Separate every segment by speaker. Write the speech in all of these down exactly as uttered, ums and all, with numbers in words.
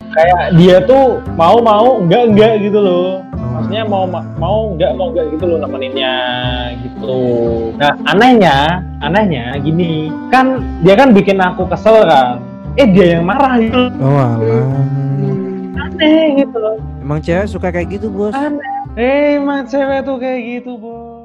Speaker 1: kayak dia tuh mau mau enggak enggak gitu loh. Maksudnya mau mau enggak mau enggak gitu loh nemeninnya gitu. Nah anehnya anehnya gini kan dia kan bikin aku kesel kan. Eh dia yang marah gitu.
Speaker 2: Oh alah.
Speaker 1: Aneh gitu loh.
Speaker 2: Emang cewek suka kayak gitu bos?
Speaker 1: Aneh. Eh emang cewek tuh kayak gitu bos.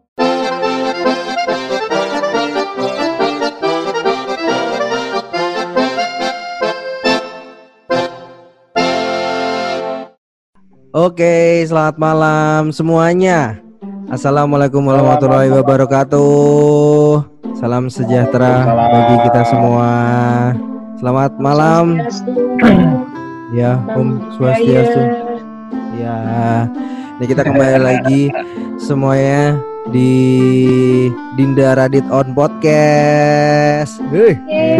Speaker 2: Oke, selamat malam semuanya. Assalamualaikum warahmatullahi wabarakatuh. Salam sejahtera bagi kita semua. Selamat malam. Ya, Om Swastiastu. Ya, ini kita kembali lagi semuanya di Dinda Radit on Podcast. Hei.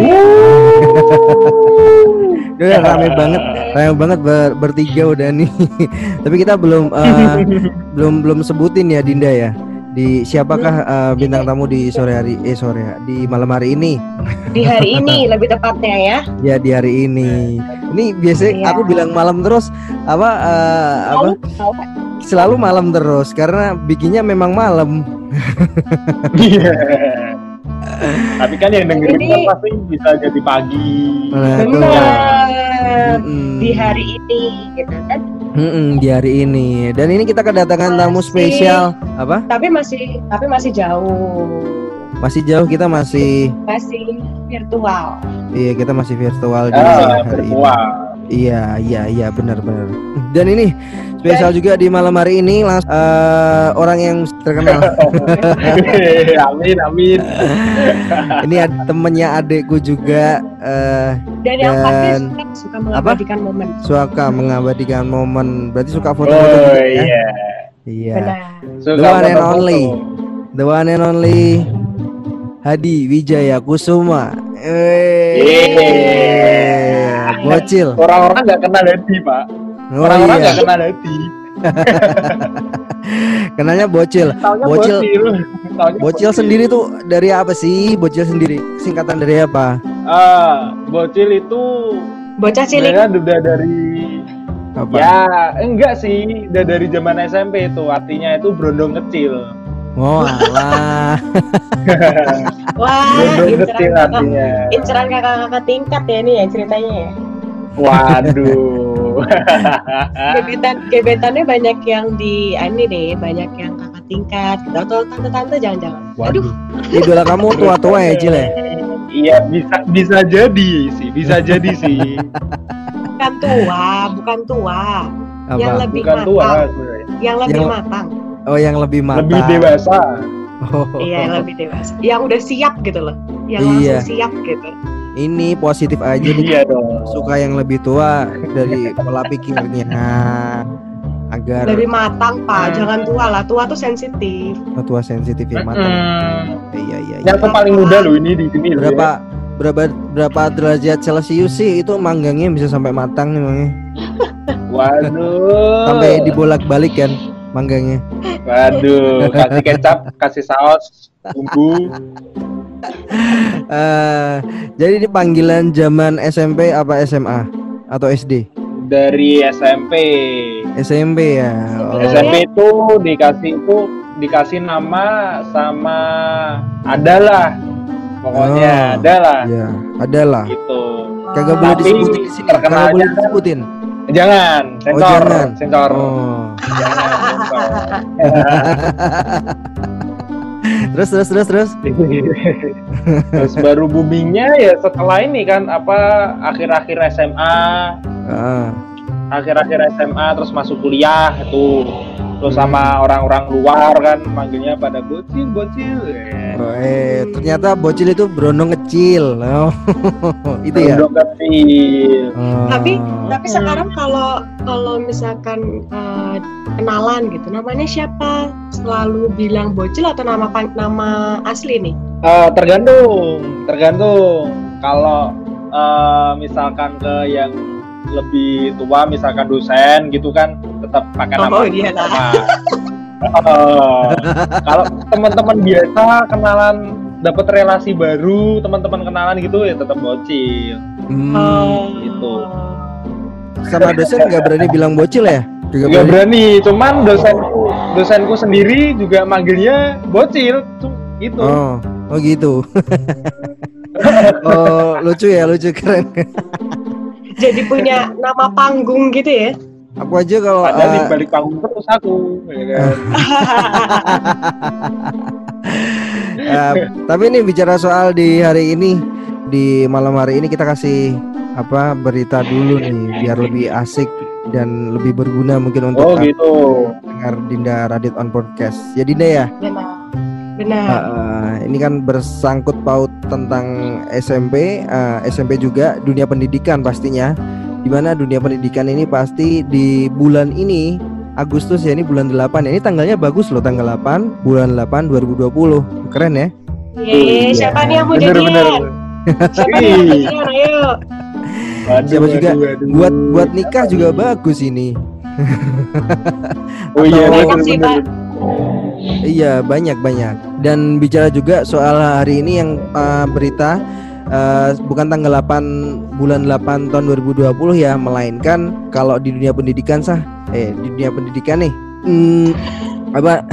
Speaker 2: Udah rame banget, rame banget ber, bertiga udah nih. Tapi kita belum uh, belum belum sebutin ya Dinda ya. Di siapakah uh, bintang tamu di sore hari eh sore di malam hari ini?
Speaker 3: Di hari ini lebih tepatnya ya.
Speaker 2: Ya di hari ini. Ini biasanya ya. Aku bilang malam terus apa uh, apa? Selalu malam terus karena bikinnya memang malam.
Speaker 1: Iya. Tapi kan yang dengerin ini... kan pasti bisa jadi pagi.
Speaker 2: Nah,
Speaker 3: benar. Di hari ini gitu kan.
Speaker 2: Mm-mm, di hari ini. Dan ini kita kedatangan masih, tamu spesial apa?
Speaker 3: Tapi masih tapi masih jauh.
Speaker 2: Masih jauh kita masih
Speaker 3: masih virtual.
Speaker 2: Iya, kita masih virtual
Speaker 1: di ah, hari virtual.
Speaker 2: Ini. Iya, iya, iya benar-benar. Dan ini spesial Dan, juga di malam hari ini langsung uh, orang yang terkenal.
Speaker 1: Amin, amin.
Speaker 2: Ini ad, temennya adekku juga. Uh,
Speaker 3: dan yang pasti suka mengabadikan apa? momen.
Speaker 2: Suka mengabadikan momen. Berarti suka foto-foto.
Speaker 1: Oh
Speaker 2: juga,
Speaker 1: iya.
Speaker 2: Ya? Iya.
Speaker 1: Suka
Speaker 2: The one and only. The one and only Hadi Wijaya Kusuma.
Speaker 1: Yeay.
Speaker 2: Bocil.
Speaker 1: Orang-orang nggak kenal Hadi, Pak. Orang-orang nggak iya. kenal Hadi.
Speaker 2: Kenalnya bocil.
Speaker 1: Taunya
Speaker 2: bocil.
Speaker 1: Bocil.
Speaker 2: Bocil, bocil sendiri tuh dari apa sih? Bocil sendiri singkatan dari apa?
Speaker 1: Ah, bocil itu
Speaker 3: bocah cilik.
Speaker 1: Udah dari
Speaker 2: apa?
Speaker 1: Ya, enggak sih. Udah dari zaman S M P itu. Artinya itu brondong kecil.
Speaker 2: Oh alah.
Speaker 3: Wah,
Speaker 1: brondong kecil artinya.
Speaker 3: Inceran kakak-kakak tingkat ya ini ya ceritanya ya.
Speaker 1: Waduh.
Speaker 3: Gebetan gebetannya banyak yang di ini nih, banyak yang kakak tingkat gitu atau tante-tante jangan-jangan.
Speaker 1: Waduh.
Speaker 2: Idola kamu tua-tua ya, Cil ya?
Speaker 1: Iya, bisa bisa jadi sih, bisa jadi sih.
Speaker 3: Bukan tua, bukan tua.
Speaker 2: Apa?
Speaker 3: Yang lebih
Speaker 1: bukan
Speaker 3: matang.
Speaker 1: Tua,
Speaker 3: yang lebih
Speaker 2: yang...
Speaker 3: matang.
Speaker 2: Oh, yang lebih matang.
Speaker 1: Lebih dewasa.
Speaker 3: Oh. Iya, yang lebih dewasa. Yang udah siap gitu loh. Yang
Speaker 2: iya.
Speaker 3: langsung siap gitu.
Speaker 2: Ini positif aja nih.
Speaker 1: Iya dong.
Speaker 2: Suka yang lebih tua dari pola pikirnya. Agar
Speaker 3: lebih matang, Pak. Jangan tua lah. Tua tuh sensitif.
Speaker 2: Oh, tua sensitif yang matang.
Speaker 1: Mm.
Speaker 2: Iya, iya, iya.
Speaker 1: Yang paling muda loh ini di sini.
Speaker 2: Berapa ya? berapa berapa derajat Celcius sih itu manggangnya bisa sampai matang memangnya?
Speaker 1: Waduh.
Speaker 2: Sampai dibolak-balik kan manggangnya.
Speaker 1: Waduh, kasih kecap, kasih saus, bumbu.
Speaker 2: Uh, jadi ini panggilan zaman S M P apa S M A atau S D?
Speaker 1: Dari S M P.
Speaker 2: S M P ya.
Speaker 1: Oh. S M P itu dikasih itu dikasih nama sama adalah. Pokoknya oh, adalah.
Speaker 2: Ya, adalah.
Speaker 1: Gitu.
Speaker 2: Kagak boleh disebutin di sini. Kagak boleh disebutin.
Speaker 1: Jangan, sensor,
Speaker 2: oh, jangan.
Speaker 1: sensor.
Speaker 2: Oh.
Speaker 1: Jangan, sensor.
Speaker 2: terus terus terus terus.
Speaker 1: Terus baru boomingnya ya setelah ini kan apa akhir-akhir S M A.
Speaker 2: Uh.
Speaker 1: Akhir-akhir S M A terus masuk kuliah itu. Terus sama orang-orang luar kan manggilnya pada bocil, bocil.
Speaker 2: Oh, eh ternyata bocil itu brondong kecil. Oh, itu ya.
Speaker 1: Brondong kecil.
Speaker 2: Oh.
Speaker 3: Tapi tapi sekarang kalau kalau misalkan uh, kenalan gitu, namanya siapa? Selalu bilang bocil atau nama nama asli nih?
Speaker 1: Uh, tergantung, tergantung. Kalau uh, misalkan ke yang lebih tua misalkan dosen gitu kan tetap pakai nama.
Speaker 3: Oh iya lah.
Speaker 1: uh, kalau teman-teman biasa kenalan dapat relasi baru teman-teman kenalan gitu ya tetap bocil.
Speaker 2: Hmm,
Speaker 1: gitu.
Speaker 2: sama dosen nggak berani bilang bocil ya? Juga
Speaker 1: Nggak
Speaker 2: berani.
Speaker 1: berani, cuman dosenku dosenku sendiri juga manggilnya bocil, tuh, gitu.
Speaker 2: Oh, oh gitu. Oh, lucu ya, lucu, keren.
Speaker 3: Jadi punya nama panggung gitu ya.
Speaker 2: Aku aja kalau
Speaker 1: Ada di
Speaker 2: uh,
Speaker 1: balik panggung terus aku, ya kan.
Speaker 2: uh, tapi ini bicara soal di hari ini, di malam hari ini kita kasih apa berita dulu nih biar lebih asik dan lebih berguna mungkin untuk
Speaker 1: Oh
Speaker 2: uh,
Speaker 1: gitu.
Speaker 2: dengar Dinda Radit on podcast. Ya Dinda ya.
Speaker 3: Benar. Benar.
Speaker 2: Uh, uh, ini kan bersangkut paut tentang S M P, uh, S M P juga dunia pendidikan pastinya. Di mana dunia pendidikan ini pasti di bulan ini Agustus ya, ini bulan delapan ya. Ini tanggalnya bagus loh, tanggal delapan bulan delapan dua ribu dua puluh. Keren ya?
Speaker 3: Yeay, siapa nih yang mau
Speaker 1: Bener,
Speaker 3: jadian?
Speaker 1: bener.
Speaker 3: Siapa nih yang mau jadian? Ayo.
Speaker 1: Waduh,
Speaker 2: Siapa juga
Speaker 1: waduh, waduh.
Speaker 2: buat buat nikah juga bagus ini.
Speaker 1: Oh iya,
Speaker 2: Atau-
Speaker 3: Banyak sih,
Speaker 1: bener,
Speaker 3: Pak.
Speaker 1: bener.
Speaker 2: Iya, banyak banyak. Dan bicara juga soal hari ini yang uh, berita uh, bukan tanggal delapan bulan delapan tahun dua ribu dua puluh ya, melainkan kalau di dunia pendidikan sah eh di dunia pendidikan nih hmm, apa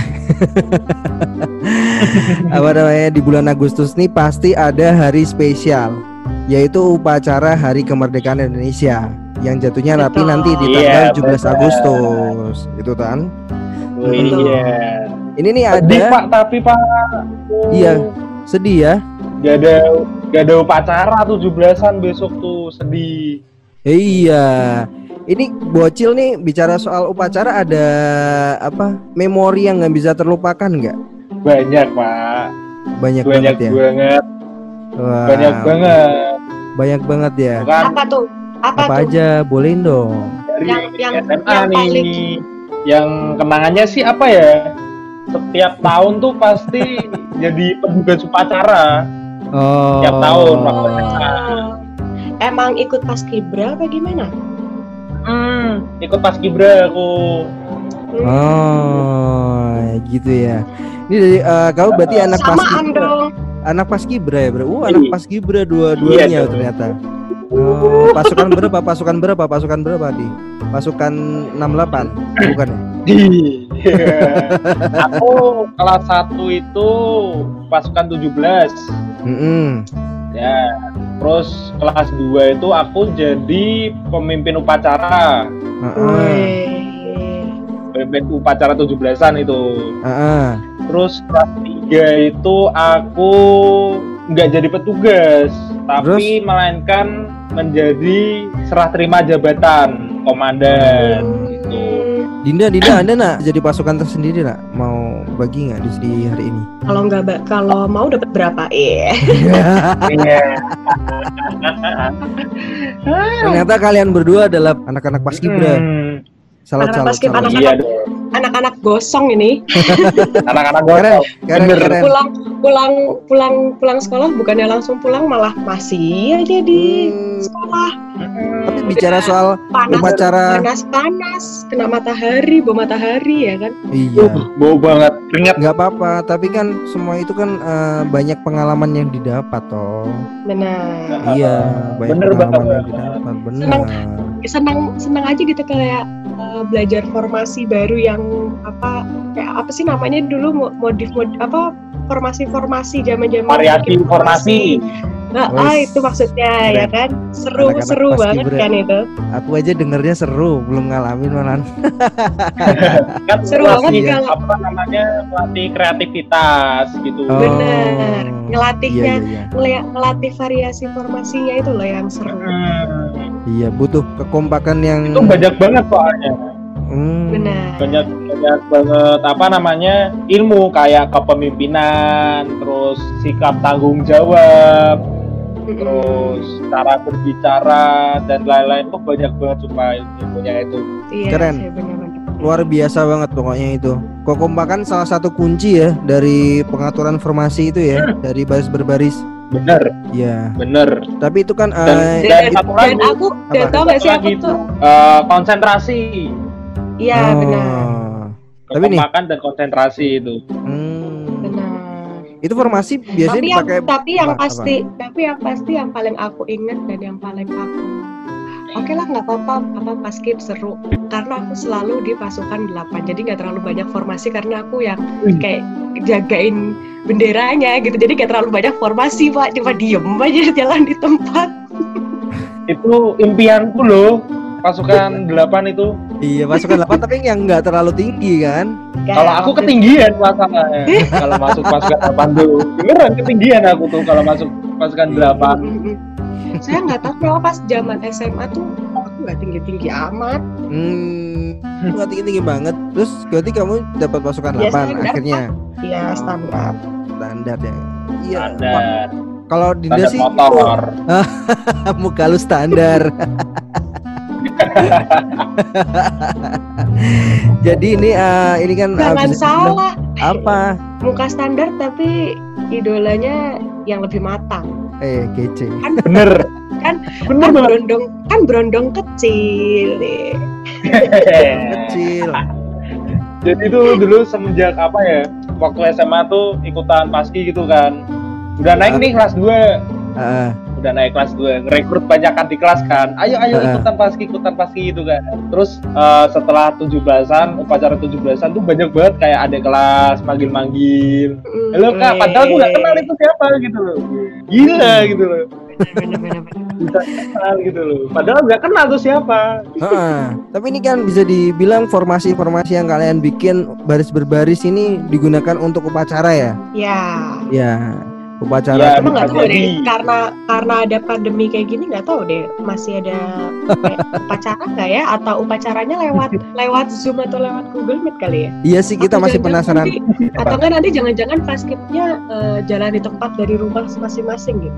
Speaker 2: apa namanya di bulan Agustus nih pasti ada hari spesial, yaitu upacara Hari Kemerdekaan Indonesia yang jatuhnya tapi
Speaker 3: Betul.
Speaker 2: nanti di
Speaker 1: Iya,
Speaker 2: tanggal tujuh belas
Speaker 1: benar.
Speaker 2: Agustus itu kan.
Speaker 1: Oh,
Speaker 3: Betul.
Speaker 1: iya.
Speaker 2: Ini nih
Speaker 1: Sedih
Speaker 2: ada
Speaker 1: Pak, tapi Pak. Oh,
Speaker 2: Iya. sedih ya.
Speaker 1: Gak ada gak ada upacara tujuh belasan besok tuh, sedih.
Speaker 2: Iya. Ini bocil nih bicara soal upacara, ada apa memori yang nggak bisa terlupakan nggak?
Speaker 1: Banyak Pak.
Speaker 2: Banyak,
Speaker 1: Banyak
Speaker 2: banget ya.
Speaker 1: banget.
Speaker 2: Wah,
Speaker 1: Banyak banget.
Speaker 2: banyak banget ya.
Speaker 1: Bukan
Speaker 3: Apa tuh? Apa,
Speaker 2: Apa
Speaker 3: tuh?
Speaker 2: aja bolehin dong.
Speaker 1: dari
Speaker 3: Yang- yang-
Speaker 1: S M A
Speaker 3: yang
Speaker 1: nih.
Speaker 3: paling-
Speaker 1: Yang kenangannya sih apa ya? Setiap tahun tuh pasti jadi petugas upacara.
Speaker 2: Oh.
Speaker 1: Tiap tahun waktu S M A.
Speaker 3: Oh. Emang ikut paskibra apa gimana?
Speaker 1: Hmm, ikut paskibra aku.
Speaker 3: Hmm.
Speaker 2: Oh, gitu ya. Ini dari eh, kau berarti anak
Speaker 3: Samaan
Speaker 2: paskibra.
Speaker 3: dong.
Speaker 2: Anak paskibra ya, bro. Uh, anak
Speaker 1: Iya.
Speaker 2: paskibra dua-duanya
Speaker 1: Iya, dong.
Speaker 2: ternyata. Oh, pasukan berapa? Pasukan berapa? Pasukan berapa di? Pasukan enam delapan bukan ya?
Speaker 1: Aku kelas satu itu pasukan tujuh belas.
Speaker 2: Mm-mm.
Speaker 1: Ya. Terus kelas dua itu aku jadi pemimpin upacara.
Speaker 2: Uh-uh.
Speaker 3: Wih.
Speaker 1: Pemimpin upacara tujuh belasan itu.
Speaker 2: Uh-uh.
Speaker 1: Terus kelas tiga itu aku nggak jadi petugas, tapi melainkan menjadi serah terima jabatan komandan gitu.
Speaker 2: Dinda, Dinda, Anda nak jadi pasukan tersendiri nak? Mau bagi nggak di, di hari ini?
Speaker 3: Kalau nggak, ba- kalau mau dapat berapa? Iya.
Speaker 1: Iya.
Speaker 2: Ternyata kalian berdua adalah anak-anak paskibra.
Speaker 1: Hmm,
Speaker 2: Salut,
Speaker 3: Anak
Speaker 2: salut,
Speaker 3: paskib,
Speaker 2: salut.
Speaker 3: anak-
Speaker 1: iya dong.
Speaker 3: Anak-anak gosong ini
Speaker 1: Anak-anak
Speaker 2: Keren,
Speaker 1: gosong.
Speaker 2: keren,
Speaker 1: Bener.
Speaker 2: keren.
Speaker 3: pulang pulang pulang pulang sekolah bukannya langsung pulang malah masih aja di
Speaker 2: Hmm,
Speaker 3: sekolah.
Speaker 2: tapi bicara soal
Speaker 3: Panas,
Speaker 2: upacara,
Speaker 3: panas panas kena matahari, bawa matahari ya kan.
Speaker 2: iya,
Speaker 1: Uh, bau banget, keringat.
Speaker 2: nggak apa-apa. Tapi kan semua itu kan eh, banyak pengalaman yang didapat toh.
Speaker 3: Benar.
Speaker 2: Iya, banyak
Speaker 1: Bener
Speaker 2: pengalaman
Speaker 1: banget.
Speaker 2: yang didapat. Benar.
Speaker 3: Senang. Senang senang aja gitu kayak uh, belajar formasi baru yang apa kayak apa sih namanya dulu mo- modif mod apa formasi-formasi zaman-zaman
Speaker 1: Variasi
Speaker 3: bikin
Speaker 1: formasi.
Speaker 3: Nah, ah,
Speaker 2: Wes,
Speaker 3: itu maksudnya
Speaker 2: keren.
Speaker 3: ya kan. Seru
Speaker 2: Anak-anak
Speaker 3: seru banget
Speaker 2: paskibra.
Speaker 3: kan itu.
Speaker 2: Aku aja dengernya seru, belum ngalamin malah.
Speaker 1: Kan
Speaker 3: Seru
Speaker 1: melatih,
Speaker 3: banget
Speaker 2: iya.
Speaker 3: kalau
Speaker 1: apa namanya, melatih kreativitas gitu.
Speaker 2: Oh,
Speaker 3: Bener. Ngelatihnya.
Speaker 2: Iya, iya, iya.
Speaker 3: ngeli- ngelatih variasi formasinya itu loh yang seru.
Speaker 1: Hmm,
Speaker 2: Iya, butuh kekompakan yang
Speaker 1: itu banyak banget soalnya.
Speaker 2: Hmm,
Speaker 3: Benar.
Speaker 1: banyak banyak banget apa namanya ilmu kayak kepemimpinan, terus sikap tanggung jawab,
Speaker 3: Mm-mm.
Speaker 1: terus cara berbicara dan lain-lain tuh banyak banget supaya ilmunya itu.
Speaker 3: Iya,
Speaker 2: Keren.
Speaker 3: sih, benar-benar.
Speaker 2: luar biasa banget pokoknya itu. Kekompakan salah satu kunci ya dari pengaturan formasi itu ya, dari baris berbaris.
Speaker 1: Bener,
Speaker 2: Ya,
Speaker 1: bener.
Speaker 2: tapi itu kan
Speaker 1: Dan-
Speaker 2: eh,
Speaker 3: Dan,
Speaker 1: satu
Speaker 3: dan
Speaker 1: lagi.
Speaker 3: aku dan
Speaker 2: Apa?
Speaker 3: tau gak sih
Speaker 1: Satu
Speaker 3: aku
Speaker 1: lagi
Speaker 3: tuh
Speaker 1: Eh, konsentrasi,
Speaker 3: iya
Speaker 2: oh,
Speaker 3: benar
Speaker 2: Tapi nih-
Speaker 1: kekompakan dan konsentrasi itu.
Speaker 2: hmm,
Speaker 3: benar.
Speaker 2: itu formasi biasanya
Speaker 3: Tapi yang
Speaker 2: dipakai
Speaker 3: tapi yang
Speaker 2: apa-
Speaker 3: pasti tapi yang pasti yang paling aku ingat dan yang paling aku oke lah nggak apa-apa, apa paskib seru. Karena aku selalu di pasukan delapan, jadi nggak terlalu banyak formasi karena aku yang kayak jagain benderanya gitu, jadi nggak terlalu banyak formasi Pak, cuma diem aja jalan di tempat.
Speaker 1: Itu impianku loh, pasukan delapan itu.
Speaker 2: Iya, pasukan delapan tapi yang nggak terlalu tinggi kan?
Speaker 1: Kalau aku ketinggian masalahnya. Kalau masuk pasukan delapan tuh, beneran ketinggian aku tuh kalau masuk pasukan delapan.
Speaker 3: Saya nggak tahu kenapa pas zaman S M A tuh aku nggak tinggi-tinggi amat.
Speaker 2: Hmm, nggak tinggi-tinggi banget. Terus berarti kamu dapat pasukan
Speaker 3: Ya,
Speaker 2: delapan
Speaker 3: standar,
Speaker 2: akhirnya.
Speaker 3: Iya standar.
Speaker 2: Standar ya. Iya.
Speaker 1: Standar.
Speaker 2: Kalau Dinda
Speaker 1: Standar
Speaker 2: sih
Speaker 1: motor.
Speaker 2: muka lu standar. Jadi ini uh, ini kan uh,
Speaker 3: Jangan
Speaker 2: bisa
Speaker 3: salah.
Speaker 2: dibilang apa?
Speaker 3: Muka standar tapi idolanya yang lebih matang.
Speaker 2: Eh, kece.
Speaker 3: Kan
Speaker 1: Bener.
Speaker 3: kan
Speaker 1: Bener
Speaker 3: kan
Speaker 1: banget.
Speaker 3: berondong kan berondong kecil deh.
Speaker 2: Kecil.
Speaker 1: Jadi itu dulu semenjak apa ya? Waktu S M A tuh ikutan paski gitu kan. Udah naik nih kelas dua.
Speaker 2: Uh,
Speaker 1: Udah naik kelas dua, ngerekrut banyakan di kelas kan. Ayo ayo
Speaker 2: Uh-uh.
Speaker 1: ikutan paski, ikutan paski gitu kan. Terus eh, setelah tujuh belasan, upacara tujuh belasan tuh banyak banget kayak adik kelas manggil-manggil. Halo Kak, padahal gue gak kenal itu siapa gitu loh. Gila gitu loh.
Speaker 3: Bener-bener.
Speaker 1: Bisa kenal gitu loh. Padahal gak kenal tuh siapa.
Speaker 2: uh, tapi ini kan bisa dibilang formasi-formasi yang kalian bikin baris berbaris ini digunakan untuk upacara ya?
Speaker 3: Ya.
Speaker 2: Ya,
Speaker 1: Ya,
Speaker 2: upacara.
Speaker 3: Emang nggak tahu
Speaker 1: Jadi-
Speaker 3: deh, karena karena ada pandemi kayak gini nggak tahu deh masih ada kayak upacara nggak ya, atau upacaranya lewat lewat Zoom atau lewat Google Meet kali ya?
Speaker 2: Iya sih, kita
Speaker 3: Atau
Speaker 2: masih
Speaker 3: jangan-jangan
Speaker 2: penasaran.
Speaker 3: nanti- atau kan nanti jangan-jangan paskibnya eh, jalan di tempat dari rumah masing-masing gitu?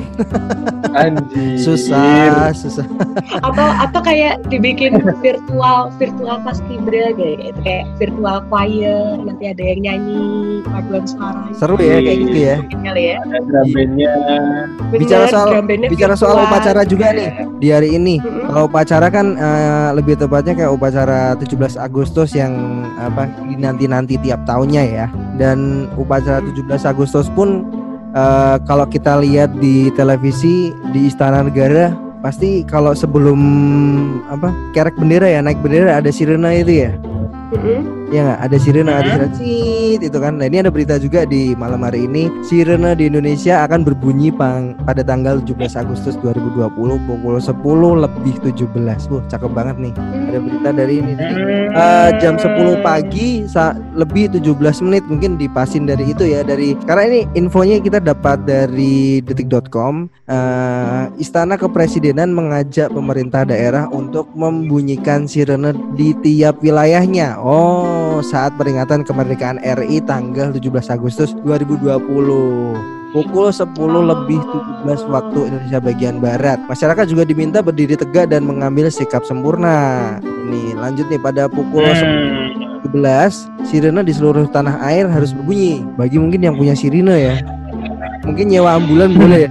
Speaker 1: Anjir.
Speaker 2: Susah, susah.
Speaker 3: Atau atau kayak dibikin virtual virtual paskibra kayak gitu, kayak virtual choir, nanti ada yang nyanyi paduan suara.
Speaker 2: Seru ya kayak gitu ya.
Speaker 3: Mungkin kali ya.
Speaker 1: Ada drum bandnya.
Speaker 2: Bicara
Speaker 3: Bener,
Speaker 2: soal
Speaker 3: drum bandnya
Speaker 2: bicara soal
Speaker 3: virtual.
Speaker 2: upacara juga nih di hari ini.
Speaker 3: Mm-mm.
Speaker 2: Kalau upacara kan eh, lebih tepatnya kayak upacara tujuh belas Agustus yang apa dinanti-nanti tiap tahunnya ya. Dan upacara tujuh belas Agustus pun eh, kalau kita lihat di televisi di Istana Negara pasti kalau sebelum apa kerek bendera ya, naik bendera ada sirena itu ya.
Speaker 3: Mm-mm.
Speaker 2: Ya nggak, ada sirena, ada
Speaker 1: Hmm.
Speaker 2: sirena Cit, itu kan. Nah ini ada berita juga di malam hari ini, sirena di Indonesia akan berbunyi pang, pada tanggal tujuh belas Agustus dua ribu dua puluh pukul sepuluh lebih tujuh belas. Wah cakep banget nih. Ada berita dari ini. Jadi, eh, jam sepuluh pagi sa- lebih tujuh belas menit, mungkin dipasin dari itu ya, dari karena ini infonya kita dapat dari detik dot com. Eh, Istana Kepresidenan mengajak pemerintah daerah untuk membunyikan sirene di tiap wilayahnya. Oh, saat peringatan kemerdekaan R I tanggal tujuh belas Agustus dua ribu dua puluh pukul sepuluh lebih tujuh belas waktu Indonesia bagian barat. Masyarakat juga diminta berdiri tegak dan mengambil sikap sempurna. Ini lanjut nih, pada pukul
Speaker 1: Hmm.
Speaker 2: tujuh belas sirene di seluruh tanah air harus berbunyi. Bagi mungkin yang punya sirene ya, mungkin nyewa ambulan boleh ya.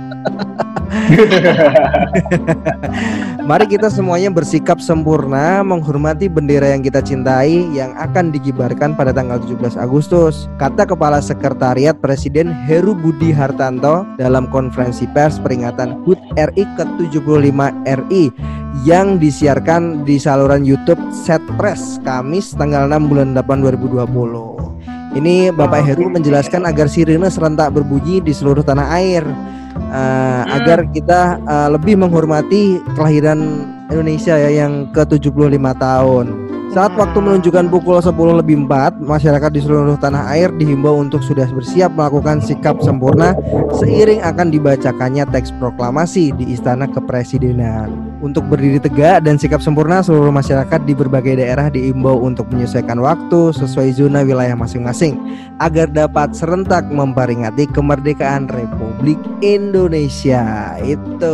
Speaker 2: Mari kita semuanya bersikap sempurna menghormati bendera yang kita cintai yang akan dikibarkan pada tanggal tujuh belas Agustus, kata Kepala Sekretariat Presiden Heru Budi Hartanto dalam konferensi pers peringatan H U T R I ke tujuh puluh lima R I yang disiarkan di saluran YouTube Setpres Kamis tanggal enam bulan delapan dua ribu dua puluh. Ini Bapak Heru menjelaskan agar sirene serentak berbunyi di seluruh tanah air. Uh, agar kita uh, lebih menghormati kelahiran Indonesia ya yang ke tujuh puluh lima tahun. Saat waktu menunjukkan pukul sepuluh lebih empat, masyarakat di seluruh tanah air dihimbau untuk sudah bersiap melakukan sikap sempurna seiring akan dibacakannya teks proklamasi di Istana Kepresidenan. Untuk berdiri tegak dan sikap sempurna, seluruh masyarakat di berbagai daerah diimbau untuk menyesuaikan waktu sesuai zona wilayah masing-masing agar dapat serentak memperingati kemerdekaan Republik Indonesia. Itu.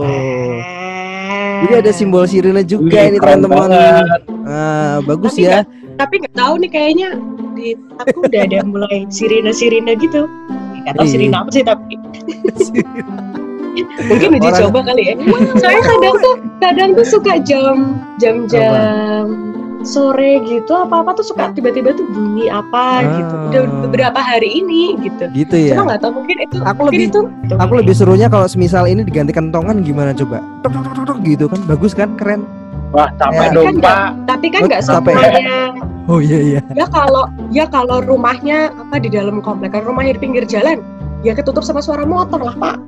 Speaker 2: Jadi ada simbol sirene juga
Speaker 1: Wih,
Speaker 2: ini
Speaker 1: keren
Speaker 2: teman-teman.
Speaker 1: banget.
Speaker 2: Ah, bagus
Speaker 3: Tapi
Speaker 2: ya.
Speaker 3: nggak- tapi nggak tahu nih kayaknya di aku udah ada mulai sirine-sirine gitu. Nggak tahu
Speaker 2: Iya.
Speaker 3: sirine apa sih tapi mungkin uji
Speaker 2: Orang-
Speaker 3: coba kali ya. Soalnya kadang tuh kadang tuh suka jam jam-jam sore gitu apa-apa tuh suka tiba-tiba tuh bunyi apa
Speaker 2: Ah.
Speaker 3: gitu. Udah beberapa hari ini gitu.
Speaker 2: Gitu ya.
Speaker 3: Cuma nggak tahu mungkin itu
Speaker 2: Aku
Speaker 3: mungkin
Speaker 2: lebih-
Speaker 3: itu
Speaker 2: Aku lebih serunya kalau semisal ini diganti kentongan gimana coba? Tuk, tuk, tuk, tuk, gitu kan, bagus kan, keren.
Speaker 1: Wah, capek
Speaker 2: Ya.
Speaker 1: dong,
Speaker 3: Kan
Speaker 1: Pak.
Speaker 3: tapi kan
Speaker 2: Oh,
Speaker 3: nggak
Speaker 2: capek.
Speaker 3: semuanya.
Speaker 2: Oh iya iya.
Speaker 3: Ya kalau ya kalau rumahnya apa di dalam komplek, kan rumahnya di pinggir jalan, ya ketutup sama suara motor lah Pak.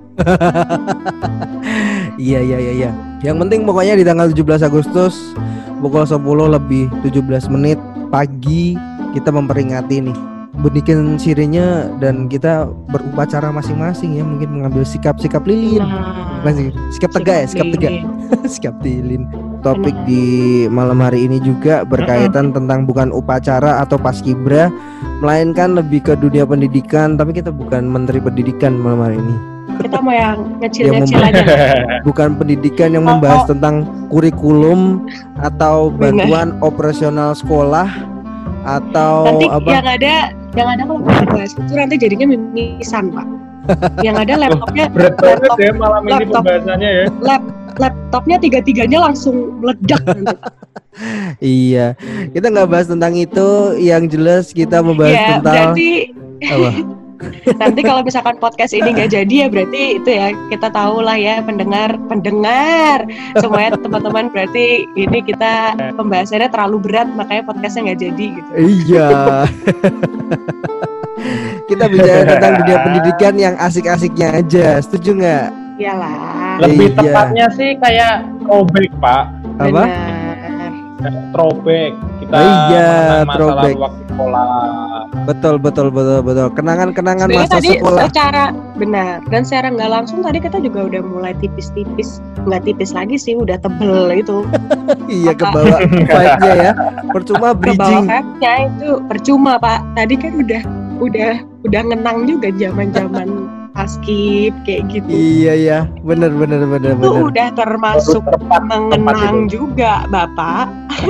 Speaker 2: Iya iya iya iya. Yang penting pokoknya di tanggal tujuh belas Agustus pukul sepuluh lebih tujuh belas menit pagi kita memperingati nih. Bunyikan sirenya dan kita berupacara masing-masing ya, mungkin mengambil sikap-sikap lilin.
Speaker 3: Nah,
Speaker 2: Masih sikap tegak ya, sikap tegak.
Speaker 3: lilin.
Speaker 2: Sikap lilin. Topik di malam hari ini juga berkaitan tentang bukan upacara atau paskibra, melainkan lebih ke dunia pendidikan, tapi kita bukan menteri pendidikan malam hari ini.
Speaker 3: Kita mau yang
Speaker 2: Yang
Speaker 3: ngecil-ngecil
Speaker 2: memba-
Speaker 3: aja.
Speaker 2: Bukan pendidikan yang membahas tentang kurikulum atau
Speaker 3: Benar.
Speaker 2: bantuan operasional sekolah atau
Speaker 3: Nanti
Speaker 2: apa?
Speaker 3: yang ada yang ada kalau kita bahas itu nanti jadinya mimisan Pak. Yang ada laptopnya
Speaker 1: Berat banget
Speaker 3: laptop,
Speaker 1: ya malam ini
Speaker 3: laptop.
Speaker 1: pembahasannya ya.
Speaker 3: lap, laptopnya tiga-tiganya langsung meledak nanti.
Speaker 2: Iya, kita nggak bahas tentang itu. Yang jelas kita membahas
Speaker 3: Ya
Speaker 2: tentang
Speaker 3: berarti
Speaker 2: apa?
Speaker 3: nanti kalau misalkan podcast ini nggak jadi ya berarti itu ya kita tahu lah ya pendengar pendengar semuanya teman-teman, berarti ini kita pembahasannya terlalu berat makanya podcastnya nggak jadi gitu.
Speaker 2: Iya. Kita bicara tentang dunia pendidikan yang asik-asiknya aja. Setuju nggak?
Speaker 3: Iyalah.
Speaker 1: Lebih
Speaker 2: Iya.
Speaker 1: tepatnya sih kayak throwback, Pak.
Speaker 2: Apa?
Speaker 3: Benar.
Speaker 1: Throwback. Kita
Speaker 2: Oh iya,
Speaker 1: mengenang masa
Speaker 2: throwback.
Speaker 1: lalu waktu sekolah.
Speaker 2: Betul betul betul betul. Kenangan-kenangan
Speaker 3: Sebenarnya
Speaker 2: masa
Speaker 3: tadi
Speaker 2: sekolah.
Speaker 3: secara benar dan secara nggak langsung tadi kita juga udah mulai tipis-tipis, nggak tipis lagi sih, udah tebel itu.
Speaker 2: Iya, ke bawah vibe-nya ya. Percuma
Speaker 3: Ke bawah
Speaker 2: bridging.
Speaker 3: vibe-nya itu percuma Pak. Tadi kan udah udah udah ngenang juga zaman-zaman paskib kayak gitu.
Speaker 2: Iya ya, benar benar benar
Speaker 3: Itu
Speaker 2: benar.
Speaker 3: udah termasuk
Speaker 1: Baru tepat tempat
Speaker 3: mengenang
Speaker 1: itu.
Speaker 3: juga Bapak.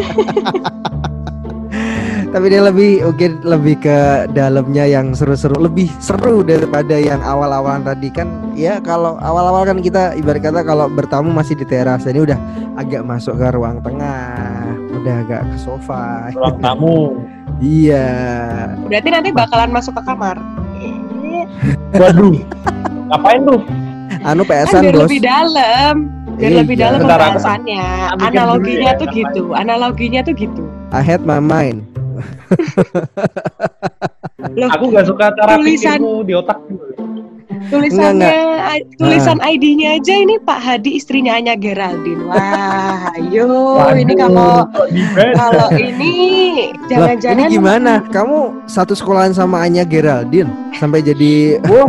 Speaker 2: Tapi dia lebih mungkin lebih ke dalamnya yang seru-seru, lebih seru daripada yang awal-awalan tadi kan. Ya kalau awal-awal kan kita ibarat kata kalau bertamu masih di teras, ini udah agak masuk ke ruang tengah, udah agak ke sofa.
Speaker 1: Ruang tamu.
Speaker 2: Iya.
Speaker 3: Berarti nanti bakalan masuk ke kamar. Eh,
Speaker 1: Waduh. Ngapain tuh?
Speaker 2: Anu
Speaker 3: Kan
Speaker 2: P S-an
Speaker 3: biar
Speaker 2: bos.
Speaker 3: lebih dalam. Biar
Speaker 2: Iya.
Speaker 3: lebih dalam
Speaker 1: Bentar, aku-
Speaker 3: pembahasannya.
Speaker 1: aku mikir
Speaker 3: Analoginya
Speaker 1: dulu ya,
Speaker 3: tuh
Speaker 1: ngapain.
Speaker 3: gitu. Analoginya tuh gitu.
Speaker 2: I had my mind.
Speaker 3: Loh,
Speaker 1: Aku gak suka cara
Speaker 3: Tulisan-
Speaker 1: pikirku di otak.
Speaker 3: tulisannya I- tulisan I D-nya aja ini Pak Hadi istrinya Anya Geraldine. Wah, ayo ini kalau
Speaker 1: kok dibahas?
Speaker 3: kalau ini
Speaker 2: Lah,
Speaker 3: jangan-jangan
Speaker 2: ini gimana? Kamu satu sekolahan sama Anya Geraldine sampai jadi
Speaker 1: Wah,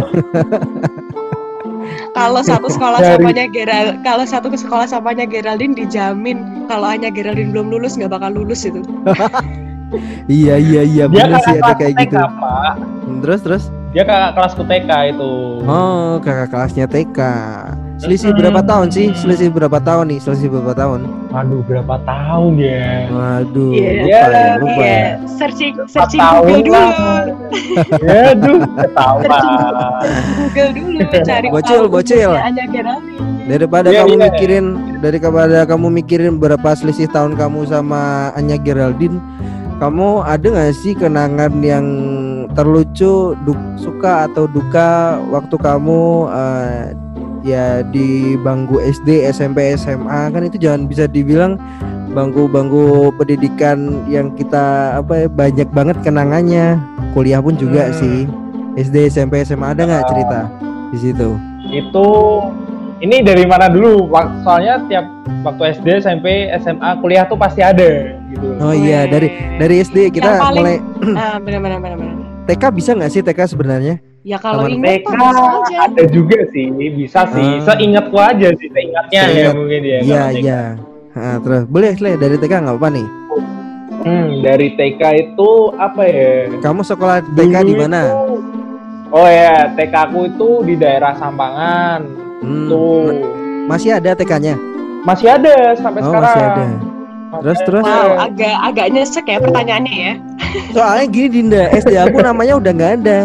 Speaker 3: kalau satu sekolah
Speaker 1: Dari-
Speaker 3: samanya Geral kalau satu ke sekolah samanya Geraldine dijamin kalau Anya Geraldine belum lulus nggak bakal lulus itu.
Speaker 2: iya iya iya
Speaker 1: dia
Speaker 2: bener sih
Speaker 1: kakak
Speaker 2: ada
Speaker 1: kelas
Speaker 2: kayak
Speaker 1: T K,
Speaker 2: gitu.
Speaker 1: Pak.
Speaker 2: Terus terus.
Speaker 1: Dia kakak kelasku T K itu.
Speaker 2: Oh, kakak kelasnya T K. Selisih
Speaker 1: Mm-mm.
Speaker 2: berapa tahun sih? Selisih berapa tahun nih? Selisih berapa tahun?
Speaker 1: Waduh, berapa tahun ya?
Speaker 2: Waduh,
Speaker 3: Iya,
Speaker 2: lupa ya, lupa
Speaker 3: Iya,
Speaker 2: ya.
Speaker 3: searching
Speaker 1: Empat
Speaker 3: searching
Speaker 1: tahun
Speaker 3: Google dulu.
Speaker 1: lah. Aduh, ketahuan.
Speaker 3: Google dulu cari
Speaker 2: Bocil,
Speaker 3: tahu
Speaker 2: bocil.
Speaker 3: umurnya Anya Geraldine.
Speaker 2: Daripada
Speaker 1: Iya,
Speaker 2: kamu
Speaker 1: iya.
Speaker 2: mikirin, daripada kamu mikirin berapa selisih tahun kamu sama Anya Geraldine, kamu ada nggak sih kenangan yang terlucu, du- suka atau duka waktu kamu eh, ya di bangku S D, S M P, S M A kan itu jangan bisa dibilang bangku-bangku pendidikan yang kita apa ya, banyak banget kenangannya. Kuliah pun juga
Speaker 1: Hmm.
Speaker 2: sih. S D, S M P, S M A ada nggak cerita di situ?
Speaker 1: Itu ini dari mana dulu? Wak- Soalnya tiap waktu S D, S M P, S M A, kuliah tuh pasti ada gitu.
Speaker 2: Oh iya, dari dari S D kita
Speaker 3: Yang paling-
Speaker 2: mulai
Speaker 3: Ah, benar-benar benar-benar.
Speaker 2: T K bisa nggak sih T K sebenarnya?
Speaker 3: Ya kalau
Speaker 2: Taman
Speaker 3: ingat
Speaker 1: T K
Speaker 3: Pak bisa aja.
Speaker 1: ada juga sih, bisa sih.
Speaker 2: Ah.
Speaker 1: Seingatku aja sih, seingatnya ya
Speaker 2: Seingat.
Speaker 1: mungkin ya.
Speaker 2: Iya
Speaker 1: kalau T K.
Speaker 2: iya. Nah, terus boleh Sleh dari T K nggak apa nih?
Speaker 1: Hmm, dari T K itu apa ya?
Speaker 2: Kamu sekolah T K di
Speaker 1: Dulu
Speaker 2: mana?
Speaker 1: itu- Oh ya, T K aku itu di daerah Sampangan.
Speaker 2: Hmm,
Speaker 1: Tuh.
Speaker 2: nah, masih ada T K-nya?
Speaker 1: Masih ada sampai
Speaker 2: Oh
Speaker 1: sekarang.
Speaker 2: masih ada. Terus terus.
Speaker 3: Wow, agak agak nyesek ya pertanyaannya ya.
Speaker 2: Soalnya gini Dinda, S D aku namanya udah nggak ada.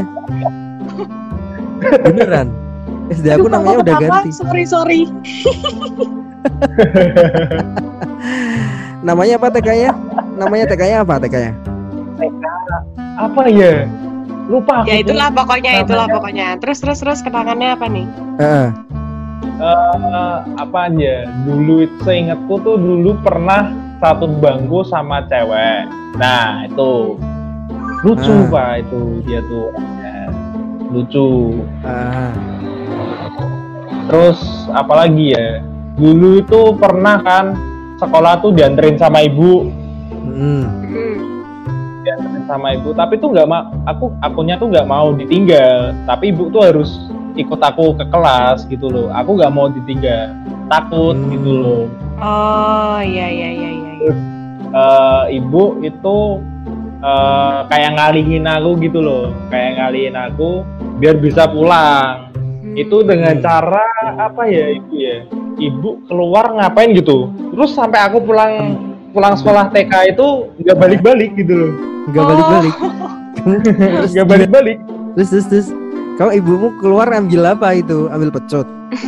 Speaker 2: Beneran. S D aku
Speaker 3: Aduh,
Speaker 2: namanya
Speaker 3: Bapak
Speaker 2: udah
Speaker 3: kenapa?
Speaker 2: ganti.
Speaker 3: Sorry sorry.
Speaker 2: Namanya apa T K-nya? namanya T K-nya apa T K-nya?
Speaker 1: T K apa ya? Lupa aku.
Speaker 3: Ya itulah pokoknya,
Speaker 1: namanya.
Speaker 3: itulah pokoknya. Terus terus terus kenangannya apa nih?
Speaker 2: Heeh.
Speaker 1: Uh, apa aja? Dulu itu seingatku tuh dulu pernah satu bangku sama cewek. Nah itu lucu
Speaker 2: Ah.
Speaker 1: pak itu dia tuh orangnya. Lucu.
Speaker 2: Ah.
Speaker 1: Terus apalagi ya? Dulu itu pernah kan sekolah tuh dianterin sama ibu.
Speaker 2: Hmm.
Speaker 3: Hmm.
Speaker 1: Dianterin sama ibu. Tapi tuh nggak mau. Aku akunya tuh nggak mau ditinggal. Tapi ibu tuh harus ikut aku ke kelas gitu loh. Aku nggak mau ditinggal. Takut
Speaker 2: Hmm.
Speaker 1: gitu loh.
Speaker 3: Oh iya iya iya iya. iya.
Speaker 1: Uh, ibu itu uh, kayak ngalihin aku gitu loh. Kayak ngalihin aku biar bisa pulang. Itu dengan
Speaker 2: Hmm.
Speaker 1: cara apa ya ibu ya? Ibu keluar ngapain gitu. Terus sampai aku pulang pulang sekolah T K itu nggak balik-balik gitu loh.
Speaker 2: Nggak balik-balik. Terus
Speaker 1: Nggak balik-balik.
Speaker 2: terus terus terus. Kamu ibumu keluar ambil apa itu? Ambil pecut.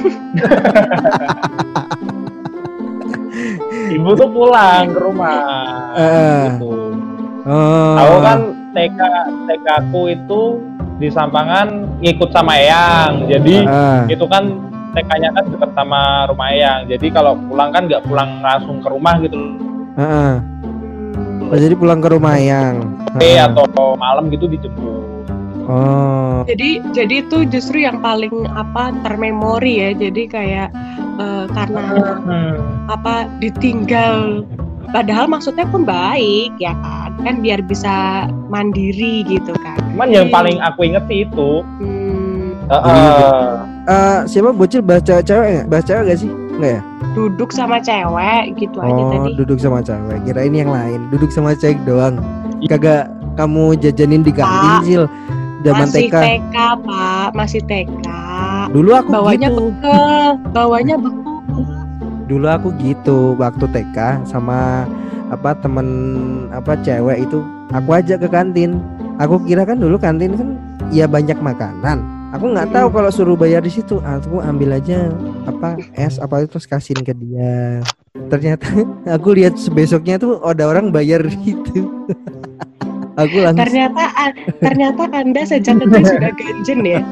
Speaker 1: Ibu tuh pulang ke rumah.
Speaker 2: Eh.
Speaker 1: Gitu.
Speaker 2: Oh.
Speaker 1: Aku kan T K T K aku itu di Sampangan ngikut sama Eyang. Jadi
Speaker 2: Ah.
Speaker 1: itu kan T K-nya kan dekat sama rumah Eyang. Jadi kalau pulang kan nggak pulang langsung ke rumah gitu.
Speaker 2: Heeh. Oh, jadi pulang ke rumah Eyang.
Speaker 1: Eh
Speaker 2: Heeh.
Speaker 1: atau malam gitu dijemput.
Speaker 2: Oh.
Speaker 3: Jadi jadi itu justru yang paling apa termemori ya. Jadi kayak eh, karena
Speaker 1: Hmm.
Speaker 3: apa ditinggal. Padahal maksudnya pun baik ya kan, kan biar bisa mandiri gitu kan.
Speaker 1: Cuman yang paling aku inget sih itu.
Speaker 3: Hmm,
Speaker 1: Heeh.
Speaker 2: Eh, siapa bocil bahas cewek-cewek nggak? Bahas cewek nggak sih? Nggak ya?
Speaker 3: duduk sama cewek gitu aja
Speaker 2: Oh,
Speaker 3: tadi.
Speaker 2: duduk sama cewek. Kira ini yang lain. Duduk sama cewek doang. Kagak kamu jajanin di kantin,
Speaker 3: Pak,
Speaker 2: Sil. Zaman
Speaker 3: Masih
Speaker 2: T K.
Speaker 3: T K Pak, masih T K.
Speaker 2: Dulu aku
Speaker 3: Bawanya
Speaker 2: gitu.
Speaker 3: bekel, bawanya bekel.
Speaker 2: Dulu aku gitu waktu T K sama apa temen apa cewek itu aku ajak ke kantin. Aku kira kan dulu kantin kan ya banyak makanan. Aku nggak tahu
Speaker 3: Mm-mm.
Speaker 2: kalau suruh bayar di situ. Aku ambil aja apa es apa itu terus kasihin ke dia. Ternyata aku lihat besoknya tuh ada orang bayar gitu. Aku langsung
Speaker 3: Ternyata ternyata Anda sejak kecil sudah ganjen ya.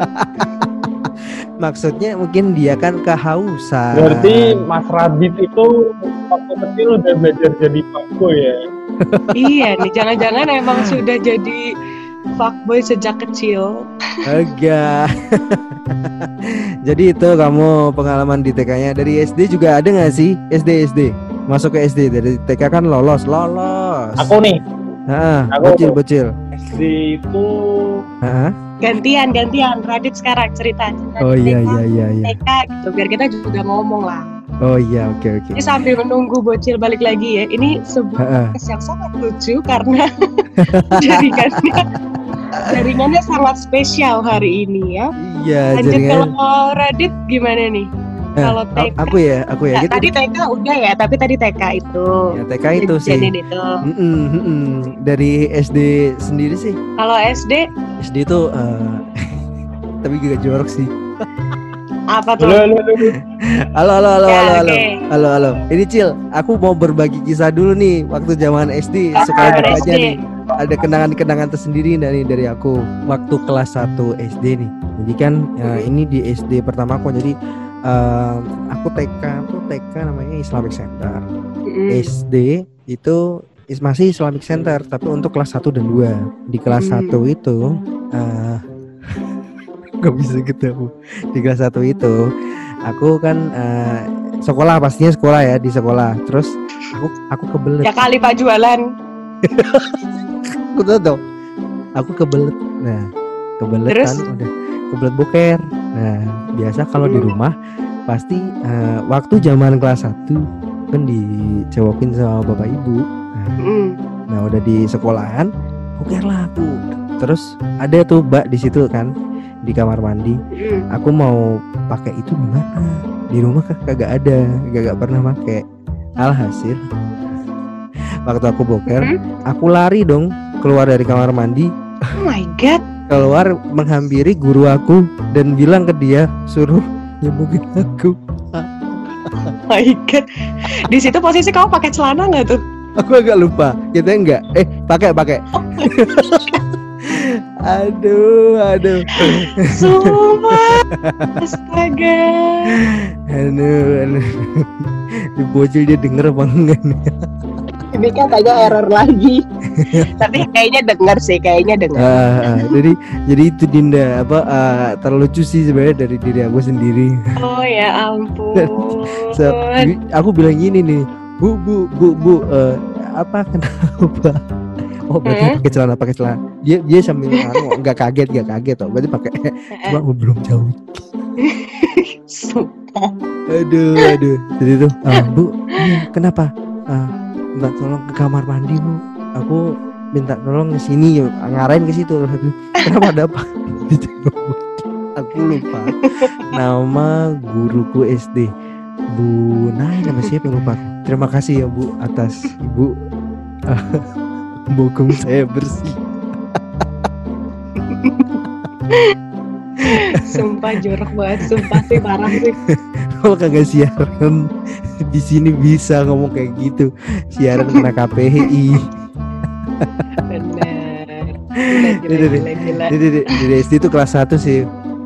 Speaker 2: maksudnya mungkin dia kan kehausan.
Speaker 1: Berarti Mas Radit itu waktu kecil udah belajar jadi fuckboy ya.
Speaker 3: Iya nih, jangan-jangan emang sudah jadi fuckboy sejak kecil.
Speaker 2: Agak. Jadi itu kamu pengalaman di T K-nya. Dari S D juga ada nggak sih? S D S D masuk ke S D. Dari T K kan lolos lolos.
Speaker 1: Aku nih,
Speaker 2: Heeh,
Speaker 1: aku-
Speaker 2: bocil bocil.
Speaker 1: S D itu
Speaker 2: Heeh.
Speaker 3: Gantian, gantian. Radit sekarang cerita. cerita
Speaker 2: Oh
Speaker 3: di
Speaker 2: iya
Speaker 3: T K,
Speaker 2: iya iya iya.
Speaker 3: T K gitu, biar kita juga ngomong lah.
Speaker 2: Oh iya oke oke.
Speaker 3: Ini sambil menunggu bocil balik lagi ya. Ini sebuah
Speaker 2: Heeh.
Speaker 3: podcast yang sangat lucu karena jaringannya jaringannya sangat spesial hari ini ya.
Speaker 2: Iya
Speaker 3: Lanjut
Speaker 2: jaringan.
Speaker 3: kalau Radit gimana nih?
Speaker 2: Eh,
Speaker 3: Kalau T K,
Speaker 2: aku ya aku ya.
Speaker 3: Nah,
Speaker 2: Kita-
Speaker 3: tadi T K udah ya, tapi tadi T K itu.
Speaker 2: ya, T K itu sih.
Speaker 3: Jajanin itu.
Speaker 2: Mm-mm, mm-mm. Dari S D sendiri sih.
Speaker 3: Kalau S D
Speaker 2: S D itu eh, tapi juga jorok sih.
Speaker 3: apa tuh?
Speaker 1: Halo, halo, halo.
Speaker 2: Halo halo halo
Speaker 3: Ya,
Speaker 2: halo halo.
Speaker 3: oke.
Speaker 2: Halo halo. Ini Cil, aku mau berbagi kisah dulu nih waktu zaman S D
Speaker 3: Ah,
Speaker 2: supaya
Speaker 3: S D.
Speaker 2: aja nih. Ada kenangan-kenangan tersendiri dari dari aku waktu kelas satu S D nih. Jadi kan ya, ini di S D pertama aku jadi eh, aku T K tuh T K namanya Islamic Center.
Speaker 3: Mm-mm.
Speaker 2: S D itu is- masih Islamic Center tapi untuk kelas satu dan dua. Di kelas
Speaker 3: Hmm.
Speaker 2: satu itu eh nggak bisa ketemu. Di kelas satu itu aku kan eh, sekolah pastinya sekolah ya di sekolah. Terus aku aku kebelet.
Speaker 3: Ya kali Pak jualan.
Speaker 2: Aku tahu dong. Aku kebelet. Nah, kebelet
Speaker 3: Terus?
Speaker 2: kan udah kebelet boker. Nah, biasa kalau di
Speaker 3: Hmm.
Speaker 2: rumah pasti eh, waktu zaman kelas satu kan dicewokin sama bapak ibu. Nah,
Speaker 3: Mm.
Speaker 2: nah udah di sekolahan boker lah aku. Terus ada tuh Mbak di situ kan di kamar mandi.
Speaker 3: Mm.
Speaker 2: Aku mau pakai itu di mana? Di rumah kah kagak ada, kagak pernah pakai. Alhasil waktu aku boker,
Speaker 3: Hmm?
Speaker 2: aku lari dong keluar dari kamar mandi,
Speaker 3: Oh my god.
Speaker 2: keluar menghampiri guru aku dan bilang ke dia suruh nyebukin aku.
Speaker 3: Oh my god. Di situ posisi kamu pakai celana nggak tuh?
Speaker 2: Aku agak lupa. Kita enggak. Eh, pakai pakai. Aduh, aduh.
Speaker 3: Sumpah. Astaga.
Speaker 2: Aduh, aduh. Di bocil dia denger apa enggak nih?
Speaker 3: Ini katanya error lagi. Tapi kayaknya dengar sih, kayaknya dengar.
Speaker 2: Ah, ah, jadi jadi itu Dinda apa ah, terlucu sih sebenarnya dari diri aku sendiri.
Speaker 3: Oh ya ampun.
Speaker 2: So, bi- aku bilang gini nih, Bu, Bu, Bu, Bu, eh, apa kenapa? Oh berarti
Speaker 3: Hmm?
Speaker 2: pakai celana, pakai celana. Dia dia sambil anu, nggak kaget, nggak kaget, oh berarti pakai. Cuma aku belum jauh.
Speaker 3: Sumpah.
Speaker 2: Aduh, aduh. Jadi tuh, ah, Bu, iya, kenapa? Ah, minta tolong ke kamar mandi, Bu. Aku minta tolong ke sini, ngarahin ke situ. Aduh, kenapa ada apa? Aku lupa nama guruku S D. Bu Nay, nama siapa yang lupa? Terima kasih ya Bu atas Ibu bokong saya bersih.
Speaker 3: Sumpah jorok banget, sumpah sih parah sih.
Speaker 2: Kalau kagak siaran di sini bisa ngomong kayak gitu. Siaran kena K P I.
Speaker 3: Bener. Gila, gila,
Speaker 2: Jadi,
Speaker 3: gila, gila.
Speaker 2: Jadi di, di S D itu kelas satu sih.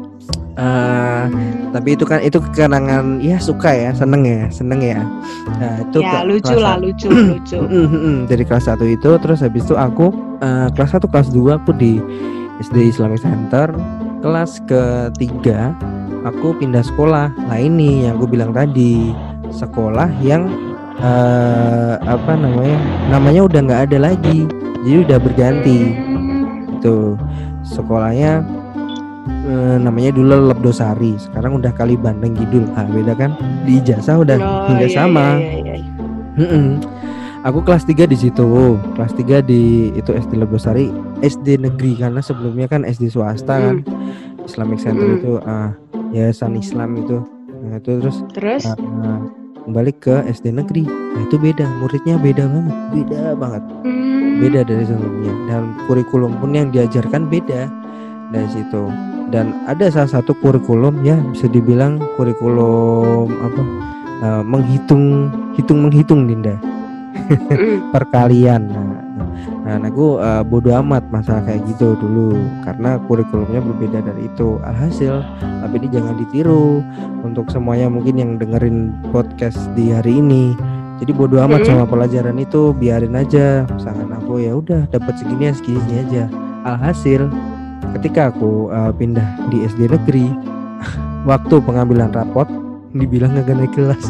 Speaker 2: Eh, tapi itu kan itu kenangan ya suka ya, seneng ya, seneng ya. Nah, itu
Speaker 3: Ya
Speaker 2: ke-
Speaker 3: lucu
Speaker 2: kelas
Speaker 3: lah,
Speaker 2: satu.
Speaker 3: lucu, lucu.
Speaker 2: Mm, mm, mm. Dari kelas satu itu terus habis itu aku eh, kelas satu kelas dua aku di S D Islamic Center. Kelas ketiga aku pindah sekolah. Nah ini yang aku bilang tadi, sekolah yang eh, apa namanya namanya udah nggak ada lagi, jadi udah berganti. Itu sekolahnya eh, namanya dulu Lebdosari, sekarang udah Kali Bandeng Kidul. Ah beda kan, di ijazah udah
Speaker 3: Oh,
Speaker 2: nggak
Speaker 3: iya,
Speaker 2: sama.
Speaker 3: iya, iya, iya.
Speaker 2: Mm-mm. Aku kelas tiga di situ. Kelas tiga di itu S D Lebdosari, S D negeri karena sebelumnya kan S D swasta kan. Islamic Center
Speaker 3: Mm.
Speaker 2: itu ah yayasan Islam itu. Nah, itu terus
Speaker 3: Terus
Speaker 2: ah, ah, kembali ke S D negeri. Nah, itu beda, muridnya beda banget. Beda banget.
Speaker 3: hmm,
Speaker 2: Beda dari sebelumnya dan kurikulum pun yang diajarkan beda dari situ. Dan ada salah satu kurikulum ya bisa dibilang kurikulum apa? ah, menghitung hitung menghitung Dinda.
Speaker 3: mm,
Speaker 2: Perkalian. Nah, nah, nah aku uh, bodo amat masalah kayak gitu dulu karena kurikulumnya berbeda dari itu. Alhasil, tapi ini jangan ditiru untuk semuanya mungkin yang dengerin podcast di hari ini. Jadi bodo amat
Speaker 3: Mm.
Speaker 2: sama pelajaran itu, biarin aja. Misalkan aku ya udah dapat segini ya segini aja. Alhasil, ketika aku uh, pindah di S D negeri, waktu pengambilan rapot dibilang nggak naik kelas.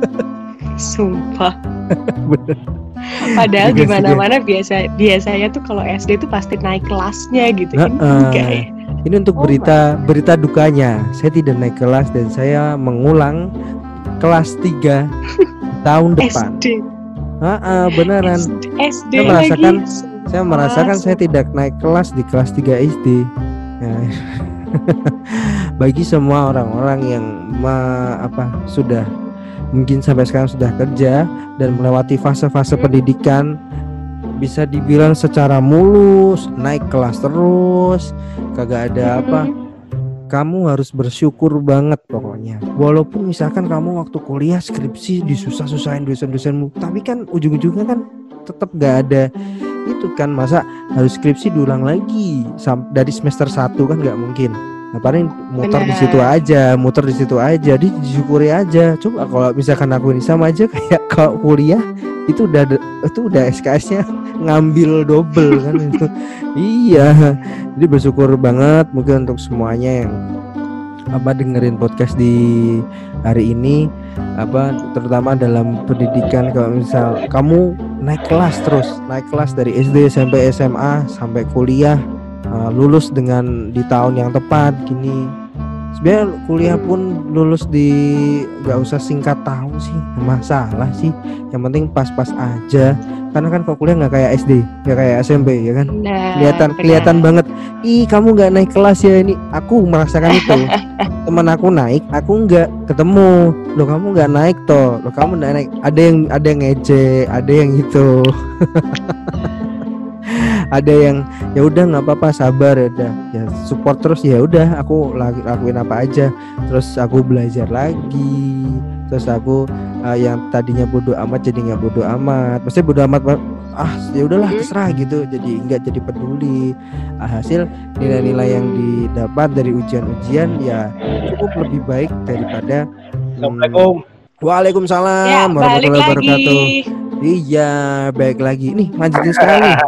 Speaker 3: sumpah.
Speaker 2: Bener.
Speaker 3: Padahal
Speaker 2: Tugas
Speaker 3: di mana-mana biasa biasanya tuh kalau S D tuh pasti naik kelasnya gitu. Ini
Speaker 2: Heeh.
Speaker 3: enggak ya.
Speaker 2: Ini untuk
Speaker 3: Oh
Speaker 2: berita berita dukanya. Saya tidak naik kelas dan saya mengulang kelas tiga tahun depan.
Speaker 3: S D.
Speaker 2: Heeh, beneran.
Speaker 3: S D
Speaker 2: Saya merasakan
Speaker 3: lagi.
Speaker 2: saya
Speaker 3: Sumpah,
Speaker 2: merasakan saya
Speaker 3: sumpah.
Speaker 2: tidak naik kelas di kelas tiga S D. Ya. Bagi semua orang-orang yang ma- apa sudah mungkin sampai sekarang sudah kerja dan melewati fase-fase pendidikan, bisa dibilang secara mulus, naik kelas terus, kagak ada apa, kamu harus bersyukur banget pokoknya. Walaupun misalkan kamu waktu kuliah skripsi disusah-susahin dosen-dosenmu, tapi kan ujung-ujungnya kan tetap gak ada itu kan, masa harus skripsi diulang lagi sam- dari semester satu kan nggak mungkin. Nah, paling muter di
Speaker 3: Benar.
Speaker 2: situ aja, muter di situ aja, jadi disyukuri aja. Coba kalau misalkan aku ini sama aja kayak kalau kuliah itu udah itu udah S K S-nya ngambil double kan itu. Iya. Jadi bersyukur banget mungkin untuk semuanya yang apa dengerin podcast di hari ini, apa terutama dalam pendidikan. Kalau misal kamu naik kelas terus, naik kelas dari S D sampai S M A sampai kuliah, uh, lulus dengan di tahun yang tepat gini. Sebenarnya kuliah pun lulus di gak usah singkat tahun sih, masalah sih. Yang penting pas-pas aja. Karena kan kalau kuliah nggak kayak S D, nggak kayak S M P ya kan.
Speaker 3: Nah,
Speaker 2: Kelihatan
Speaker 3: benar.
Speaker 2: kelihatan banget. Ih kamu nggak naik kelas ya ini. Aku merasakan itu. Teman aku naik, aku nggak ketemu. Loh kamu nggak naik toh. Loh kamu nggak naik. Ada yang ada yang ngejek, ada yang itu. Ada yang ya udah nggak apa-apa sabar ya udah ya support terus ya udah aku lagi lakuin apa aja terus aku belajar lagi Terus aku uh, yang tadinya bodoh amat jadi nggak bodoh amat. Maksudnya bodoh amat ah ya udahlah terserah gitu. Jadi nggak jadi peduli. Uh, hasil nilai-nilai yang didapat dari ujian-ujian ya cukup lebih baik daripada.
Speaker 1: Assalamualaikum.
Speaker 2: Waalaikumsalam
Speaker 3: Ya, balik
Speaker 2: warahmatullahi wabarakatuh.
Speaker 3: lagi.
Speaker 2: Iya, baik lagi. Nih, lanjutin sekarang nih.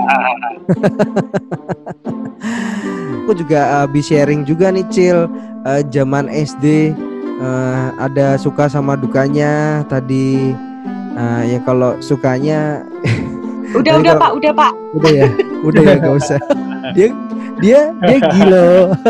Speaker 2: Aku juga habis sharing juga nih, Cil. Uh, zaman S D uh, ada suka sama dukanya tadi. Uh, ya kalau sukanya
Speaker 3: Udah,
Speaker 2: Tadi
Speaker 3: udah
Speaker 2: kalau-
Speaker 3: Pak, udah Pak.
Speaker 2: udah ya, udah ya gak usah. Dia dia dia gila.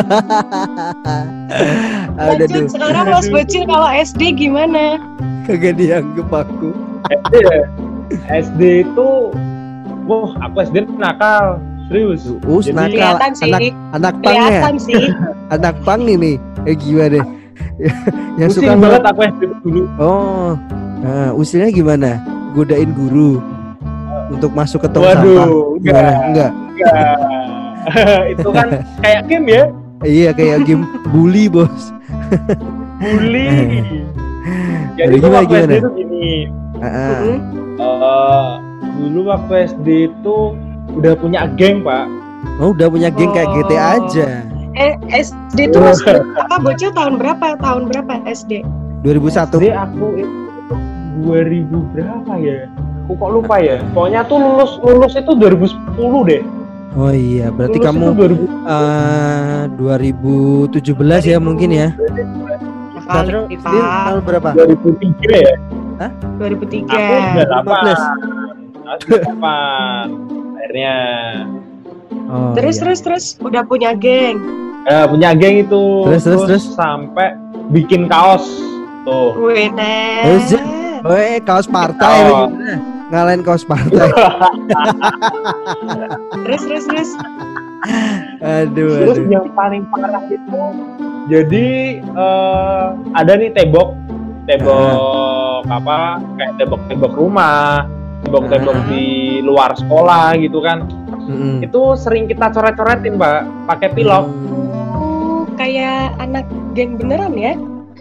Speaker 2: Ah, udah
Speaker 3: Lanjut,
Speaker 2: tuh,
Speaker 3: sekarang Mas Bocil kalau S D gimana?
Speaker 2: kagak dianggap aku.
Speaker 1: S D ya? S D itu, wah aku S D nakal, serius.
Speaker 2: Us
Speaker 1: Jadi-
Speaker 2: nakal,
Speaker 3: Kelihatan sih.
Speaker 2: anak anak pang ya,
Speaker 3: Kelihatan sih.
Speaker 2: anak pang ini. Eh gimana deh? Yang
Speaker 1: Pusing
Speaker 2: suka
Speaker 1: banget aku S D dulu.
Speaker 2: Oh, nah, usilnya gimana? Godain guru untuk masuk ke tong sampah.
Speaker 1: Waduh,
Speaker 2: Gimana?
Speaker 1: enggak,
Speaker 2: Enggak.
Speaker 1: enggak. Itu kan kayak game ya,
Speaker 2: Iya kayak game bully bos.
Speaker 1: bully.
Speaker 2: Aduh,
Speaker 1: Jadi tuh
Speaker 2: gimana,
Speaker 1: waktu S D
Speaker 2: gimana?
Speaker 1: itu gini,
Speaker 2: Ah, ah.
Speaker 3: Mm-mm.
Speaker 1: eh, dulu waktu S D itu udah punya geng pak.
Speaker 2: Oh udah punya geng kayak G T A aja.
Speaker 3: Eh, S D itu Mas apa Bocil tahun berapa? Tahun berapa S D?
Speaker 2: dua ribu satu.
Speaker 1: S D aku itu dua ribu berapa ya? Aku kok lupa ya. Pokoknya tuh lulus lulus itu dua ribu sepuluh deh.
Speaker 2: Oh iya, berarti
Speaker 1: Lulus
Speaker 2: kamu
Speaker 1: itu dua ribu.
Speaker 2: eh, dua ribu tujuh belas ya mungkin ya.
Speaker 3: Kali
Speaker 2: Satrio,
Speaker 3: Pak.
Speaker 2: Din, tahun berapa?
Speaker 1: dua ribu tiga ya.
Speaker 3: dua ribu tiga.
Speaker 1: Aku sembilan puluh delapan.
Speaker 2: lima belas.
Speaker 1: Aku sembilan puluh delapan. Akhirnya
Speaker 2: Oh,
Speaker 3: Terus
Speaker 2: iya.
Speaker 3: terus terus udah punya geng.
Speaker 1: eh, punya geng itu.
Speaker 2: Terus, terus, terus?
Speaker 1: sampai bikin kaos tuh.
Speaker 3: Wene.
Speaker 2: Oh, Zek. Weh, kaos partai
Speaker 1: Oh.
Speaker 2: gimana? Ngalahin kaos partai.
Speaker 3: Terus terus terus.
Speaker 2: Aduh,
Speaker 1: Terus
Speaker 2: aduh.
Speaker 1: yang paling parah itu jadi eh, ada nih tembok tembok apa kayak tembok-tembok rumah, tembok-tembok
Speaker 2: Ah.
Speaker 1: di luar sekolah gitu kan.
Speaker 2: Mm-mm.
Speaker 1: Itu sering kita coret-coretin, Mbak, pakai pilok.
Speaker 3: Oh, kayak anak geng beneran ya?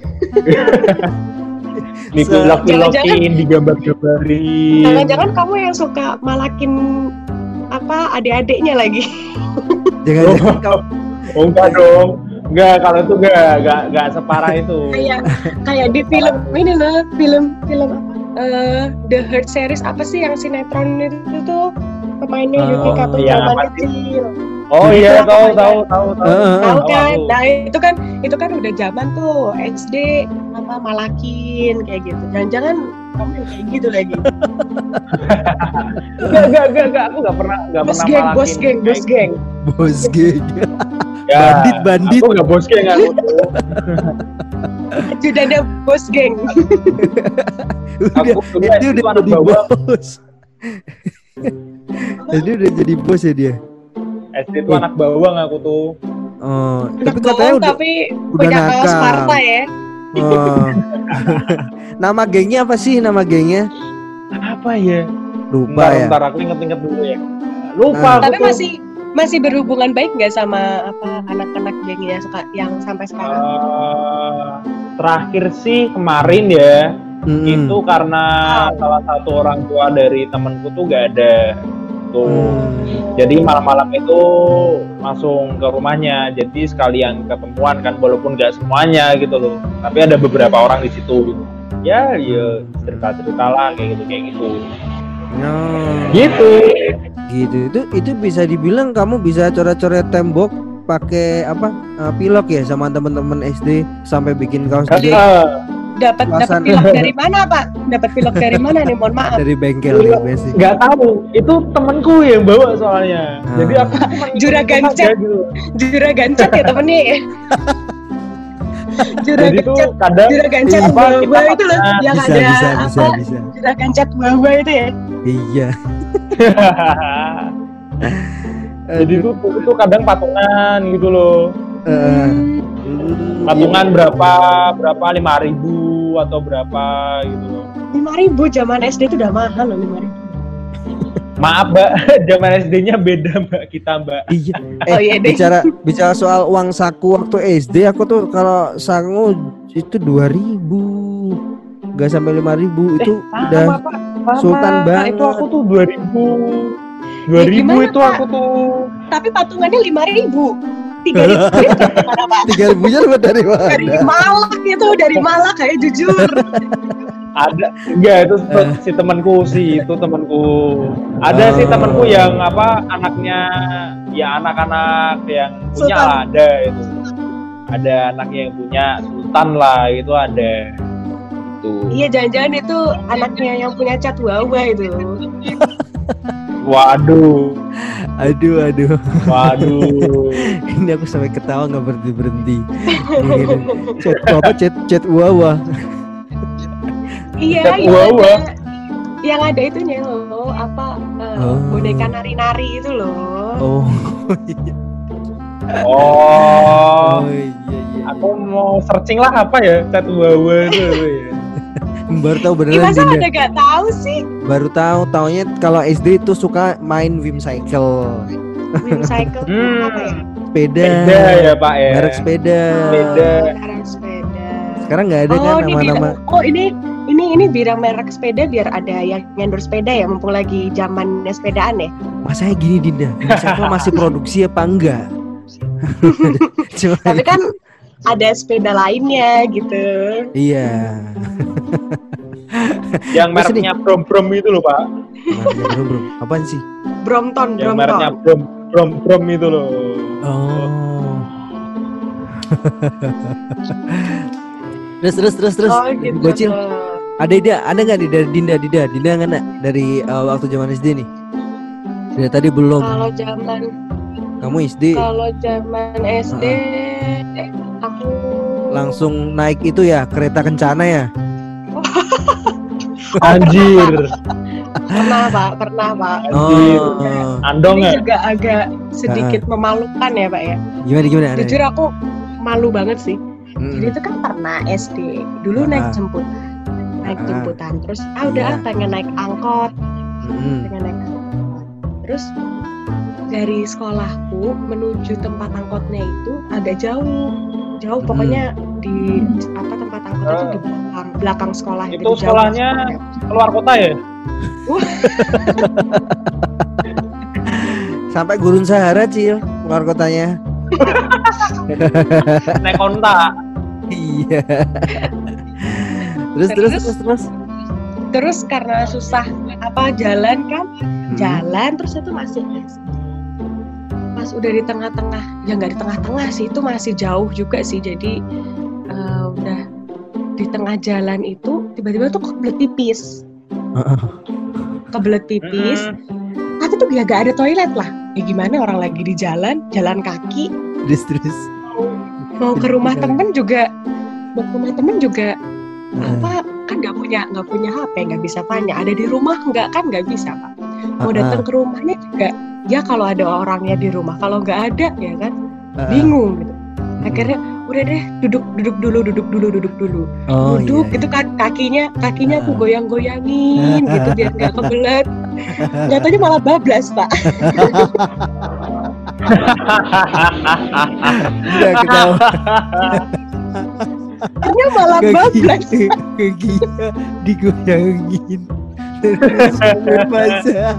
Speaker 1: Dipilok-pilokin, digambar-gambarin.
Speaker 3: Jangan-jangan kamu yang suka malakin apa adik-adiknya lagi?
Speaker 2: Jangan-jangan kau
Speaker 1: Oh, enggak dong. Enggak, kalau itu enggak, enggak, enggak separah itu.
Speaker 3: kayak kayak di film ini loh, film film apa? Eh, The Hurt series apa sih yang sinetron itu tuh pemainnya
Speaker 2: Oh,
Speaker 3: Yuki Kato
Speaker 1: iya,
Speaker 3: zaman
Speaker 1: pasti.
Speaker 3: kecil.
Speaker 1: Oh iya,
Speaker 3: Itu
Speaker 1: tahu,
Speaker 3: apa
Speaker 1: tahu,
Speaker 3: ya?
Speaker 1: tahu, tahu.
Speaker 2: Heeh.
Speaker 3: Tahu
Speaker 1: Tahu
Speaker 3: kan?
Speaker 1: aku.
Speaker 3: Nah itu kan itu kan udah zaman tuh S D apa malakin kayak gitu. Jangan-jangan kamu yang kayak gitu lagi.
Speaker 1: Enggak, enggak, enggak, enggak, aku enggak pernah enggak
Speaker 3: Bos
Speaker 1: pernah
Speaker 3: geng,
Speaker 1: malakin
Speaker 3: bos geng, bos
Speaker 1: kayak
Speaker 3: geng.
Speaker 2: bos geng.
Speaker 1: Ya,
Speaker 2: Bandit, bandit.
Speaker 1: Aku enggak bos geng aku tuh.
Speaker 3: Sudah ada bos geng.
Speaker 2: Udah,
Speaker 1: Aku dulu
Speaker 2: dia
Speaker 1: S D
Speaker 2: udah
Speaker 1: tuh anak
Speaker 2: jadi
Speaker 1: bawang.
Speaker 2: bos. Dia udah jadi bos ya dia.
Speaker 1: S D tuh anak bawang aku tuh.
Speaker 2: Oh,
Speaker 3: Anak
Speaker 2: tapi katanya
Speaker 3: bawang
Speaker 2: udah
Speaker 3: tapi
Speaker 2: udah
Speaker 3: punya kaos
Speaker 2: nakal.
Speaker 3: partai ya.
Speaker 2: Oh. Nama gengnya apa sih nama gengnya?
Speaker 1: Apa ya?
Speaker 2: Lupa
Speaker 1: Bentar,
Speaker 2: ya.
Speaker 1: bentar aku inget-inget dulu ya. Lupa
Speaker 2: Nah.
Speaker 1: aku
Speaker 3: Tapi
Speaker 1: tuh.
Speaker 3: masih masih berhubungan baik nggak sama apa anak-anak gengnya suka yang sampai sekarang?
Speaker 1: Eh, terakhir sih kemarin ya.
Speaker 2: Mm-mm.
Speaker 1: Itu karena salah satu orang tua dari temenku tuh gak ada tuh.
Speaker 2: Hmm.
Speaker 1: Jadi malam-malam itu langsung ke rumahnya. Jadi sekalian ketemuan kan, walaupun gak semuanya gitu loh. Tapi ada beberapa orang di situ gitu. Ya, ya cerita-cerita lah kayak gitu kayak gitu.
Speaker 2: Oh,
Speaker 1: Gitu.
Speaker 2: gitu. Itu itu bisa dibilang kamu bisa coret-coret tembok pakai apa? eh, pilok ya sama teman-teman S D sampai bikin kaos geng
Speaker 1: Eh,
Speaker 3: Dapat dapat
Speaker 2: Kelasan.
Speaker 3: pilok dari mana Pak? Dapat pilok dari mana nih? Mohon maaf.
Speaker 2: dari bengkel nih basic.
Speaker 1: nggak tahu. Itu temenku yang bawa soalnya.
Speaker 2: Ah.
Speaker 1: Jadi aku cuma
Speaker 3: Juragan
Speaker 1: ikut-ikut aja
Speaker 3: Chat.
Speaker 1: gitu.
Speaker 3: Juragan cat ya temennya ya.
Speaker 1: Jadi
Speaker 3: Juragan
Speaker 1: tuh
Speaker 3: cat,
Speaker 1: kadang
Speaker 3: juragan cat
Speaker 1: apa,
Speaker 3: bawa
Speaker 1: kita
Speaker 3: itu loh,
Speaker 1: pakai-
Speaker 3: yang
Speaker 2: Bisa
Speaker 3: ada
Speaker 2: bisa bisa
Speaker 3: apa?
Speaker 2: bisa.
Speaker 3: Juragan cat bawa itu ya.
Speaker 2: Iya.
Speaker 1: Jadi tuh itu kadang patungan gitu loh.
Speaker 2: Eh,
Speaker 3: Hmm,
Speaker 1: Patungan berapa berapa lima ribu atau berapa gitu loh.
Speaker 3: lima ribu zaman S D itu udah mahal loh lima ribu.
Speaker 1: Maaf Mbak, zaman S D-nya beda Mbak kita Mbak.
Speaker 2: iya. Eh,
Speaker 3: Oh, iya deh.
Speaker 2: bicara bicara soal uang saku waktu S D aku tuh kalau saku itu dua ribu. nggak sampai lima ribu
Speaker 1: Eh,
Speaker 2: itu
Speaker 1: sama,
Speaker 2: udah
Speaker 1: Pak. Sama.
Speaker 2: sultan banget.
Speaker 1: Itu aku tuh dua ribu. dua ribu
Speaker 3: gimana,
Speaker 1: itu
Speaker 3: Pak?
Speaker 1: aku tuh.
Speaker 3: Tapi patungannya lima ribu. tiga ribu dari mana, Pak?
Speaker 2: tiga ribunya dapat dari
Speaker 3: Dari
Speaker 2: mana?
Speaker 3: Malang gitu, dari Malang kayak jujur.
Speaker 1: Ada enggak itu
Speaker 2: Eh.
Speaker 1: si temanku sih, itu temanku. Ada
Speaker 2: Oh.
Speaker 1: sih temanku yang apa anaknya ya anak-anak yang punya
Speaker 3: Sultan.
Speaker 1: lah, ada itu. Ada anaknya yang punya sultan lah, itu ada. Itu.
Speaker 3: Iya, jangan-jangan itu anaknya yang punya cat wawa itu.
Speaker 1: Waduh.
Speaker 2: Aduh, aduh.
Speaker 1: Waduh.
Speaker 2: Ini aku sampai ketawa nggak berhenti berhenti. Chat apa? Chat chat wawa.
Speaker 3: Iya,
Speaker 1: Cat
Speaker 3: yang
Speaker 1: wawa.
Speaker 3: ada, yang ada itunya loh, apa eh,
Speaker 2: Oh.
Speaker 3: boneka nari-nari itu loh.
Speaker 2: Oh.
Speaker 1: Oh.
Speaker 2: Oh iya iya.
Speaker 1: Aku mau searching lah apa ya cat wawa itu ya.
Speaker 2: Baru tahu
Speaker 3: Ih,
Speaker 2: beneran
Speaker 3: masa
Speaker 2: Dinda.
Speaker 3: ada gak tahu sih?
Speaker 2: Baru tahu, taunya kalau S D itu suka main Wim Cycle.
Speaker 3: Wim Cycle itu
Speaker 1: Hmm.
Speaker 3: apa ya?
Speaker 2: Sepeda.
Speaker 1: Beda ya Pak ya.
Speaker 2: Merek sepeda.
Speaker 1: Beda.
Speaker 3: Oh, merek sepeda.
Speaker 2: Sekarang nggak ada
Speaker 3: Oh,
Speaker 2: kan
Speaker 3: ini
Speaker 2: nama-nama.
Speaker 3: bilang, oh ini ini ini bilang merek sepeda biar ada yang endorse sepeda ya, mumpung lagi zaman sepedaan ya.
Speaker 2: Masanya gini Dinda, Wim Cycle masih produksi apa enggak? Cuma
Speaker 3: Tapi kan ada sepeda lainnya gitu.
Speaker 2: iya.
Speaker 1: Yang
Speaker 2: Terus ini-
Speaker 1: mereknya Brom-Brom itu loh Pak.
Speaker 2: Nah, bro, bro. Apaan sih?
Speaker 3: Brompton,
Speaker 1: Yang mereknya
Speaker 3: Brompton.
Speaker 1: Brom Brom-Brom itu loh.
Speaker 2: Oh. terus terus terus terus.
Speaker 3: Oh gitu.
Speaker 2: Bocil. Ada ide, ada nggak nih dari Dinda, Dinda, Dinda nggak nak dari uh, waktu zaman S D nih? Dari tadi belum.
Speaker 3: Kalau zaman
Speaker 2: Kamu S D
Speaker 3: kalau zaman S D eh, aku
Speaker 2: langsung naik itu ya kereta kencana ya?
Speaker 1: Anjir.
Speaker 3: pernah Pak, pernah Pak.
Speaker 1: Anjir.
Speaker 2: Oh,
Speaker 1: Andong
Speaker 3: Ini
Speaker 1: ya?
Speaker 3: juga agak sedikit memalukan ya Pak ya.
Speaker 2: gimana gimana? ada?
Speaker 3: Jujur aku malu banget sih.
Speaker 2: Mm-mm.
Speaker 3: Jadi itu kan pernah S D. Dulu
Speaker 2: Ah.
Speaker 3: naik jemput. Naik
Speaker 2: Ah.
Speaker 3: jemputan. Terus ah udah
Speaker 2: Iya.
Speaker 3: ah, pengen naik angkot,
Speaker 2: Mm-mm.
Speaker 3: pengen naik angkot. Terus dari sekolahku menuju tempat angkotnya itu agak jauh. Jauh
Speaker 2: Hmm.
Speaker 3: pokoknya di apa tempat angkot itu
Speaker 1: Ah.
Speaker 3: di belakang, belakang sekolah
Speaker 1: Itu
Speaker 3: jauh
Speaker 1: sekolahnya
Speaker 3: sekolahnya.
Speaker 1: keluar kota ya?
Speaker 2: Sampai Gurun Sahara Cil, keluar kotanya.
Speaker 1: Naik kontak.
Speaker 2: Iya. terus, terus
Speaker 3: Terus?
Speaker 2: terus terus
Speaker 3: Terus karena susah apa jalan kan,
Speaker 2: Mm-mm.
Speaker 3: jalan terus itu masih pas udah di tengah-tengah, ya nggak di tengah-tengah sih, itu masih jauh juga sih. Jadi eh, udah di tengah jalan itu tiba-tiba tuh kebelet pipis,
Speaker 2: Heeh.
Speaker 3: kebelet pipis.
Speaker 1: Mm-mm.
Speaker 3: Tapi tuh ya gak ada toilet lah. Ya gimana orang lagi di jalan, jalan kaki,
Speaker 2: Terus terus.
Speaker 3: mau ke rumah temen juga, mau ke rumah temen juga
Speaker 2: Heeh.
Speaker 3: apa kan nggak punya nggak punya H P, nggak bisa tanya ada di rumah nggak, kan nggak bisa Pak. Mau
Speaker 2: Heeh.
Speaker 3: datang ke rumahnya juga ya kalau ada orangnya di rumah, kalau nggak ada ya kan
Speaker 2: Heeh.
Speaker 3: bingung gitu. Akhirnya udah deh duduk duduk dulu duduk dulu duduk dulu
Speaker 2: Oh,
Speaker 3: duduk
Speaker 2: iya,
Speaker 3: gitu kan, kakinya kakinya aku
Speaker 2: Ah.
Speaker 3: goyang-goyangin gitu biar nggak kebelet. Nyatanya malah bablas Pak.
Speaker 2: Udah ketawa.
Speaker 3: Akhirnya malah bablas.
Speaker 2: Kakinya digoyangin. Terus basah.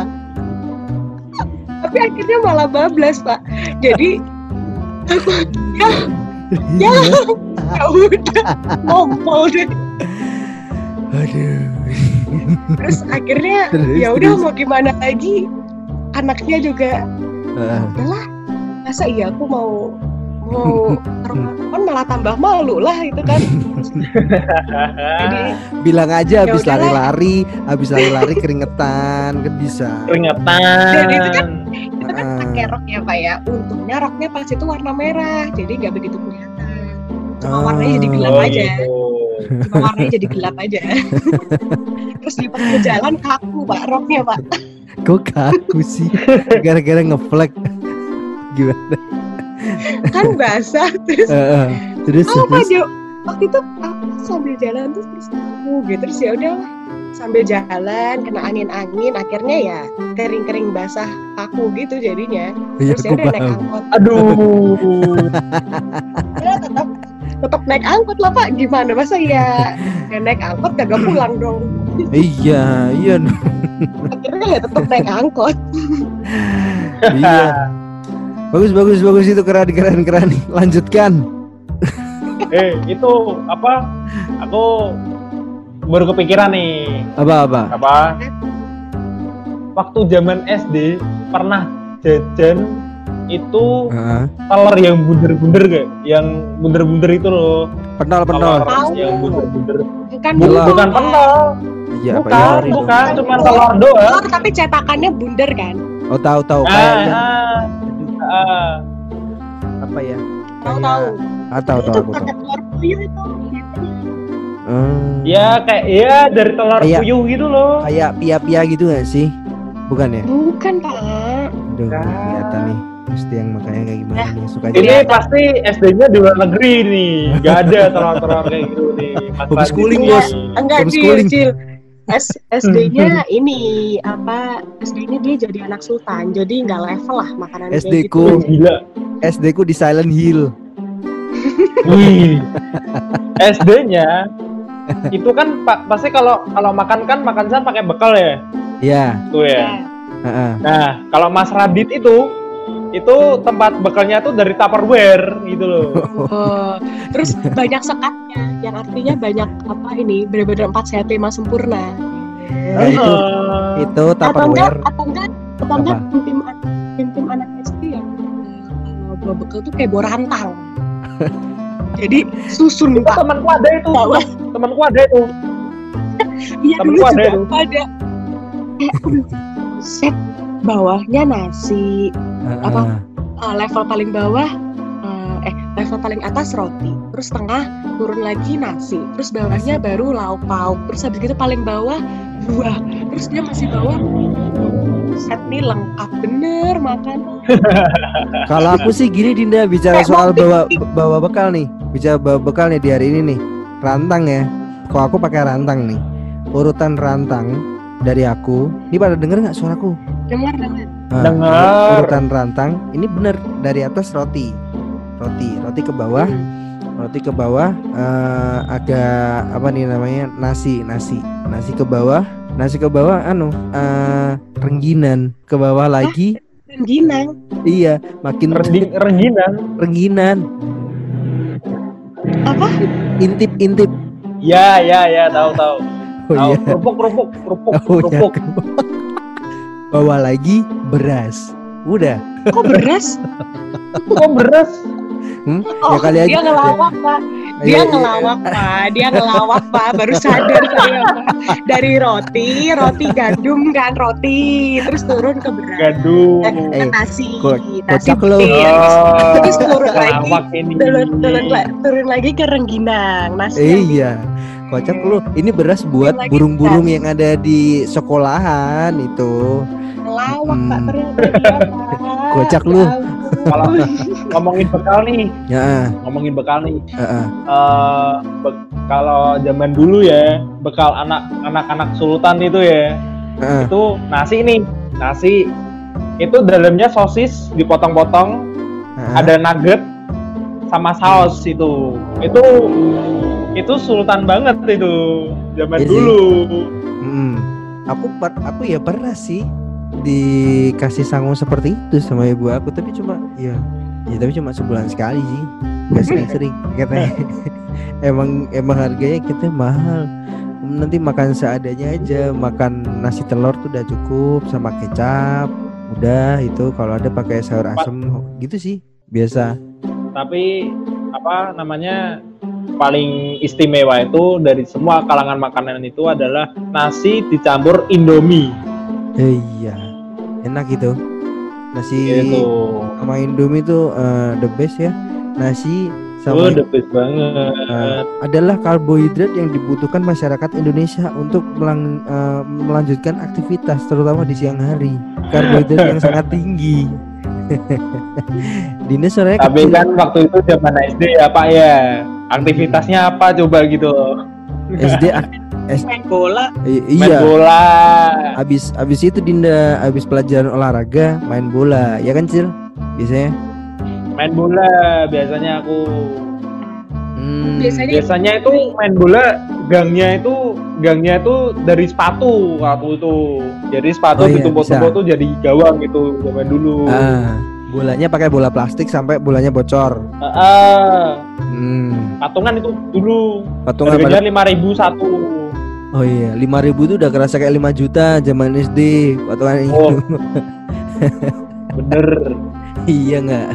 Speaker 3: Tapi akhirnya malah bablas Pak. Jadi aku ya ya ya udah ngompol deh.
Speaker 2: Aduh.
Speaker 3: Terus akhirnya
Speaker 2: Terus,
Speaker 3: ya udah
Speaker 2: terus.
Speaker 3: mau gimana lagi, anaknya juga
Speaker 2: Heeh.
Speaker 3: udahlah, masa iya aku mau mau ke rumah teman malah tambah malu lah itu kan. Jadi
Speaker 2: Bilang aja habis
Speaker 3: Ya udahlah.
Speaker 2: lari-lari, habis lari-lari keringetan kan bisa.
Speaker 1: Keringetan.
Speaker 3: Dan itu kan itu kan
Speaker 2: Heeh.
Speaker 3: pakai rok ya Pak ya. Untungnya roknya pas itu warna merah, jadi nggak begitu kelihatan. Cuma warnanya jadi gelap
Speaker 1: Oh,
Speaker 3: aja.
Speaker 1: gitu.
Speaker 3: Cuma warnanya jadi gelap aja. Terus di tengah jalan kaku Pak roknya Pak.
Speaker 2: Kok kaku sih? Gara-gara ngeflag. Gimana?
Speaker 3: Kan basah terus
Speaker 2: Heeh. Terus
Speaker 3: apa
Speaker 2: terus.
Speaker 3: Jo? Waktu itu aku sambil jalan terus terus kaku gitu, terus ya udah sambil jalan kena angin-angin akhirnya ya kering-kering basah kaku gitu jadinya.
Speaker 2: Ya,
Speaker 3: Terus ya
Speaker 2: aku
Speaker 3: udah naik
Speaker 2: paham.
Speaker 3: angkot.
Speaker 1: Aduh.
Speaker 3: Ya tetap tetap naik angkot lah Pak. Gimana masa ya ya naik angkot kagak pulang dong.
Speaker 2: Iya, iya.
Speaker 3: Akhirnya ya tetap naik angkot.
Speaker 2: Iya. Bagus bagus bagus itu keren keren keren. Lanjutkan.
Speaker 1: Eh itu apa? Aku baru kepikiran nih.
Speaker 2: Apa apa?
Speaker 1: Apa? Waktu zaman S D pernah jajan itu
Speaker 2: Heeh.
Speaker 1: telur yang bunder-bunder gak? Yang bunder-bunder itu loh.
Speaker 2: Pentol pentol.
Speaker 1: Telur
Speaker 3: Tahu.
Speaker 1: yang bunder-bunder.
Speaker 3: Bukan
Speaker 1: Bu-
Speaker 2: Telur.
Speaker 1: bukan pentol.
Speaker 2: Iya apa
Speaker 1: Bukan,
Speaker 2: ya?
Speaker 1: bukan, cuma telur doang.
Speaker 3: Telur tapi cetakannya bundar kan?
Speaker 2: Oh tahu tahu
Speaker 1: Ah,
Speaker 2: kayaknya
Speaker 1: ah, ah.
Speaker 2: apa ya?
Speaker 3: Tahu-tahu.
Speaker 2: Ah tahu tahu
Speaker 3: Itu
Speaker 2: aku tahu.
Speaker 3: pakai telur puyuh itu.
Speaker 2: Hmm.
Speaker 1: Ya kayak ya dari telur
Speaker 2: Kayak-
Speaker 1: puyuh gitu loh.
Speaker 2: Kayak pia-pia gitu gak sih? Bukan ya?
Speaker 3: Bukan Pak.
Speaker 2: Aduh,
Speaker 1: Bukan.
Speaker 2: kelihatan nih. Mesti yang makanya kayak gimana
Speaker 3: Ya.
Speaker 2: nih suka
Speaker 1: Ini
Speaker 3: Kelihatan.
Speaker 1: pasti S D-nya di luar negeri nih. Gak ada telur-telur kayak gitu nih. Mas
Speaker 2: Homeschooling,
Speaker 1: Radit.
Speaker 2: Bos.
Speaker 3: Enggak Cil,
Speaker 2: Homeschooling.
Speaker 3: Cil. S SD-nya ini apa? S D-nya dia jadi anak sultan, jadi nggak level lah makanan
Speaker 2: S
Speaker 3: kayak
Speaker 2: D-ku.
Speaker 3: gitu.
Speaker 1: Gila.
Speaker 2: S D ku di Silent Hill.
Speaker 1: Wih. S D-nya itu kan pa- pasti kalau kalau makan kan makan siang pakai bekal ya.
Speaker 2: Iya.
Speaker 1: Tuh ya.
Speaker 3: Ya.
Speaker 2: Heeh.
Speaker 1: Nah, kalau Mas Radit itu itu tempat bekalnya tuh dari Tupperware gitu loh.
Speaker 3: Oh, terus banyak sekatnya, yang artinya banyak apa ini benar-benar empat sehat lima sempurna.
Speaker 2: Nah, itu
Speaker 1: Eh,
Speaker 2: itu
Speaker 3: Atau enggak,
Speaker 2: Tupperware.
Speaker 3: atau enggak, atau enggak tim tim tim anak S D yang eh, kalau bawa bekal tuh kayak bawa rantang. Jadi susun
Speaker 1: itu
Speaker 3: Pak.
Speaker 1: temanku ada itu.
Speaker 3: Bawah.
Speaker 1: Temanku ada itu.
Speaker 3: Iya
Speaker 1: Temenku
Speaker 3: dulu
Speaker 1: ada
Speaker 3: juga
Speaker 1: itu.
Speaker 3: ada. Eh, aduh, set bawahnya nasi, apa?
Speaker 2: Heeh.
Speaker 3: uh, level paling bawah uh, eh level paling atas roti, terus tengah turun lagi nasi, terus bawahnya baru lauk pauk, terus habis gitu paling bawah buah, terus dia masih bawa set nih lengkap bener makan.
Speaker 2: Kalau aku sih gini Dinda bicara soal bawa bawa bekal nih. Bicara bawa bekal nih di hari ini nih. Rantang ya. Kalau aku pakai rantang nih. Urutan rantang dari aku. Ini pada denger nggak suaraku?
Speaker 3: Dengar dengar.
Speaker 2: Nah,
Speaker 1: Dengar.
Speaker 2: urutan rantang ini bener dari atas roti. Roti, roti ke bawah. Roti ke bawah eh, agak apa nih namanya? Nasi, nasi. Nasi ke bawah. Nasi ke bawah anu eh, rengginan. Ke bawah lagi.
Speaker 3: Rengginang.
Speaker 2: Iya, makin
Speaker 1: Rending rengginan.
Speaker 2: rengginan.
Speaker 3: Apa?
Speaker 2: Intip-intip.
Speaker 1: Ya, ya, ya, tahu tahu.
Speaker 2: Oh
Speaker 1: Tahu.
Speaker 2: iya.
Speaker 1: Kerupuk, kerupuk, kerupuk,
Speaker 2: Oh iya.
Speaker 1: kerupuk.
Speaker 2: Bawa lagi beras. Udah.
Speaker 3: Kok beras?
Speaker 1: Kok beras?
Speaker 2: Hmm?
Speaker 3: Oh,
Speaker 2: ya kali aja.
Speaker 3: dia ngelawak Pak. Dia
Speaker 2: Iya, iya.
Speaker 3: ngelawak Pak. Dia ngelawak Pak. Baru sadar saya Pak. Dari roti, roti gandum kan roti, terus turun ke beras.
Speaker 1: Gaduh.
Speaker 3: Eh, ke
Speaker 2: Eh,
Speaker 3: nasi,
Speaker 2: ko-
Speaker 3: nasi
Speaker 2: kocak lo.
Speaker 3: pil.
Speaker 1: Oh,
Speaker 3: Terus turun lagi,
Speaker 1: lawak ini.
Speaker 3: turun, turun, la- turun lagi ke rengginang, nasi.
Speaker 2: Eh,
Speaker 3: yang
Speaker 2: iya. Kocak lu. Ini beras buat
Speaker 3: Lagi
Speaker 2: burung-burung
Speaker 3: beras.
Speaker 2: yang ada di sekolahan itu.
Speaker 3: ngelawak Pak
Speaker 2: Hmm.
Speaker 3: ternyata dia Pak.
Speaker 2: Kocak
Speaker 3: Ya
Speaker 2: lu.
Speaker 3: ampun.
Speaker 1: Kalau ngomongin bekal nih,
Speaker 2: Ya,
Speaker 1: ngomongin bekal nih.
Speaker 2: heeh.
Speaker 1: Eh, be- kalau zaman dulu ya, bekal anak anak-anak sultan itu ya,
Speaker 2: Heeh.
Speaker 1: itu nasi nih, nasi itu dalamnya sosis dipotong-potong,
Speaker 2: Heeh.
Speaker 1: ada nugget sama saus itu. Itu itu sultan banget itu zaman
Speaker 2: Iya sih.
Speaker 1: dulu.
Speaker 2: Mm. Aku per- aku ya pernah sih dikasih sangu seperti itu sama ibu aku, tapi cuma ya ya tapi cuma sebulan sekali sih, nggak sering-sering karena emang emang harganya kita mahal. Nanti makan seadanya aja, makan nasi telur tuh udah cukup sama kecap, udah itu kalau ada pakai sayur asem gitu sih biasa.
Speaker 1: Tapi apa namanya paling istimewa itu dari semua kalangan makanan itu adalah nasi dicampur Indomie.
Speaker 2: Eh, iya, enak gitu nasi
Speaker 1: Gitu.
Speaker 2: sama Indomie tuh eh, the best ya. Nasi
Speaker 1: Oh,
Speaker 2: sama
Speaker 1: the best banget.
Speaker 2: eh, adalah karbohidrat yang dibutuhkan masyarakat Indonesia untuk melang- eh, melanjutkan aktivitas terutama di siang hari. Karbohidrat yang sangat tinggi. Dinda suaranya
Speaker 1: Tapi
Speaker 2: kecil.
Speaker 1: kan waktu itu zaman S D ya Pak ya. Aktivitasnya apa coba gitu?
Speaker 2: S D ak-
Speaker 3: Main bola.
Speaker 2: i-
Speaker 1: Main
Speaker 2: iya.
Speaker 1: bola.
Speaker 2: Abis abis itu Dinda abis pelajaran olahraga main bola, ya kan Cil? Biasanya.
Speaker 1: Main bola biasanya aku.
Speaker 2: Hmm. Hmm.
Speaker 3: Biasanya
Speaker 1: Biasanya itu main bola gangnya itu gangnya itu dari sepatu waktu itu. Jadi sepatu
Speaker 2: Oh iya,
Speaker 1: ditumpuk-tumpuk tuh jadi gawang gitu zaman dulu.
Speaker 2: Ah, bolanya pakai bola plastik sampai bolanya bocor.
Speaker 1: Ah,
Speaker 2: Hmm.
Speaker 1: patungan itu dulu.
Speaker 2: Patungan
Speaker 1: Harganya
Speaker 2: pada...
Speaker 1: lima ribu satu.
Speaker 2: Oh iya, lima ribu itu udah kerasa kayak lima juta zaman S D. Patungan itu.
Speaker 1: Oh. Bener.
Speaker 2: Iya nggak?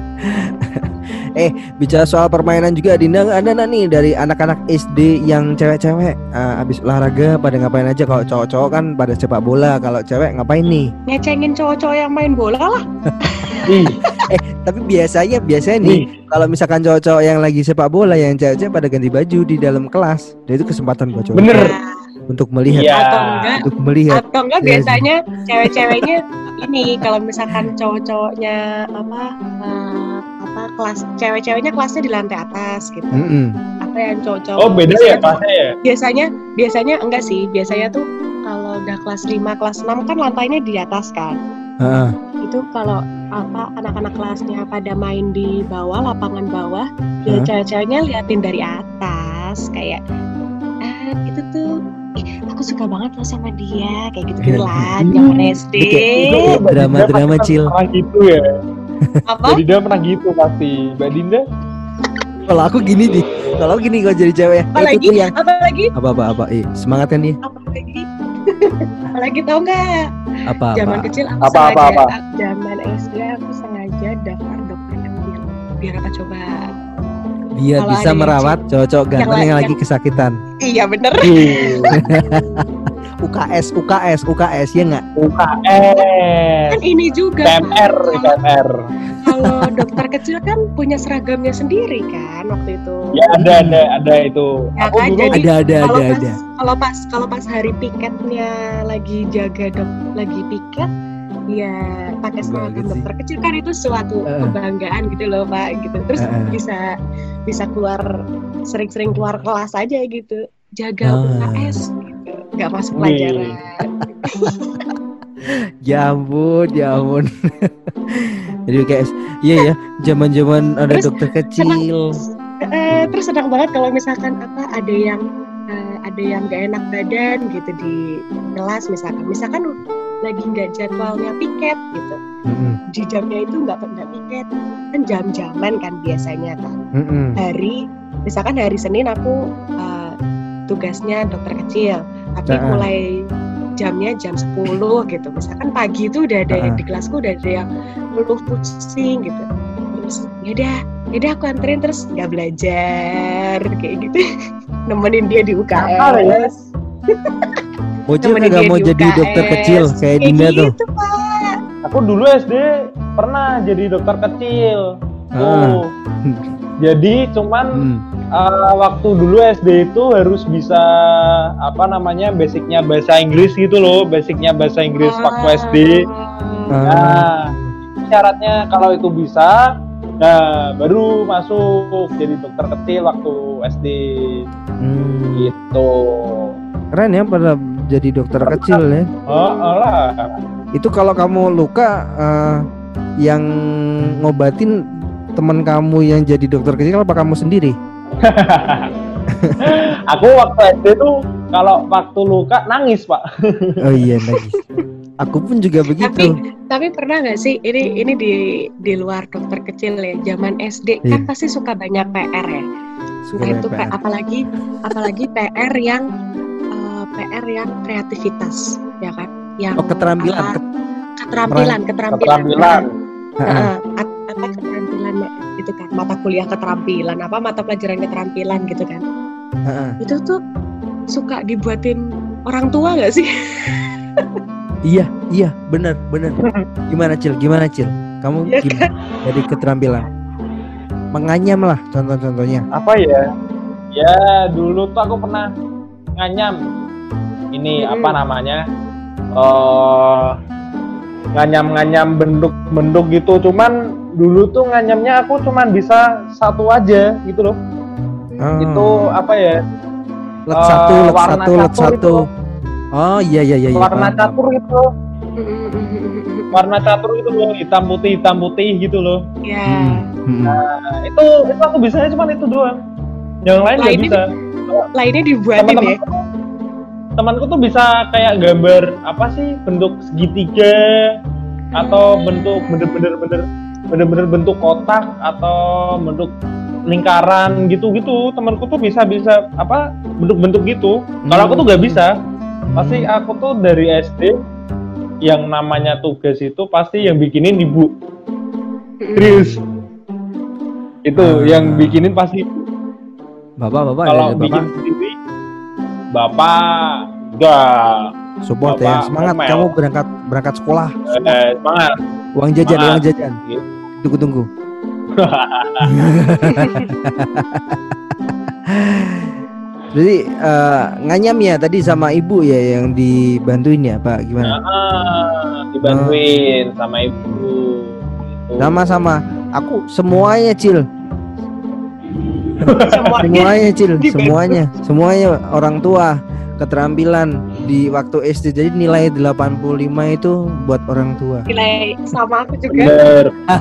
Speaker 2: Eh, bicara soal permainan juga, Dinda, ada nggak nih dari anak-anak S D yang cewek-cewek uh, abis olahraga pada ngapain aja? Kalau cowok-cowok kan pada sepak bola, kalau cewek ngapain nih?
Speaker 3: ngecengin cowok-cowok yang main bola lah.
Speaker 1: Ih,
Speaker 2: Eh, tapi biasanya biasanya nih, kalau misalkan cowok-cowok yang lagi sepak bola, yang cewek-cewek pada ganti baju di dalam kelas, dan itu kesempatan buat cowok
Speaker 1: bener.
Speaker 2: untuk melihat,
Speaker 1: Iya.
Speaker 3: Atau enggak
Speaker 2: untuk melihat.
Speaker 3: atau enggak
Speaker 2: Iya,
Speaker 3: biasanya cewek-ceweknya ini kalau misalkan cowok-cowoknya apa eh, apa kelas cewek-ceweknya kelasnya di lantai atas gitu.
Speaker 2: Mm-mm.
Speaker 3: Apa yang cowok-cowok
Speaker 1: Oh, beda
Speaker 3: biasanya
Speaker 1: ya
Speaker 3: tuh-
Speaker 1: kelasnya ya?
Speaker 3: biasanya biasanya enggak sih, biasanya tuh kalau udah kelas lima, kelas enam kan lantainya di atas kan.
Speaker 2: Ah,
Speaker 3: Itu kalau apa anak-anak kelasnya pada main di bawah, lapangan bawah, ya
Speaker 2: Hah?
Speaker 3: cewek-ceweknya liatin dari atas kayak ah itu tuh ih, aku suka banget loh sama dia kayak gitu gitu lah zaman S D.
Speaker 2: Ini kayak-
Speaker 1: Mbak
Speaker 2: drama-drama,
Speaker 1: Dinda pasti
Speaker 2: Cil.
Speaker 1: Pernah gitu ya?
Speaker 3: Apa?
Speaker 1: Mbak Dinda pernah gitu pasti. Mbak Dinda?
Speaker 2: kalau aku gini nih, kalau aku gini kalau jadi cewek, eh, itu
Speaker 3: Apalagi
Speaker 2: tuh yang
Speaker 3: apalagi
Speaker 2: apa apa apa, eh, semangat kan dia?
Speaker 3: apalagi apalagi tau nggak
Speaker 2: Apa
Speaker 3: zaman
Speaker 2: apa?
Speaker 3: kecil aku
Speaker 1: Apa, apa,
Speaker 3: sengaja
Speaker 1: apa?
Speaker 3: zaman S D aku sengaja daftar dokter kecil biar apa coba
Speaker 2: Biar
Speaker 3: kalau
Speaker 2: bisa
Speaker 3: ada yang
Speaker 2: merawat cowok-cowok ganteng
Speaker 3: la-
Speaker 2: yang
Speaker 3: yang-
Speaker 2: lagi kesakitan.
Speaker 3: iya bener
Speaker 1: Ih,
Speaker 2: U K S, U K S, U K S ya nggak?
Speaker 1: U K
Speaker 3: kan
Speaker 1: S,
Speaker 3: ini juga
Speaker 1: K M R, K M R.
Speaker 3: kalau dokter kecil kan punya seragamnya sendiri kan waktu itu
Speaker 1: Ya ada ada ada itu.
Speaker 3: Ya
Speaker 1: Aku
Speaker 3: kan,
Speaker 1: dulu
Speaker 3: jadi-
Speaker 2: Ada ada
Speaker 3: kalau
Speaker 2: ada
Speaker 3: pas
Speaker 2: ada.
Speaker 3: kalau pas kalau pas hari piketnya lagi jaga dok lagi piket ya pakai seragam
Speaker 2: Banget sih.
Speaker 3: dokter kecil kan itu suatu
Speaker 2: Uh.
Speaker 3: kebanggaan gitu loh Pak gitu terus
Speaker 2: Uh.
Speaker 3: bisa bisa keluar sering-sering keluar kelas aja gitu jaga
Speaker 2: Ah.
Speaker 3: U K S gitu nggak masuk
Speaker 1: Wih.
Speaker 3: pelajaran
Speaker 2: Ya ampun, ya ampun. Jadi guys, iya ya, zaman-zaman ada
Speaker 3: Terus
Speaker 2: dokter kecil.
Speaker 3: Eh, terus senang banget kalau misalkan apa ada yang eh, ada yang nggak enak badan gitu di kelas misalkan misalkan lagi nggak jadwalnya piket gitu
Speaker 2: Mm-mm,
Speaker 3: di jamnya itu nggak nggak piket kan jam-jaman kan biasanya kan
Speaker 2: mm-mm.
Speaker 3: hari misalkan hari Senin aku eh, tugasnya dokter kecil tapi
Speaker 2: Nah.
Speaker 3: mulai jamnya jam sepuluh gitu misalkan pagi itu udah ada
Speaker 2: Ah.
Speaker 3: di kelasku udah ada yang ngeluh pusing gitu terus yaudah yaudah aku anterin terus nggak belajar kayak gitu nemenin dia di U K
Speaker 1: Nakal ya.
Speaker 3: S
Speaker 2: Bocil
Speaker 3: Temenin
Speaker 2: nggak
Speaker 3: dia
Speaker 2: mau
Speaker 3: di
Speaker 2: jadi
Speaker 3: U K S.
Speaker 2: dokter kecil kayak Dinda tuh.
Speaker 3: gitu Pak
Speaker 1: Aku dulu S D pernah jadi dokter kecil.
Speaker 2: Ah.
Speaker 1: Tuh. Jadi cuman
Speaker 2: Hmm.
Speaker 1: uh, waktu dulu S D itu harus bisa apa namanya basicnya bahasa Inggris gitu loh, basicnya bahasa Inggris waktu S D.
Speaker 2: Ah.
Speaker 1: Nah, syaratnya kalau itu bisa, nah baru masuk jadi dokter kecil waktu S D
Speaker 2: Hmm.
Speaker 1: gitu.
Speaker 2: Keren ya pada jadi dokter kecil ya.
Speaker 1: Oh, lah.
Speaker 2: Itu kalau kamu luka, eh, yang ngobatin teman kamu yang jadi dokter kecil apa kamu sendiri?
Speaker 1: Aku waktu S D tuh kalau waktu luka nangis, Pak.
Speaker 2: Oh iya lagi. Aku pun juga begitu.
Speaker 3: Tapi pernah nggak sih ini ini di di luar dokter kecil ya zaman S D
Speaker 2: Iya.
Speaker 3: kan pasti suka banyak P R ya.
Speaker 2: Suka
Speaker 3: Nah, itu
Speaker 2: P R.
Speaker 3: P- apalagi apalagi P R yang eh, P R yang kreativitas ya kan yang
Speaker 2: Oh keterampilan.
Speaker 3: apa,
Speaker 2: Ket-
Speaker 3: keterampilan keterampilan
Speaker 1: Keterampilan.
Speaker 2: Heeh.
Speaker 3: Heeh, at- apa keterampilan itu kan mata kuliah keterampilan apa mata pelajaran keterampilan gitu kan
Speaker 2: Heeh.
Speaker 3: itu tuh suka dibuatin orang tua nggak sih?
Speaker 2: Iya, iya, benar, benar. Gimana Cil? Gimana Cil? Kamu
Speaker 3: Iya
Speaker 2: gimana dari keterampilan? Menganyam lah contoh-contohnya.
Speaker 1: Apa ya? Ya dulu tuh aku pernah nganyam. Ini
Speaker 3: Hmm.
Speaker 1: apa namanya? Eh nganyam-nganyam bentuk-bentuk gitu. Cuman dulu tuh nganyamnya aku cuman bisa satu aja gitu loh.
Speaker 2: Oh.
Speaker 1: Itu apa ya?
Speaker 2: Let
Speaker 1: eh,
Speaker 2: satu, let
Speaker 1: warna
Speaker 2: satu, let
Speaker 1: catur
Speaker 2: satu.
Speaker 1: itu.
Speaker 2: Oh iya iya iya. iya,
Speaker 1: Warna
Speaker 2: paham,
Speaker 1: catur gitu. Warna catur gitu loh, hitam putih hitam putih gitu loh.
Speaker 3: Ya.
Speaker 2: paham. Hmm, hmm.
Speaker 1: Nah, itu itu aku bisanya cuman itu doang. Yang lain nggak
Speaker 3: Lainnya
Speaker 1: bisa.
Speaker 3: lainnya dibuatin
Speaker 1: Teman-teman
Speaker 3: ya.
Speaker 1: temanku tuh bisa kayak gambar apa sih bentuk segitiga atau bentuk bener-bener bener bener-bener bentuk kotak atau bentuk lingkaran gitu-gitu. Temanku tuh bisa bisa apa bentuk-bentuk gitu. Kalau aku tuh nggak bisa. Pasti aku tuh dari S D yang namanya tugas itu pasti yang bikinin ibu. Serius. Itu
Speaker 2: Ah.
Speaker 1: yang bikinin pasti
Speaker 2: Bapak-bapak
Speaker 1: kalau
Speaker 2: ada
Speaker 1: bikin
Speaker 2: bapak
Speaker 1: sendiri bapak enggak
Speaker 2: support ya.
Speaker 1: Bapak
Speaker 2: Semangat
Speaker 1: ngomel.
Speaker 2: kamu berangkat berangkat sekolah.
Speaker 1: eh, semangat.
Speaker 2: Uang jajan,
Speaker 1: Semangat.
Speaker 2: uang jajan.
Speaker 1: Gitu.
Speaker 2: Tunggu-tunggu. Jadi eh, nganyam ya tadi sama ibu ya yang dibantuin ya Pak gimana?
Speaker 1: Ah, dibantuin sama ibu. Gitu.
Speaker 2: Sama-sama. Aku semuanya Cil.
Speaker 3: Semuanya
Speaker 2: Semuanya Cil,
Speaker 3: dibantu.
Speaker 2: semuanya. Semuanya orang tua, keterampilan di waktu S D. Jadi nilai delapan puluh lima itu buat orang tua.
Speaker 3: nilai sama aku juga.
Speaker 1: Bener.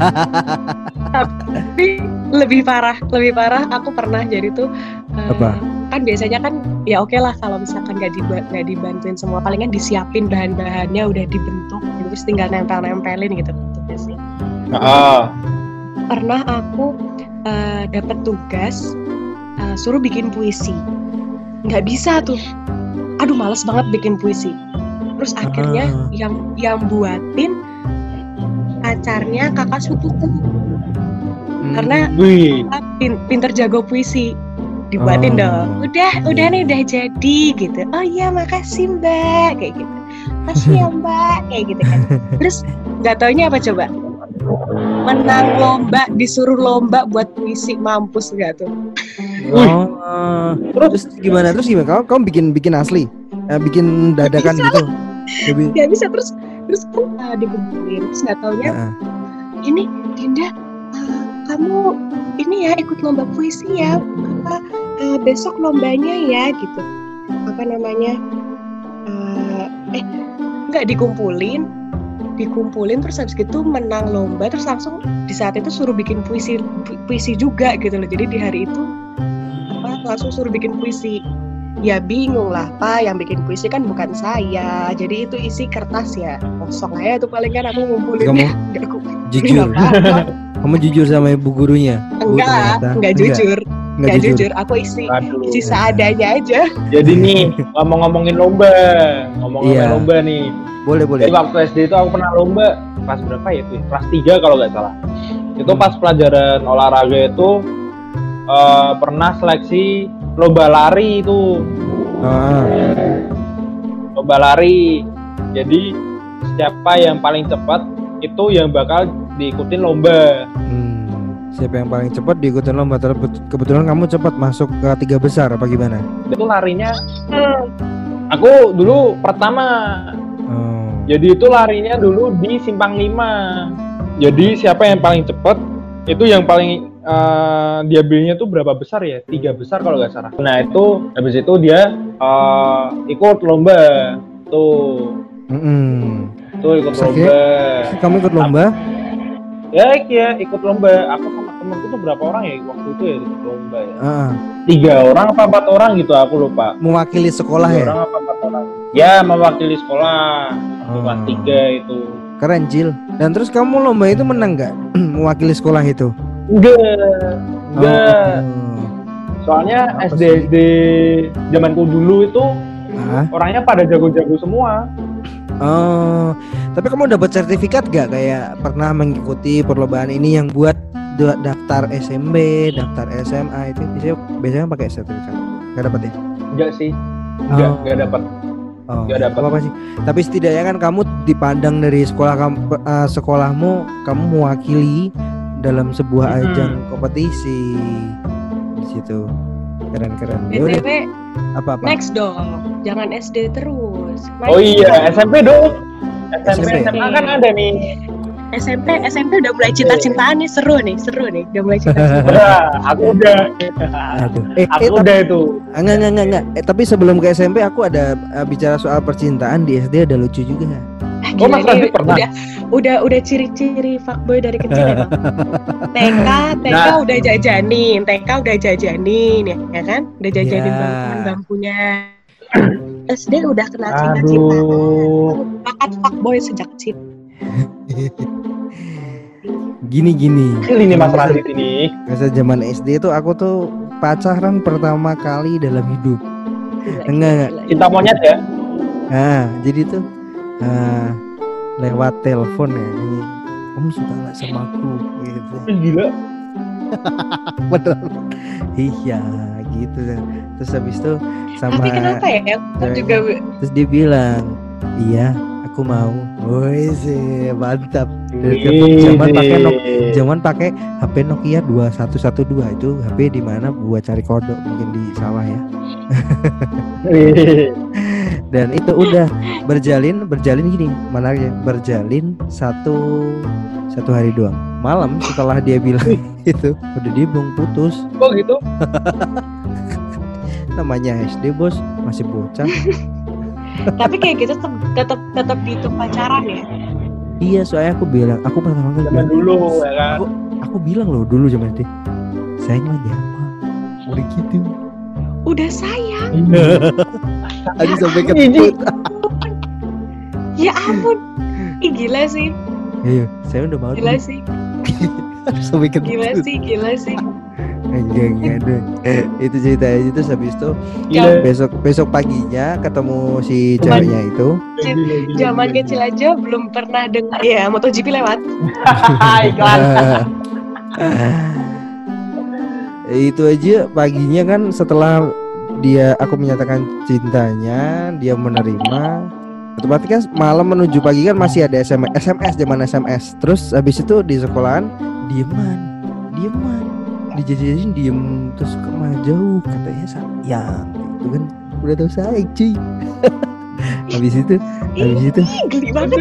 Speaker 3: Tapi lebih parah, lebih parah. Aku pernah jadi tuh eh,
Speaker 2: Apa?
Speaker 3: kan biasanya kan ya oke lah kalau misalkan nggak dibuat nggak dibantuin semua, palingan disiapin bahan-bahannya udah dibentuk, terus tinggal nempel-nempelin gitu tugasnya.
Speaker 1: Ah,
Speaker 3: Pernah aku uh, dapat tugas uh, suruh bikin puisi, nggak bisa tuh, aduh males banget bikin puisi. Terus akhirnya
Speaker 2: Ah.
Speaker 3: yang yang buatin pacarnya kakak sepupuku,
Speaker 2: Hmm.
Speaker 3: karena
Speaker 1: wih.
Speaker 3: ah, pin- pinter jago puisi, dibuatin
Speaker 2: Oh.
Speaker 3: dong. Udah, udah nih udah jadi gitu. Oh iya makasih mbak, kayak gitu. Makasih ya mbak, kayak gitu kan. Terus nggak taunya apa coba? Menang lomba, disuruh lomba buat puisi, mampus nggak tuh?
Speaker 2: Oh. Terus gimana? Terus gimana? Kamu kamu bikin bikin asli? Eh, bikin dadakan
Speaker 3: Bisa.
Speaker 2: gitu? Lebih.
Speaker 3: Nggak bisa terus terus kan uh, dibuntuin, terus nggak taunya
Speaker 2: Heeh.
Speaker 3: ini Dinda, uh, kamu ini ya ikut lomba puisi ya, apa uh, besok lombanya ya gitu, apa namanya, uh, eh nggak dikumpulin, dikumpulin terus habis gitu menang lomba, terus langsung di saat itu suruh bikin puisi pu- puisi juga gitu loh. Jadi di hari itu apa langsung suruh bikin puisi. Ya bingung lah Pak, yang bikin puisi kan bukan saya, jadi itu isi kertas ya kosong aja tuh, paling kan aku ngumpulin.
Speaker 2: Kamu
Speaker 3: Nggak aku
Speaker 2: jujur.
Speaker 3: apa-apa.
Speaker 2: Kamu jujur sama ibu gurunya? Bu,
Speaker 3: Enggak,
Speaker 2: ternyata.
Speaker 3: enggak jujur,
Speaker 2: Enggak
Speaker 3: enggak
Speaker 2: jujur.
Speaker 3: jujur. Aku isi
Speaker 1: Aduh.
Speaker 3: isi seadanya aja.
Speaker 1: Jadi nih ngomong-ngomongin lomba, ngomong-ngomongin
Speaker 2: Iya.
Speaker 1: lomba nih.
Speaker 2: Boleh boleh.
Speaker 1: Jadi waktu S D itu aku pernah lomba kelas berapa ya itu? Kelas tiga kalau nggak salah. Itu pas pelajaran olahraga itu eh, pernah seleksi lomba lari itu.
Speaker 2: Ah.
Speaker 1: Lomba lari. Jadi siapa yang paling cepat itu yang bakal diikutin lomba.
Speaker 2: Hmm. Siapa yang paling cepat diikutin lomba? Terus kebetulan kamu cepat masuk ke tiga besar apa gimana?
Speaker 1: Itu larinya aku dulu pertama.
Speaker 2: Oh.
Speaker 1: Jadi itu larinya dulu di Simpang lima. Jadi siapa yang paling cepat itu yang paling uh, dia belinya tuh berapa besar ya? Tiga besar kalau nggak salah. Nah itu habis itu dia uh, ikut lomba tuh,
Speaker 2: Mm-mm.
Speaker 1: tuh ikut
Speaker 2: Terus
Speaker 1: lomba.
Speaker 2: Kamu ikut lomba?
Speaker 1: Ya ya ikut lomba. Aku sama temenku tuh berapa orang ya waktu itu ya ikut lomba ya?
Speaker 2: Ah.
Speaker 1: Tiga orang apa empat orang gitu aku lupa.
Speaker 2: Mewakili sekolah
Speaker 1: Tiga
Speaker 2: ya?
Speaker 1: orang apa empat orang? Ya mewakili sekolah. Aku kelas
Speaker 2: Oh.
Speaker 1: tiga itu.
Speaker 2: Keren Cil. Dan terus kamu lomba itu menang nggak? Mewakili sekolah itu?
Speaker 1: Enggak, enggak.
Speaker 2: Oh.
Speaker 1: Soalnya
Speaker 2: Apa
Speaker 1: S D S D zamanku dulu itu
Speaker 2: Ah.
Speaker 1: orangnya pada jago-jago semua.
Speaker 2: Oh, tapi kamu dapat sertifikat gak kayak pernah mengikuti perlombaan ini yang buat da- daftar S M B, daftar S M A itu biasanya biasanya pakai sertifikat. Gak dapat ya?
Speaker 1: Enggak sih, enggak,
Speaker 2: Oh.
Speaker 1: enggak dapat.
Speaker 2: Oh,
Speaker 1: Nggak dapat.
Speaker 2: apa sih? Tapi setidaknya kan kamu dipandang dari sekolah kamu, eh, sekolahmu, kamu mewakili dalam sebuah
Speaker 1: Hmm.
Speaker 2: ajang kompetisi di situ. Keren-keren. Ya udah,
Speaker 3: B T W
Speaker 2: apa-apa?
Speaker 3: next dong, jangan S D terus.
Speaker 1: Oh iya, S M P dong. S M P,
Speaker 2: S M P.
Speaker 1: S M A kan ada nih.
Speaker 3: S M P, S M P udah mulai cinta-cintaan nih, seru nih, seru nih, udah mulai cinta-cintaan.
Speaker 1: Udah, aku udah.
Speaker 2: Aduh. Eh,
Speaker 1: Aku
Speaker 2: eh, tapi-
Speaker 1: udah itu.
Speaker 2: Enggak, enggak, enggak, enggak. Eh, tapi sebelum ke S M P aku ada eh, bicara soal percintaan di S D ada lucu juga.
Speaker 3: Ah,
Speaker 1: Oh,
Speaker 3: gila,
Speaker 1: Mas
Speaker 3: ini
Speaker 1: Radit pernah?
Speaker 3: udah udah udah ciri-ciri fuckboy dari kecil ya bang. T K T K
Speaker 1: Nah.
Speaker 3: udah jajanin, T K udah jajanin ya, ya kan? Udah jajanin
Speaker 2: Ya.
Speaker 3: bangkuan-bangkunya. S D udah kenal cinta-cinta.
Speaker 1: Aduh.
Speaker 3: Bakat fuckboy sejak kecil.
Speaker 2: Gini gini.
Speaker 1: Ini Mas Radit ini.
Speaker 2: Masa zaman S D itu aku tuh pacaran pertama kali dalam hidup.
Speaker 3: Gila,
Speaker 2: Enggak,
Speaker 3: gila,
Speaker 2: enggak.
Speaker 3: gila.
Speaker 1: Cinta monyet ya.
Speaker 2: Nah, jadi tuh ah, lewat telepon ya. Ini, kamu suka nggak sama aku? Gitu.
Speaker 1: Gila.
Speaker 2: Bener. Iya, gitu. Terus habis itu sama.
Speaker 3: Tapi kenapa ya? Aku
Speaker 2: cewek.
Speaker 3: juga
Speaker 2: Terus dia bilang, iya, aku mau. Woi sih, mantap. Dari telepon zaman pakai Nok, zaman pakai H P Nokia dua satu satu dua itu H P di mana buat cari kodok mungkin di sawah ya. Dan itu udah berjalin berjalin gini, mana ya? Berjalin satu satu hari doang. Malam setelah dia bilang itu udah dia belum putus.
Speaker 1: Kok gitu?
Speaker 2: Namanya S D bos, masih bocah.
Speaker 3: tapi kayak gitu tetap tetap tetap itu pacaran ya.
Speaker 2: Iya, soalnya aku bilang, aku pertama kali
Speaker 1: Zaman
Speaker 2: bilang,
Speaker 1: dulu ya kan.
Speaker 2: aku, aku bilang loh dulu zaman itu, sayang lagi apa? Udah gitu.
Speaker 3: Udah sayang.
Speaker 2: Tadi sampai
Speaker 1: Ini.
Speaker 2: ketut.
Speaker 3: Ya ampun. Ih gila sih.
Speaker 2: Iya, saya udah mau.
Speaker 3: Gila sih.
Speaker 2: Sampai ketut.
Speaker 3: Gila sih, gila sih.
Speaker 2: Enggak, enggak ada. Itu ceritanya itu habis itu
Speaker 1: Gila.
Speaker 2: besok besok paginya ketemu si
Speaker 1: Cuman-
Speaker 2: ceweknya itu.
Speaker 1: Gila, gila,
Speaker 3: Zaman
Speaker 1: gila.
Speaker 3: kecil aja belum pernah dengar ya MotoGP lewat.
Speaker 1: Iklan.
Speaker 2: Itu aja paginya kan setelah dia aku menyatakan cintanya, dia menerima. Otomatis kan malam menuju pagi kan masih ada S M S S M S zaman S M S. Terus habis itu di sekolahan dieman, dieman, dijajarin diem terus kemana jauh katanya sayang itu kan udah tahu sayang cuy. Habis itu, habis itu,
Speaker 3: Ih, geli banget.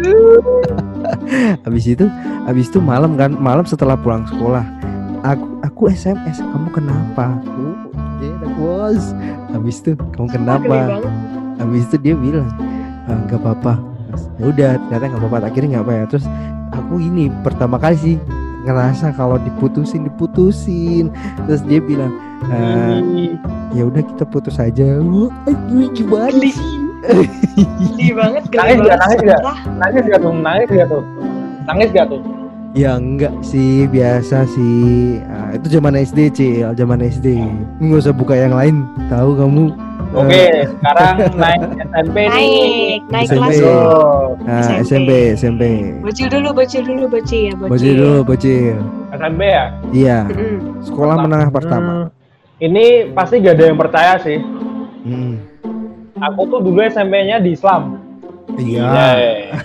Speaker 2: habis itu, habis itu malam kan malam setelah pulang sekolah aku aku S M S kamu kenapa? Oh, enak bos. Habis itu kamu
Speaker 3: Geli
Speaker 2: kenapa?
Speaker 3: banget.
Speaker 2: Habis itu dia bilang "Ah, nggak apa-apa. Ya udah ternyata nggak apa-apa. Akhirnya nggak apa ya. Terus aku ini pertama kali sih ngerasa kalau diputusin diputusin. Terus dia bilang "Ah, ya udah kita putus aja. Wah, lucu banget.
Speaker 3: Geli. Geli banget, geli
Speaker 1: Nangis
Speaker 3: banget.
Speaker 1: gak, nangis gak?
Speaker 3: sumpah.
Speaker 1: Nangis gak tuh? Nangis gak tuh? Nangis gak tuh?
Speaker 2: Ya enggak sih, biasa sih. Ah, itu zaman S D, Cil, zaman S D. Nggak usah buka yang lain. Tahu kamu?
Speaker 1: Oke, sekarang naik S M P nih.
Speaker 3: Naik, naik
Speaker 2: S M P.
Speaker 3: kelas.
Speaker 1: Oh,
Speaker 2: Nah,
Speaker 3: S M P.
Speaker 2: S M P, S M P.
Speaker 3: Bocil dulu, bocil dulu, bocil ya, bocil.
Speaker 2: Bocil dulu, bocil.
Speaker 1: S M P ya?
Speaker 2: Iya,
Speaker 3: Mm-mm.
Speaker 2: sekolah menengah pertama.
Speaker 1: Hmm, ini pasti gak ada yang percaya sih.
Speaker 2: Hmm.
Speaker 1: Aku tuh dulu S M P-nya di Islam.
Speaker 2: Iya.
Speaker 1: Yeah.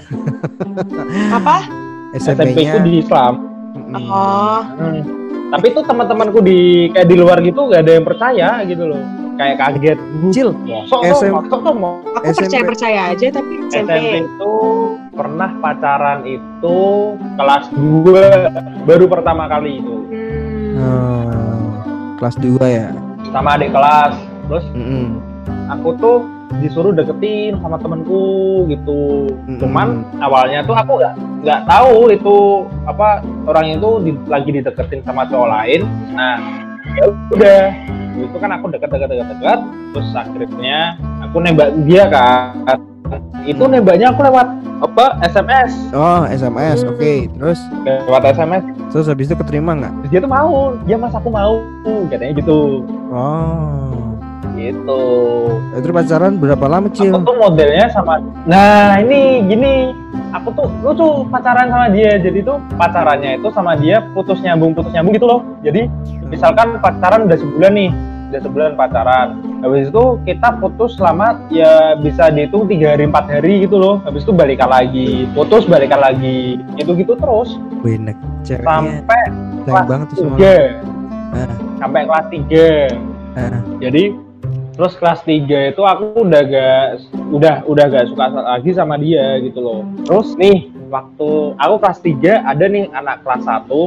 Speaker 3: Apa?
Speaker 2: S
Speaker 1: S
Speaker 2: M
Speaker 1: M P
Speaker 2: P-nya.
Speaker 1: ku di Islam.
Speaker 2: Mm-mm.
Speaker 3: Oh,
Speaker 1: Hmm. Tapi tuh teman-temanku di kayak di luar gitu gak ada yang percaya gitu loh. Kayak kaget.
Speaker 2: Cil,
Speaker 1: Mosok
Speaker 2: S
Speaker 1: tuh,
Speaker 2: M
Speaker 1: mosok tuh mau.
Speaker 3: aku
Speaker 2: S M P.
Speaker 3: percaya-percaya aja tapi S
Speaker 1: S
Speaker 3: M
Speaker 1: M P
Speaker 3: P.
Speaker 1: itu pernah pacaran itu kelas dua baru pertama kali itu
Speaker 3: Hmm.
Speaker 2: Oh, kelas dua ya.
Speaker 1: sama adik kelas. Terus
Speaker 2: Mm-mm.
Speaker 1: aku tuh disuruh deketin sama temenku gitu.
Speaker 2: Mm-mm.
Speaker 1: Cuman awalnya tuh aku nggak nggak tahu itu apa orang itu di, lagi dideketin sama cowok lain. Nah ya udah itu kan aku deket-deket-deket-deket terus akhirnya aku nembak dia kan. Itu nembaknya aku lewat apa S M S
Speaker 2: Oh, S M S.
Speaker 3: Hmm.
Speaker 2: Oke, terus
Speaker 1: lewat S M S.
Speaker 2: terus habis itu keterima nggak?
Speaker 1: Terus dia tuh mau, dia mas aku mau katanya gitu
Speaker 2: Oh.
Speaker 1: gitu.
Speaker 2: Itu pacaran berapa lama, Cil?
Speaker 1: Aku tuh modelnya sama. Nah ini gini, aku tuh lucu pacaran sama dia. Jadi tuh pacarannya itu sama dia putus nyambung putus nyambung gitu loh. Jadi misalkan pacaran udah sebulan nih, udah sebulan pacaran. Habis itu kita putus selama ya bisa dihitung tiga hari empat hari gitu loh. Habis itu balikan lagi, putus balikan lagi, gitu-gitu terus
Speaker 2: Benek ceweknya
Speaker 1: sampai
Speaker 2: sayang
Speaker 1: kelas
Speaker 2: banget tuh sama.
Speaker 1: tiga,
Speaker 2: Ah.
Speaker 1: sampai kelas tiga.
Speaker 2: Ah.
Speaker 1: Jadi terus kelas tiga itu aku udah gak udah udah gak suka lagi sama dia gitu loh. Terus nih waktu aku kelas tiga ada nih anak kelas satu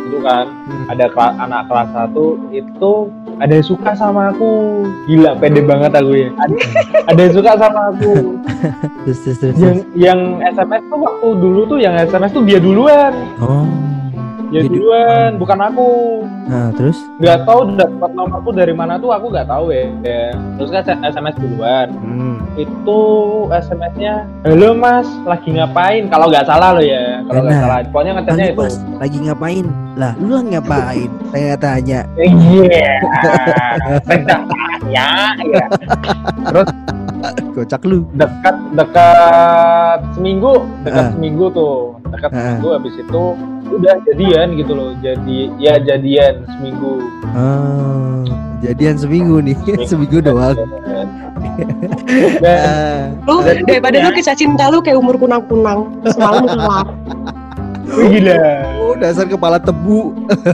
Speaker 1: gitu kan.
Speaker 2: Hmm.
Speaker 1: Ada kela- anak kelas satu itu ada yang suka sama aku. Gila, pede banget aku ya. Ada, ada yang suka sama aku.
Speaker 2: Terus terus terus.
Speaker 1: Yang yang S M S tuh waktu dulu tuh yang S M S tuh dia duluan.
Speaker 2: Oh.
Speaker 1: Dia
Speaker 2: Jadi-
Speaker 1: duluan, bukan aku.
Speaker 2: Nah, terus
Speaker 1: Nggak tahu dapat nomorku dari mana tuh aku nggak tahu ya. Terus kan S M S duluan.
Speaker 2: hmm.
Speaker 1: Itu S M S-nya, halo mas, lagi ngapain? Kalau nggak salah lo ya, kalau nggak
Speaker 2: Benar.
Speaker 1: salah. Pokoknya ngetesnya
Speaker 2: Lagi
Speaker 1: itu.
Speaker 2: Mas, lagi ngapain? Lah, lu lagi ngapain? Saya tanya.
Speaker 1: Iya, sedang tanya, ya. Terus
Speaker 2: Kocak lu.
Speaker 1: dekat dekat seminggu, dekat
Speaker 2: Ah.
Speaker 1: seminggu tuh, dekat
Speaker 2: Ah.
Speaker 1: seminggu. Habis itu udah jadian gitu loh, jadi ya jadian seminggu.
Speaker 2: Oh, jadian seminggu nih. Seminggu doang.
Speaker 1: Dan
Speaker 3: Lu
Speaker 1: Dan-
Speaker 3: daripada lu kisah cinta lu kayak umur kunang-kunang semalam kelar.
Speaker 1: wih, gila.
Speaker 2: Oh, dasar kepala tebu.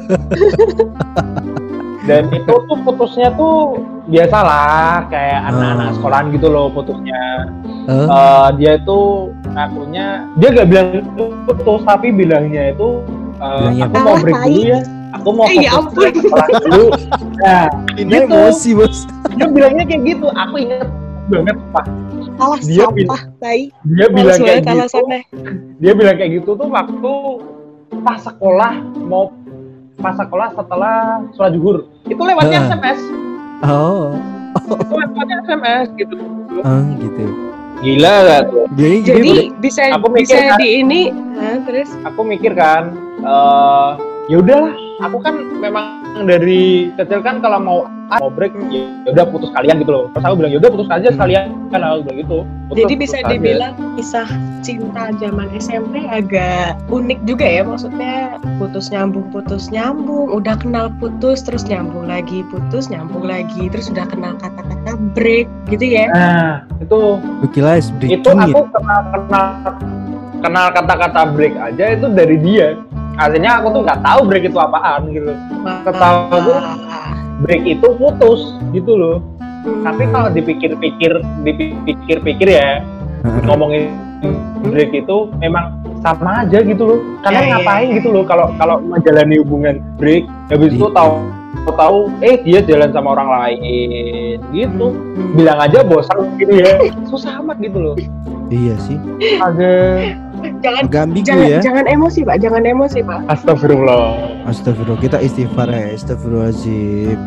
Speaker 1: Dan itu tuh putusnya tuh biasalah kayak
Speaker 2: Oh.
Speaker 1: anak-anak sekolahan gitu loh putusnya.
Speaker 2: Oh,
Speaker 1: Eh, dia itu ngakunya dia gak bilang putus tapi bilangnya itu eh,
Speaker 2: Bilangnya
Speaker 1: aku mau
Speaker 3: apa?
Speaker 1: break dulu ya. Aku mau
Speaker 3: Eh, ya
Speaker 1: fokus
Speaker 3: ampun.
Speaker 1: ke sekolah dulu. Nah,
Speaker 2: ini
Speaker 1: gitu.
Speaker 2: emosi, Bos.
Speaker 1: Dia bilangnya kayak gitu. Aku inget banget Pak.
Speaker 3: Alah
Speaker 1: Dia
Speaker 3: sampah, tai.
Speaker 1: Dia bilang
Speaker 3: Males
Speaker 1: kayak
Speaker 3: banget
Speaker 1: gitu.
Speaker 3: alasannya.
Speaker 1: Dia bilang kayak gitu tuh waktu pas sekolah mau pas sekolah setelah sholat zuhur. Itu lewatnya
Speaker 2: Heeh.
Speaker 1: S M S.
Speaker 2: Oh,
Speaker 1: Itu lewatnya S M S gitu.
Speaker 2: oh gitu.
Speaker 1: Gila gak tuh?
Speaker 2: Jadi,
Speaker 3: Jadi bisa
Speaker 1: Aku mikir,
Speaker 3: bisa
Speaker 1: kan.
Speaker 3: di ini, Hah, terus
Speaker 1: Aku mikir kan, eh ya udahlah. Aku kan memang dari kecil kan kalau mau mau break ya udah putus kalian gitu loh. Terus aku bilang ya udah putus aja sekalian kan aku bilang gitu. Putus,
Speaker 3: jadi bisa
Speaker 1: putus aja.
Speaker 3: dibilang kisah cinta zaman S M P agak unik juga ya, maksudnya putus nyambung putus nyambung, udah kenal putus terus nyambung lagi, putus nyambung lagi, terus udah kenal kata-kata break gitu ya.
Speaker 1: Nah itu
Speaker 2: lu kira es
Speaker 1: itu
Speaker 2: breaking
Speaker 1: aku
Speaker 2: ya?
Speaker 1: kenal kenal kenal kata-kata break aja itu dari dia. Aslinya aku tuh nggak tahu break itu apaan gitu. Ketawa tuh break itu putus gitu loh.
Speaker 3: Hmm.
Speaker 1: Tapi kalau dipikir-pikir, dipikir-pikir ya, ngomongin break itu memang sama aja gitu loh. Kalian
Speaker 3: Ya, ya,
Speaker 1: ngapain
Speaker 3: ya.
Speaker 1: gitu loh kalau kalau menjalani hubungan break, habis itu
Speaker 2: Iya.
Speaker 1: tahu tahu eh dia jalan sama orang lain gitu.
Speaker 3: Hmm.
Speaker 1: Bilang aja bosan gitu ya. Susah amat gitu loh.
Speaker 2: Iya sih.
Speaker 1: Agak
Speaker 3: jangan
Speaker 2: Agak ambigu
Speaker 3: jangan
Speaker 2: ya.
Speaker 3: jangan emosi pak, jangan emosi pak.
Speaker 1: astagfirullah.
Speaker 2: Astagfirullah, kita istighfar ya. Astagfirullahaladzim.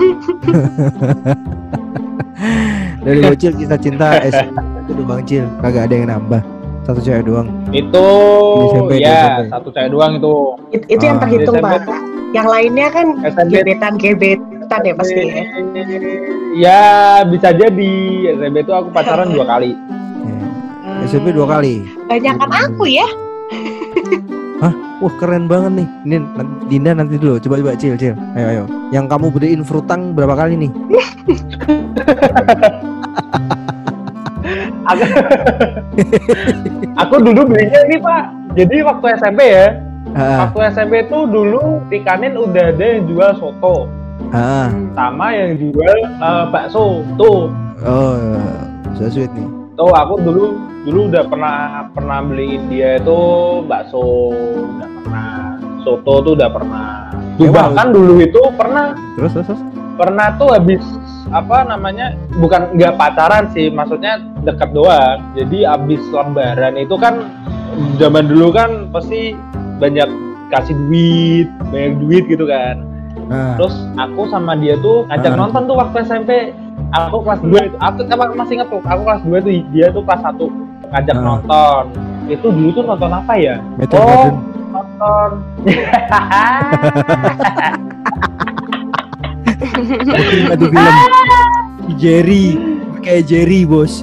Speaker 2: Dari bocil kisah cinta S M P itu udah Bang Cil, kagak ada yang nambah. Satu cewek doang.
Speaker 1: Itu
Speaker 2: Di S M P, di S M
Speaker 1: ya
Speaker 2: P.
Speaker 1: satu cewek doang itu.
Speaker 3: It- itu yang
Speaker 2: Ah.
Speaker 3: terhitung
Speaker 1: Di S M P
Speaker 3: pak. Yang lainnya kan
Speaker 1: S M P
Speaker 3: gebetan gebetan ya pasti ya.
Speaker 1: Ya bisa jadi S M P itu aku pacaran dua kali.
Speaker 2: Ya. S M P dua kali.
Speaker 3: Banyakan aku ya.
Speaker 2: Wah keren banget nih. Ini nanti- Dinda nanti dulu. Coba coba Cil Cil. Ayo ayo. Yang kamu beliin frutang berapa kali nih?
Speaker 1: Aku, aku dulu belinya ini Pak. Jadi waktu S M P ya.
Speaker 2: Ah,
Speaker 1: Waktu S M P itu dulu di Kanin udah ada yang jual soto
Speaker 2: ah,
Speaker 1: sama yang jual eh, bakso. Tuh,
Speaker 2: oh, so sweet nih.
Speaker 1: tuh aku dulu dulu udah pernah pernah beliin dia itu bakso, udah pernah soto tuh udah pernah.
Speaker 2: Ya,
Speaker 1: Bahkan dulu itu pernah
Speaker 2: Terus terus terus.
Speaker 1: pernah tuh habis apa namanya bukan nggak pacaran sih, maksudnya deket doang. Jadi habis lebaran itu kan zaman dulu kan pasti banyak kasih duit, banyak duit gitu kan.
Speaker 2: Nah,
Speaker 1: Terus aku sama dia tuh ngajak
Speaker 2: Ah.
Speaker 1: nonton tuh waktu S M P. Aku kelas dua itu, aku sama masih inget tuh, aku kelas dua tuh, dia tuh kelas satu ngajak
Speaker 2: Ah.
Speaker 1: nonton. Itu dulu tuh nonton apa ya?
Speaker 2: Meteor
Speaker 1: Oh,
Speaker 2: Garden.
Speaker 1: nonton.
Speaker 2: Ada film Jerry, kayak Jerry bos.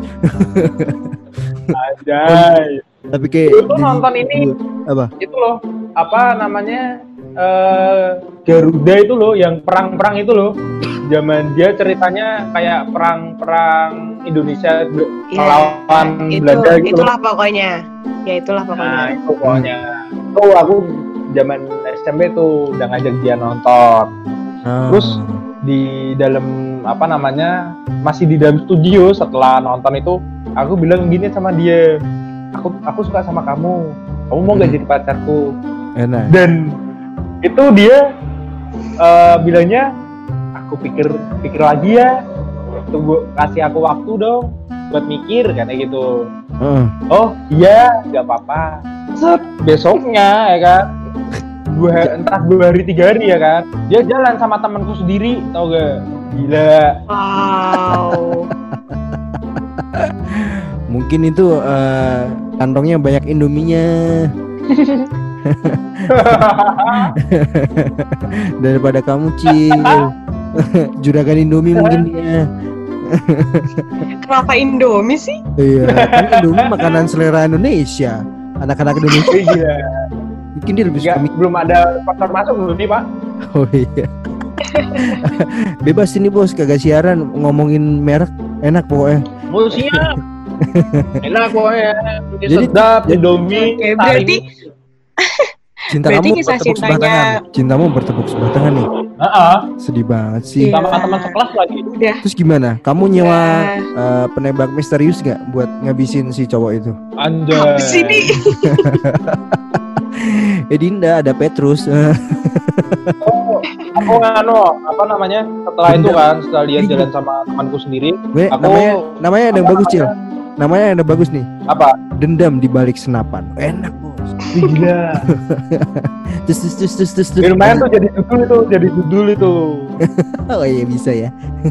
Speaker 1: Ajay.
Speaker 2: Tapi kayak
Speaker 1: Dulu tuh nonton ini.
Speaker 2: apa?
Speaker 1: Itu loh, apa namanya? eh Garuda itu loh, yang perang-perang itu loh. Zaman dia ceritanya kayak perang-perang Indonesia be-
Speaker 3: Iya,
Speaker 1: melawan
Speaker 3: itu
Speaker 1: Belanda gitu.
Speaker 3: itulah pokoknya. Ya itulah
Speaker 1: Nah,
Speaker 3: pokoknya.
Speaker 1: itu pokoknya. Tuh aku zaman S M P tuh udah ngajak dia nonton.
Speaker 2: Ah.
Speaker 1: Terus di dalam apa namanya? Masih di dalam studio setelah nonton itu aku bilang gini sama dia. Aku aku suka sama kamu. Kamu mau gak
Speaker 2: Hmm.
Speaker 1: jadi pacarku?
Speaker 2: enak.
Speaker 1: Dan itu dia uh, bilangnya aku pikir pikir lagi ya, tunggu kasih aku waktu dong buat mikir kayak gitu.
Speaker 2: Uh.
Speaker 1: Oh iya nggak apa-apa. Set besoknya ya kan, dua entah dua hari tiga hari ya kan, dia jalan sama temanku sendiri, tau gak? Gila.
Speaker 3: Wow.
Speaker 2: Mungkin itu uh, kantongnya banyak Indominya. Daripada kamu, Cil. Juragan Indomie mungkin dia.
Speaker 3: Kenapa Indomie sih?
Speaker 2: Iya, kan Indomie makanan selera Indonesia. Anak-anak Indonesia.
Speaker 1: Iya.
Speaker 2: Mungkin dia lebih suka.
Speaker 1: Belum ada sponsor masuk belum nih, Pak?
Speaker 2: Oh iya. Bebas ini bos, kagak siaran ngomongin merek, enak pokoknya.
Speaker 1: Oh siap. Enak pokoknya.
Speaker 2: Jadi
Speaker 1: sedap, Indomie.
Speaker 3: Oke, berarti
Speaker 2: cinta
Speaker 3: berarti
Speaker 2: kamu
Speaker 3: kisah
Speaker 2: bertepuk sebelah
Speaker 3: cintanya
Speaker 2: tangan. Cintamu bertepuk sebelah tangan nih.
Speaker 1: Heeh.
Speaker 2: Sedih banget sih.
Speaker 3: Iya.
Speaker 1: Sama teman sekelas lagi.
Speaker 3: udah.
Speaker 2: Terus gimana? Kamu nyewa
Speaker 3: Udah.
Speaker 2: uh, penembak misterius gak buat ngabisin si cowok itu?
Speaker 1: Anjay.
Speaker 3: Apa sih ini?
Speaker 2: Eh Dinda, ada Petrus.
Speaker 1: Oh, aku ngano, apa namanya? Setelah itu kan, setelah dia jalan sama temanku sendiri,
Speaker 2: Gue,
Speaker 1: aku
Speaker 2: namanya namanya ada yang
Speaker 1: apa
Speaker 2: bagus, Cil.
Speaker 1: namanya?
Speaker 2: Namanya ada yang bagus nih.
Speaker 1: Apa?
Speaker 2: Dendam di balik senapan. Enak, Bos.
Speaker 1: Gila.
Speaker 2: Terus terus terus terus terus. terus.
Speaker 1: Ya, lumayan tuh jadi judul itu, jadi judul itu.
Speaker 2: Oh iya bisa ya.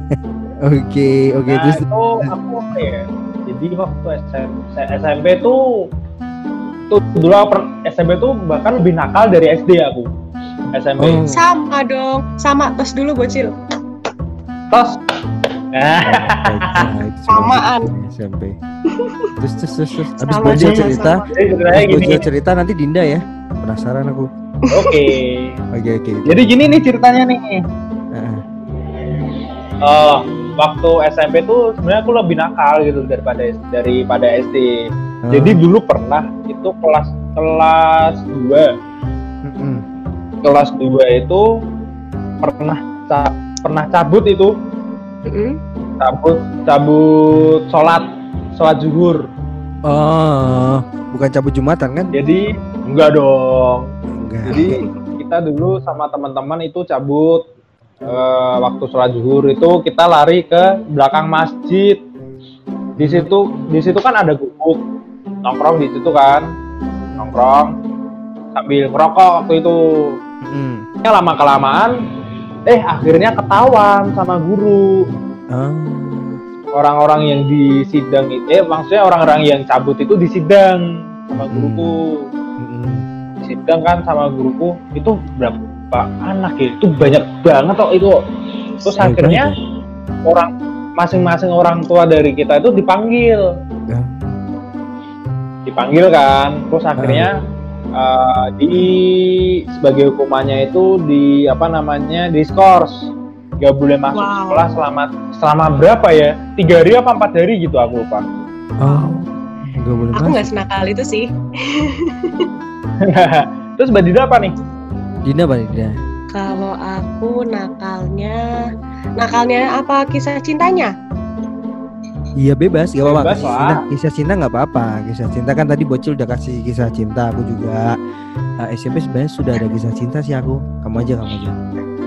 Speaker 2: Oke, oke
Speaker 1: Nah,
Speaker 2: terus
Speaker 1: itu aku apa ya? Jadi waktu S M, S M P tuh tuh dulu aku per- S M P tuh bahkan lebih nakal dari S D aku. S M P.
Speaker 2: Oh.
Speaker 3: Sama dong. Sama, tos dulu bocil.
Speaker 1: Tos. Nah,
Speaker 2: Nah, itu
Speaker 3: Samaan.
Speaker 2: S M P. Terus terus terus, terus. Abis
Speaker 3: Sama,
Speaker 2: Bocil
Speaker 3: sama,
Speaker 2: cerita,
Speaker 3: sama.
Speaker 1: jadi ceritanya
Speaker 2: abis
Speaker 1: gini.
Speaker 2: Bocil cerita nanti Dinda ya. Penasaran aku.
Speaker 1: Oke.
Speaker 2: Oke oke.
Speaker 1: Jadi gini nih ceritanya nih.
Speaker 2: Heeh.
Speaker 1: Oh, waktu S M P tuh sebenarnya aku lebih nakal gitu daripada daripada S D.
Speaker 2: Oh.
Speaker 1: Jadi dulu pernah itu kelas kelas dua.
Speaker 2: Mm-mm.
Speaker 1: Kelas dua itu pernah ca- pernah cabut itu.
Speaker 3: Mm-mm.
Speaker 1: cabut cabut sholat sholat zuhur.
Speaker 2: Oh, bukan cabut Jumatan kan?
Speaker 1: Jadi enggak dong.
Speaker 2: Enggak.
Speaker 1: Jadi kita dulu sama teman-teman itu cabut eh, waktu sholat zuhur itu kita lari ke belakang masjid. Di situ di situ kan ada gubuk, nongkrong di situ kan, nongkrong sambil ngerokok waktu itu.
Speaker 2: Mm.
Speaker 1: Ya lama kelamaan, eh akhirnya ketahuan sama guru.
Speaker 2: Oh.
Speaker 1: Orang-orang yang di sidang itu, eh maksudnya orang-orang yang cabut itu di sidang sama guruku.
Speaker 2: Mm-mm.
Speaker 1: Di sidang kan sama guruku itu berapa anak ya? Itu banyak banget kok itu. Terus
Speaker 2: Banyak
Speaker 1: akhirnya
Speaker 2: banget
Speaker 1: orang masing-masing orang tua dari kita itu dipanggil.
Speaker 2: Ya.
Speaker 1: Dipanggil kan. Terus akhirnya uh, di sebagai hukumannya itu di apa namanya? Diskors. Gak boleh masuk
Speaker 3: Wow.
Speaker 1: sekolah selama selama berapa ya? Tiga hari apa empat hari gitu aku lupa.
Speaker 2: Oh. Enggak boleh
Speaker 3: Aku
Speaker 2: masuk.
Speaker 3: nggak senakal itu sih.
Speaker 1: Terus Mbak Dida apa nih?
Speaker 2: Dinda apa Dinda?
Speaker 3: Kalau aku nakalnya, nakalnya apa kisah cintanya?
Speaker 2: Iya bebas, gak apa-apa.
Speaker 1: Bebas
Speaker 2: Kisah
Speaker 1: lah.
Speaker 2: cinta, kisah cinta nggak apa-apa. Kisah cinta kan tadi Bocil udah kasih kisah cinta, aku juga. Nah, S M P sebenarnya sudah ada kisah cinta sih aku. Kamu aja, kamu aja.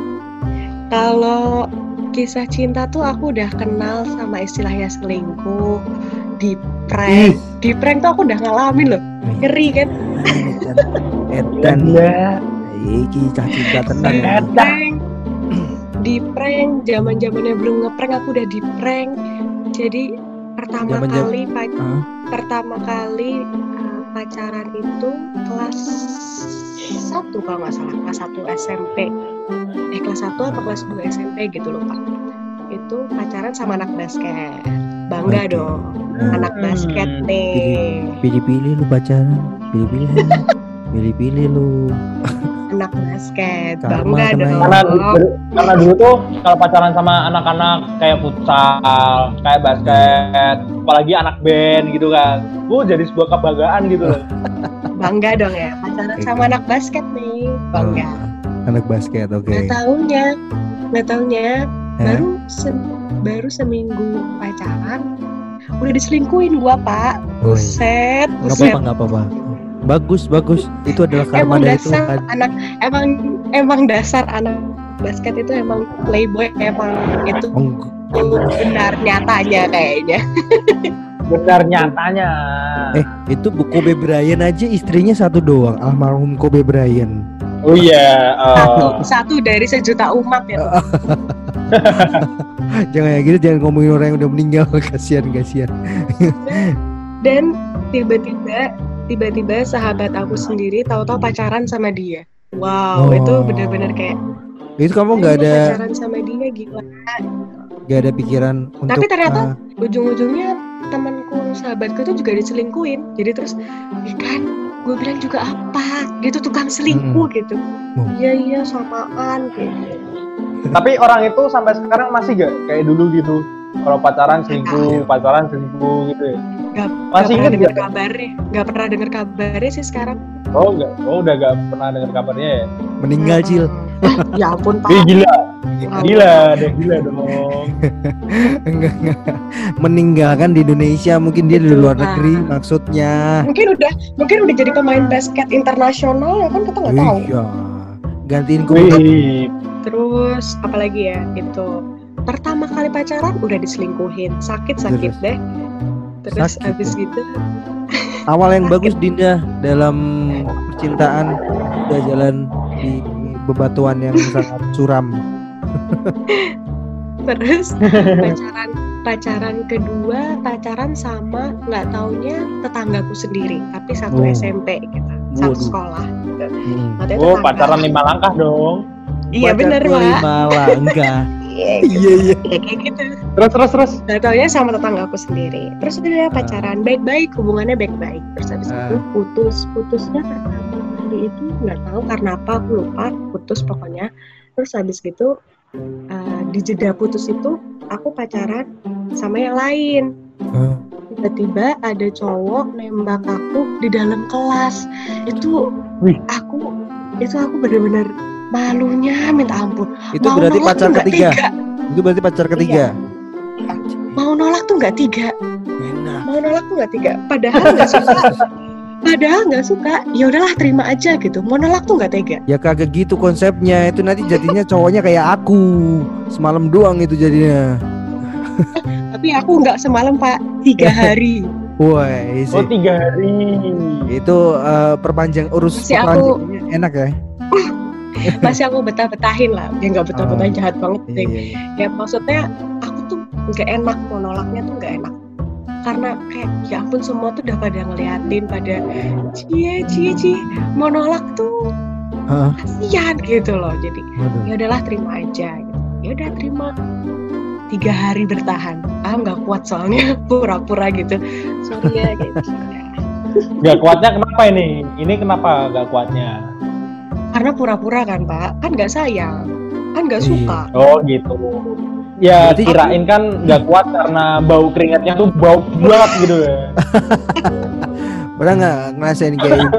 Speaker 3: Kalau kisah cinta tuh aku udah kenal sama istilahnya selingkuh, di prank. Di prank tuh aku udah ngalamin loh. Ngeri kan?
Speaker 2: Edan,
Speaker 1: Iya.
Speaker 2: iki kisah cinta tenang.
Speaker 3: Di prank. Di prank, zaman-zamannya belum ngeprank aku udah di prank. Jadi pertama
Speaker 2: Zaman-zaman-
Speaker 3: kali pac-
Speaker 2: Hah?
Speaker 3: pertama kali uh, pacaran itu kelas satu kalau nggak salah, kelas satu S M P. Eh kelas satu atau kelas dua S M P gitu lupa. Itu pacaran sama anak basket. Bangga
Speaker 2: Oke.
Speaker 3: dong.
Speaker 2: Hmm.
Speaker 3: Anak basket nih.
Speaker 2: Pilih-pilih lu pacaran, pilih-pilih, pilih-pilih lu.
Speaker 3: Anak basket.
Speaker 2: Karma
Speaker 3: Bangga
Speaker 2: kena
Speaker 3: dong.
Speaker 1: Karena dulu, karena dulu tuh kalau pacaran sama anak-anak kayak futsal, kayak basket, apalagi anak band gitu kan, uh jadi sebuah kebanggaan gitu loh.
Speaker 3: Bangga dong ya. Pacaran
Speaker 2: Oke.
Speaker 3: sama anak basket nih. Bangga.
Speaker 2: Oh, anak basket, oke.
Speaker 3: Nggak taunya, nggak taunya
Speaker 2: Hah?
Speaker 3: baru se- baru seminggu pacaran udah diselingkuhin gua pak.
Speaker 2: Woi.
Speaker 3: Buset,
Speaker 2: Nggak
Speaker 3: buset.
Speaker 2: apa-apa, nggak apa-apa. Bagus, bagus. Itu adalah karma
Speaker 3: Emang
Speaker 2: dari
Speaker 3: dasar
Speaker 2: Tuhan.
Speaker 3: anak emang emang dasar anak basket itu emang playboy, emang itu
Speaker 2: Oh,
Speaker 3: benar nyatanya kayaknya.
Speaker 1: Benar nyatanya.
Speaker 2: eh, itu Bu Kobe Bryant aja istrinya satu doang, almarhum Kobe Bryant.
Speaker 1: Oh iya.
Speaker 3: Satu,
Speaker 1: Uh,
Speaker 3: satu dari sejuta umat ya.
Speaker 2: Jangan ya gitu, jangan ngomongin orang yang udah meninggal. Kasihan, kasihan.
Speaker 3: Dan tiba-tiba tiba-tiba sahabat aku sendiri tahu-tahu pacaran sama dia. Wow,
Speaker 2: Oh.
Speaker 3: itu benar-benar kayak
Speaker 2: Itu kamu nggak
Speaker 3: "Lu
Speaker 2: ada
Speaker 3: pacaran sama dia gila."
Speaker 2: nggak ada pikiran untuk
Speaker 3: Tapi ternyata
Speaker 2: ah,
Speaker 3: ujung-ujungnya temanku sahabatku itu juga diselingkuhin. Jadi terus ya kan gue bilang juga apa gitu, tukang selingkuh gitu.
Speaker 2: Oh.
Speaker 3: Iya iya samaan gitu.
Speaker 1: tapi orang itu sampai sekarang masih gak kayak dulu gitu. Kalau pacaran selingkuh, pacaran selingkuh gitu ya.
Speaker 3: Gak,
Speaker 1: Masih
Speaker 3: gak pernah
Speaker 1: inget
Speaker 3: dengar
Speaker 1: nggak?
Speaker 3: kabarnya. Gak pernah dengar kabarnya sih sekarang.
Speaker 1: Oh enggak, oh udah gak pernah dengar kabarnya ya.
Speaker 2: meninggal, Cil.
Speaker 3: Eh, ya ampun Pak.
Speaker 1: Ih, gila,
Speaker 3: Wow.
Speaker 1: gila, deh gila dong.
Speaker 2: Enggak, enggak. Meninggalkan di Indonesia, mungkin dia di
Speaker 3: Betul,
Speaker 2: luar
Speaker 3: Pak.
Speaker 2: negeri maksudnya.
Speaker 3: Mungkin udah mungkin udah jadi pemain basket internasional ya kan, kita nggak tahu.
Speaker 2: Iya. Gantiin Kobe.
Speaker 1: Wih,
Speaker 3: Terus apalagi ya itu pertama kali pacaran udah diselingkuhin, sakit-sakit
Speaker 2: Terus.
Speaker 3: deh. Terus
Speaker 2: Sakit
Speaker 3: abis
Speaker 2: ya.
Speaker 3: gitu
Speaker 2: Awal yang
Speaker 3: Sakit.
Speaker 2: bagus Dinda dalam percintaan udah jalan di bebatuan yang sangat suram.
Speaker 3: terus pacaran pacaran kedua pacaran sama nggak taunya tetanggaku sendiri, tapi satu
Speaker 2: Oh.
Speaker 3: S M P gitu, satu
Speaker 2: Waduh.
Speaker 3: sekolah. Gitu.
Speaker 2: Hmm.
Speaker 3: Waktu itu
Speaker 1: oh
Speaker 3: tetangga.
Speaker 1: pacaran lima langkah dong.
Speaker 3: Iya bener
Speaker 2: Pacarku
Speaker 3: Pak.
Speaker 2: lima langkah.
Speaker 3: Iya
Speaker 2: Iya, iya.
Speaker 3: ya, kayak gitu.
Speaker 1: Terus terus terus.
Speaker 3: Nggak taunya sama tetanggaku sendiri. Terus udah pacaran baik-baik, hubungannya baik-baik. Terus habis
Speaker 2: Ah.
Speaker 3: itu putus. Putusnya pertama kali itu nggak tahu karena apa, aku lupa. Putus pokoknya. Terus habis gitu uh, di jeda putus itu aku pacaran sama yang lain.
Speaker 2: Ah.
Speaker 3: Tiba-tiba ada cowok nembak aku di dalam kelas. Itu
Speaker 1: Wih.
Speaker 3: aku itu aku bener-bener malunya minta ampun.
Speaker 2: Itu
Speaker 3: Mau
Speaker 2: berarti
Speaker 3: nolak
Speaker 2: pacar
Speaker 3: tuh nggak
Speaker 2: ketiga.
Speaker 3: tega.
Speaker 2: Itu berarti pacar ketiga.
Speaker 3: Mau nolak tuh nggak tiga.
Speaker 2: Enak.
Speaker 3: Mau nolak tuh nggak tiga. Padahal nggak suka. Padahal nggak suka. Ya udahlah terima aja gitu. Mau nolak tuh nggak tega.
Speaker 2: Ya kagak gitu konsepnya. Itu nanti jadinya cowoknya kayak aku. Semalam doang itu jadinya.
Speaker 3: Tapi aku nggak semalam Pak. Tiga hari.
Speaker 2: Woi,
Speaker 1: Oh tiga hari.
Speaker 2: itu eh, perpanjang urus
Speaker 3: Masih aku-
Speaker 2: perpanjangannya enak ya.
Speaker 3: Masih aku betah-betahin lah. Ya nggak betah-betahin,
Speaker 2: Oh.
Speaker 3: jahat banget.
Speaker 2: Iya,
Speaker 3: deh.
Speaker 2: iya, iya.
Speaker 3: Ya maksudnya aku tuh nggak enak, mau nolaknya tuh nggak enak. Karena kayak ya ampun semua tuh udah pada ngeliatin, pada cie cie cie mau nolak tuh
Speaker 2: Hah?
Speaker 3: kasihan gitu loh. Jadi
Speaker 2: Waduh.
Speaker 3: ya udahlah terima aja gitu. Ya udah terima. Tiga hari bertahan. Ah nggak kuat soalnya pura-pura gitu. Sorry ya gitu.
Speaker 1: Gak kuatnya kenapa ini? Ini kenapa gak kuatnya?
Speaker 3: Karena pura-pura kan Pak, kan nggak sayang, kan nggak
Speaker 2: Iya.
Speaker 3: suka.
Speaker 1: Oh gitu. Ya
Speaker 2: Berarti-
Speaker 1: kirain kan gak kuat karena bau keringatnya tuh bau banget gitu ya.
Speaker 2: Pernah nggak ngerasain kayak gitu?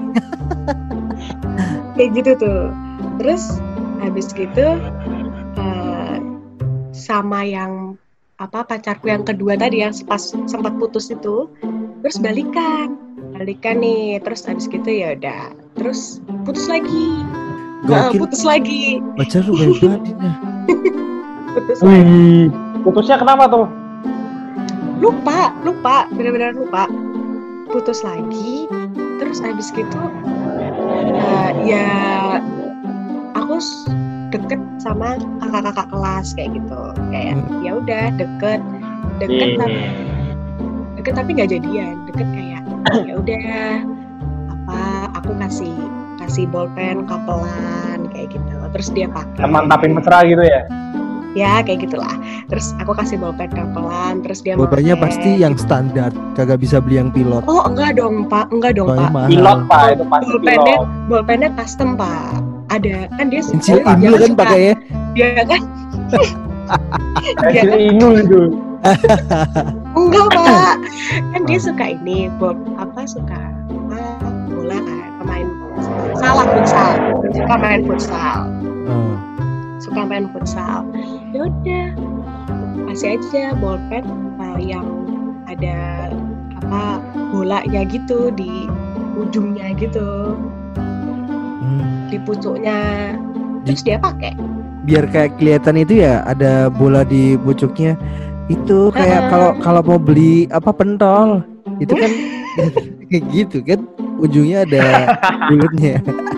Speaker 3: Kayak gitu tuh. Terus habis gitu eh, sama yang apa pacarku yang kedua tadi yang pas sempat putus itu, terus balikan, balikan nih. Terus habis gitu ya udah, terus putus lagi, Nah,
Speaker 2: Gokil.
Speaker 3: putus lagi,
Speaker 2: Pacar lu baik banget Dina.
Speaker 3: putus lagi.
Speaker 1: Wih, putusnya kenapa tuh?
Speaker 3: Lupa, lupa, benar-benar lupa. Putus lagi, terus habis gitu eh, ya aku s- deket sama kakak-kakak kelas kayak gitu, kayak ya udah deket, deket
Speaker 1: Iya.
Speaker 3: tapi deket tapi nggak jadian, deket kayak ya udah apa aku kasih kasih bolpen kapelan kayak gitu, terus dia pakai.
Speaker 1: Mantapin mesra gitu ya?
Speaker 3: Ya kayak gitulah. Terus aku kasih bolpen kapelan, terus dia
Speaker 2: Bolpennya
Speaker 3: pakai.
Speaker 2: pasti yang standar, kagak bisa beli yang pilot.
Speaker 3: Oh enggak dong Pak, enggak dong
Speaker 2: Soalnya
Speaker 3: Pak.
Speaker 2: mahal.
Speaker 1: Pilot pak, itu pasti
Speaker 3: Bolpennya,
Speaker 1: pilot.
Speaker 3: bolpennya custom Pak. Ada kan dia
Speaker 2: Pensil
Speaker 3: dia
Speaker 2: Inul kan
Speaker 3: suka-
Speaker 2: pakainya.
Speaker 3: Dia kan
Speaker 1: Pensil
Speaker 3: kan?
Speaker 1: Inul itu.
Speaker 3: enggak Pak. Kan dia
Speaker 2: Oh.
Speaker 3: suka ini, bol apa suka apa bola kan, pemain salah futsal. Suka main futsal.
Speaker 2: Oh.
Speaker 3: Suka main futsal. Ya udah. Kasih aja bolpen uh, yang ada apa bolanya gitu di ujungnya gitu,
Speaker 2: Hmm.
Speaker 3: di pucuknya. Terus dia pakai.
Speaker 2: Biar kayak kelihatan itu ya, ada bola di pucuknya. Itu kayak
Speaker 3: Ha-ha.
Speaker 2: kalau kalau mau beli apa pentol, itu kan kayak gitu kan, ujungnya ada bulutnya.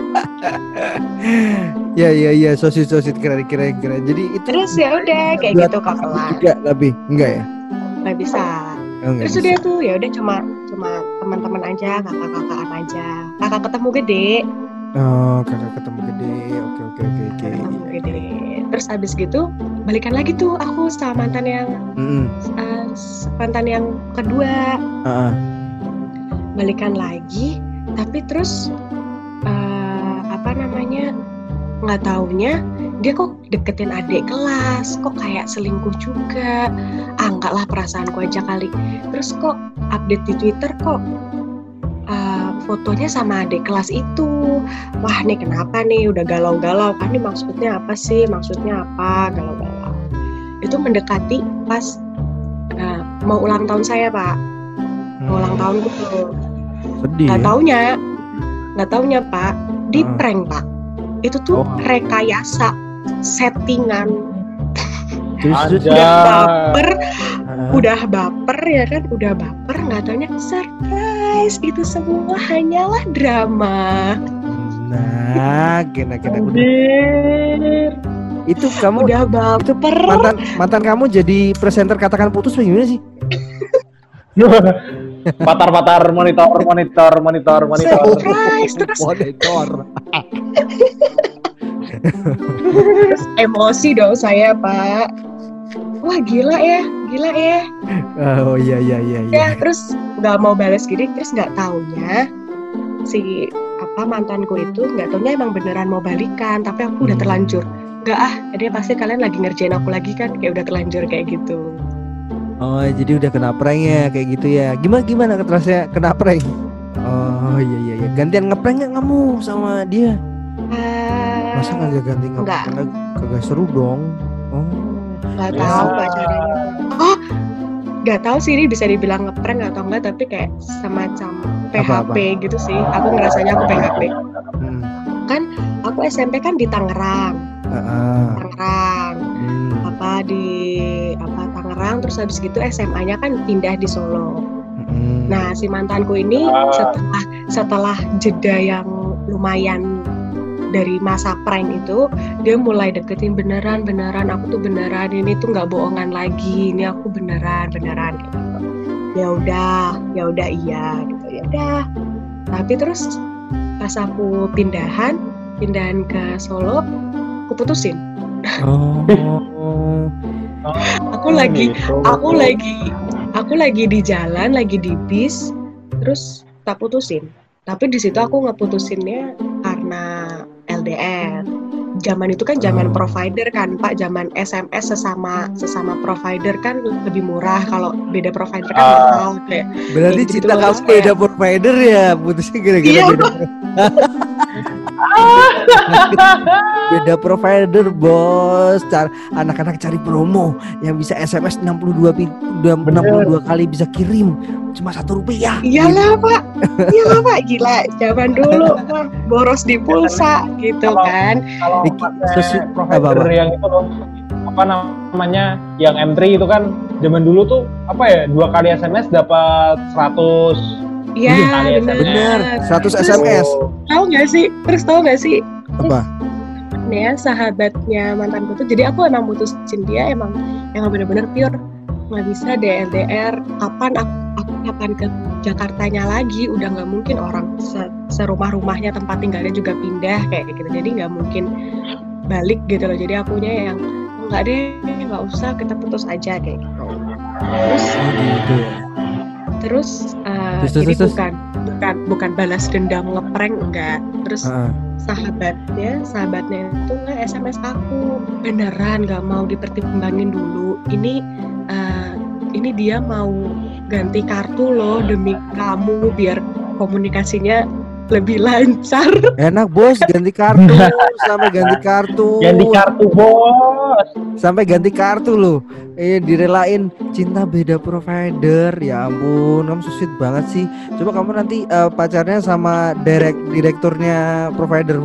Speaker 2: Ya ya ya, sosis sosis keren keren keren. Jadi itu
Speaker 3: Terus ya udah kayak
Speaker 2: buat
Speaker 3: gitu ke kelas.
Speaker 2: juga, tapi enggak ya?
Speaker 3: Nggak bisa.
Speaker 2: Oh, enggak
Speaker 3: Terus
Speaker 2: bisa.
Speaker 3: udah tuh ya udah cuma cuma teman-teman aja, kakak-kakaan aja. Kakak ketemu gede,
Speaker 2: Oh, kakak ketemu gede. Oke oke oke oke.
Speaker 3: ketemu gede. Terus habis gitu balikan lagi tuh aku sama mantan yang
Speaker 2: Mm-mm.
Speaker 3: eh, mantan yang kedua,
Speaker 2: Ah, ah.
Speaker 3: balikan lagi. Tapi terus eh, apa namanya, nggak taunya dia kok deketin adik kelas, kok kayak selingkuh juga. Ah, enggak lah, perasaanku aja kali. Terus kok update di Twitter kok uh, fotonya sama adik kelas itu. Wah, nih kenapa nih, udah galau-galau kan, nih maksudnya apa sih, maksudnya apa, galau-galau. Itu mendekati pas uh, mau ulang tahun saya, Pak. Mau ulang tahun gitu.
Speaker 2: Sedih.
Speaker 3: Nggak
Speaker 2: ya?
Speaker 3: taunya, nggak taunya Pak, di
Speaker 2: Ah.
Speaker 3: prank Pak. Itu tuh
Speaker 2: Oh.
Speaker 3: rekayasa, settingan.
Speaker 2: Terus terus.
Speaker 1: Ada.
Speaker 3: Udah baper,
Speaker 2: Ah.
Speaker 3: udah baper ya kan, udah baper, nggak taunya surprise. Itu semua hanyalah drama.
Speaker 2: Nah, kena-kena udah.
Speaker 1: Anjir.
Speaker 2: Itu kamu
Speaker 3: Udah baper.
Speaker 2: mantan mantan kamu jadi presenter katakan putus bagaimana sih?
Speaker 1: Patar-patar monitor, monitor, monitor, monitor.
Speaker 3: Surprise. Terus
Speaker 2: Monitor.
Speaker 3: terus emosi dong saya Pak. Wah gila ya, gila ya.
Speaker 2: Oh iya iya iya iya.
Speaker 3: Ya terus nggak mau balas gini, terus nggak taunya si apa mantanku itu nggak taunya emang beneran mau balikan, tapi aku udah
Speaker 2: Hmm.
Speaker 3: terlanjur. Nggak ah, dia pasti kalian lagi ngerjain aku lagi kan, kayak udah terlanjur kayak gitu.
Speaker 2: Oh, jadi udah kena prank ya kayak gitu ya. Gimana gimana terusnya kena prank? Oh iya iya iya. Gantian ngeprank nggak kamu sama dia?
Speaker 3: Ah,
Speaker 2: Masa kagak ganti
Speaker 3: Enggak.
Speaker 2: ngeprank? Kagak seru dong. Oh.
Speaker 3: nggak
Speaker 1: Ya.
Speaker 3: tahu nggak caranya. Oh, nggak tahu sih ini bisa dibilang ngeprank atau enggak, tapi kayak semacam P H P
Speaker 2: Apa-apa?
Speaker 3: gitu sih. Aku ngerasanya aku P H P.
Speaker 2: Hmm.
Speaker 3: Aku S M P kan di Tangerang,
Speaker 2: Ah, ah.
Speaker 3: Tangerang.
Speaker 2: Hmm.
Speaker 3: apa di apa Tangerang, terus habis gitu S M A-nya kan pindah di Solo.
Speaker 2: Hmm.
Speaker 3: Nah, si mantanku ini
Speaker 1: Ah.
Speaker 3: setelah setelah jeda yang lumayan dari masa prank itu, dia mulai deketin beneran beneran aku tuh beneran, ini tuh nggak bohongan lagi, ini aku beneran beneran gitu. Ya udah, ya udah iya gitu, ya udah. Tapi terus pas aku pindahan, pindahan ke Solo, aku putusin.
Speaker 2: Oh.
Speaker 3: Aku lagi
Speaker 1: Gitu.
Speaker 3: aku lagi aku lagi di jalan, lagi di bis, terus tak putusin. Tapi di situ aku ngeputusinnya karena L D R. Zaman itu kan zaman
Speaker 2: Oh.
Speaker 3: provider kan, Pak. Zaman S M S sesama sesama provider kan lebih murah. Kalau beda provider kan
Speaker 1: Ah.
Speaker 3: mahal kayak.
Speaker 2: Berarti
Speaker 3: Kayak
Speaker 2: cinta
Speaker 3: gitu,
Speaker 2: kamu
Speaker 3: terus kayak-
Speaker 2: beda provider ya, putusnya gara-gara
Speaker 3: Iya.
Speaker 2: beda. Beda provider, bos. Car- anak-anak cari promo yang bisa S M S enam puluh dua pi- enam puluh dua kali bisa kirim cuma satu rupiah.
Speaker 3: Iyalah, Pak. Iyalah, Pak. Gila, zaman dulu Pak, boros di pulsa gitu
Speaker 1: Kalau-
Speaker 3: kan.
Speaker 1: Kalau
Speaker 2: Dikit,
Speaker 1: pakai
Speaker 2: sesu-
Speaker 1: provider
Speaker 2: apa-apa.
Speaker 1: yang itu loh, apa namanya, yang M tiga itu kan zaman dulu tuh apa ya, dua kali S M S dapat seratus.
Speaker 3: Iya,
Speaker 1: Iya,
Speaker 3: benar.
Speaker 2: Bener, seratus S M S.
Speaker 3: Tahu nggak sih? Terus tahu nggak sih?
Speaker 2: Apa?
Speaker 3: Nih ya, sahabatnya mantanku tuh, jadi aku emang putusin dia emang emang bener-bener pure nggak bisa deh L D R. Kapan aku, aku kapan ke Jakartanya lagi? Udah nggak mungkin, orang se- serumah-rumahnya tempat tinggalnya juga pindah kayak gitu. Jadi nggak mungkin balik gitu loh. Jadi akunya yang nggak deh, nggak usah, kita putus aja kayak gitu. Terus
Speaker 2: Oh gitu ya.
Speaker 3: terus, uh,
Speaker 2: Terus, terus,
Speaker 3: jadi
Speaker 2: terus.
Speaker 3: bukan bukan bukan balas dendam ngeprank enggak. Terus
Speaker 2: Ah,
Speaker 3: sahabatnya sahabatnya itu nggak S M S aku, beneran nggak mau dipertimbangin dulu, ini uh, ini dia mau ganti kartu loh demi kamu biar komunikasinya lebih lancar.
Speaker 2: Enak bos, ganti kartu sampai ganti kartu.
Speaker 1: Ganti kartu bos.
Speaker 2: Sampai ganti kartu loh. Eh direlain cinta beda provider. Ya ampun, kamu so sweet banget sih. Coba kamu nanti uh, pacarnya sama direct direkturnya provider.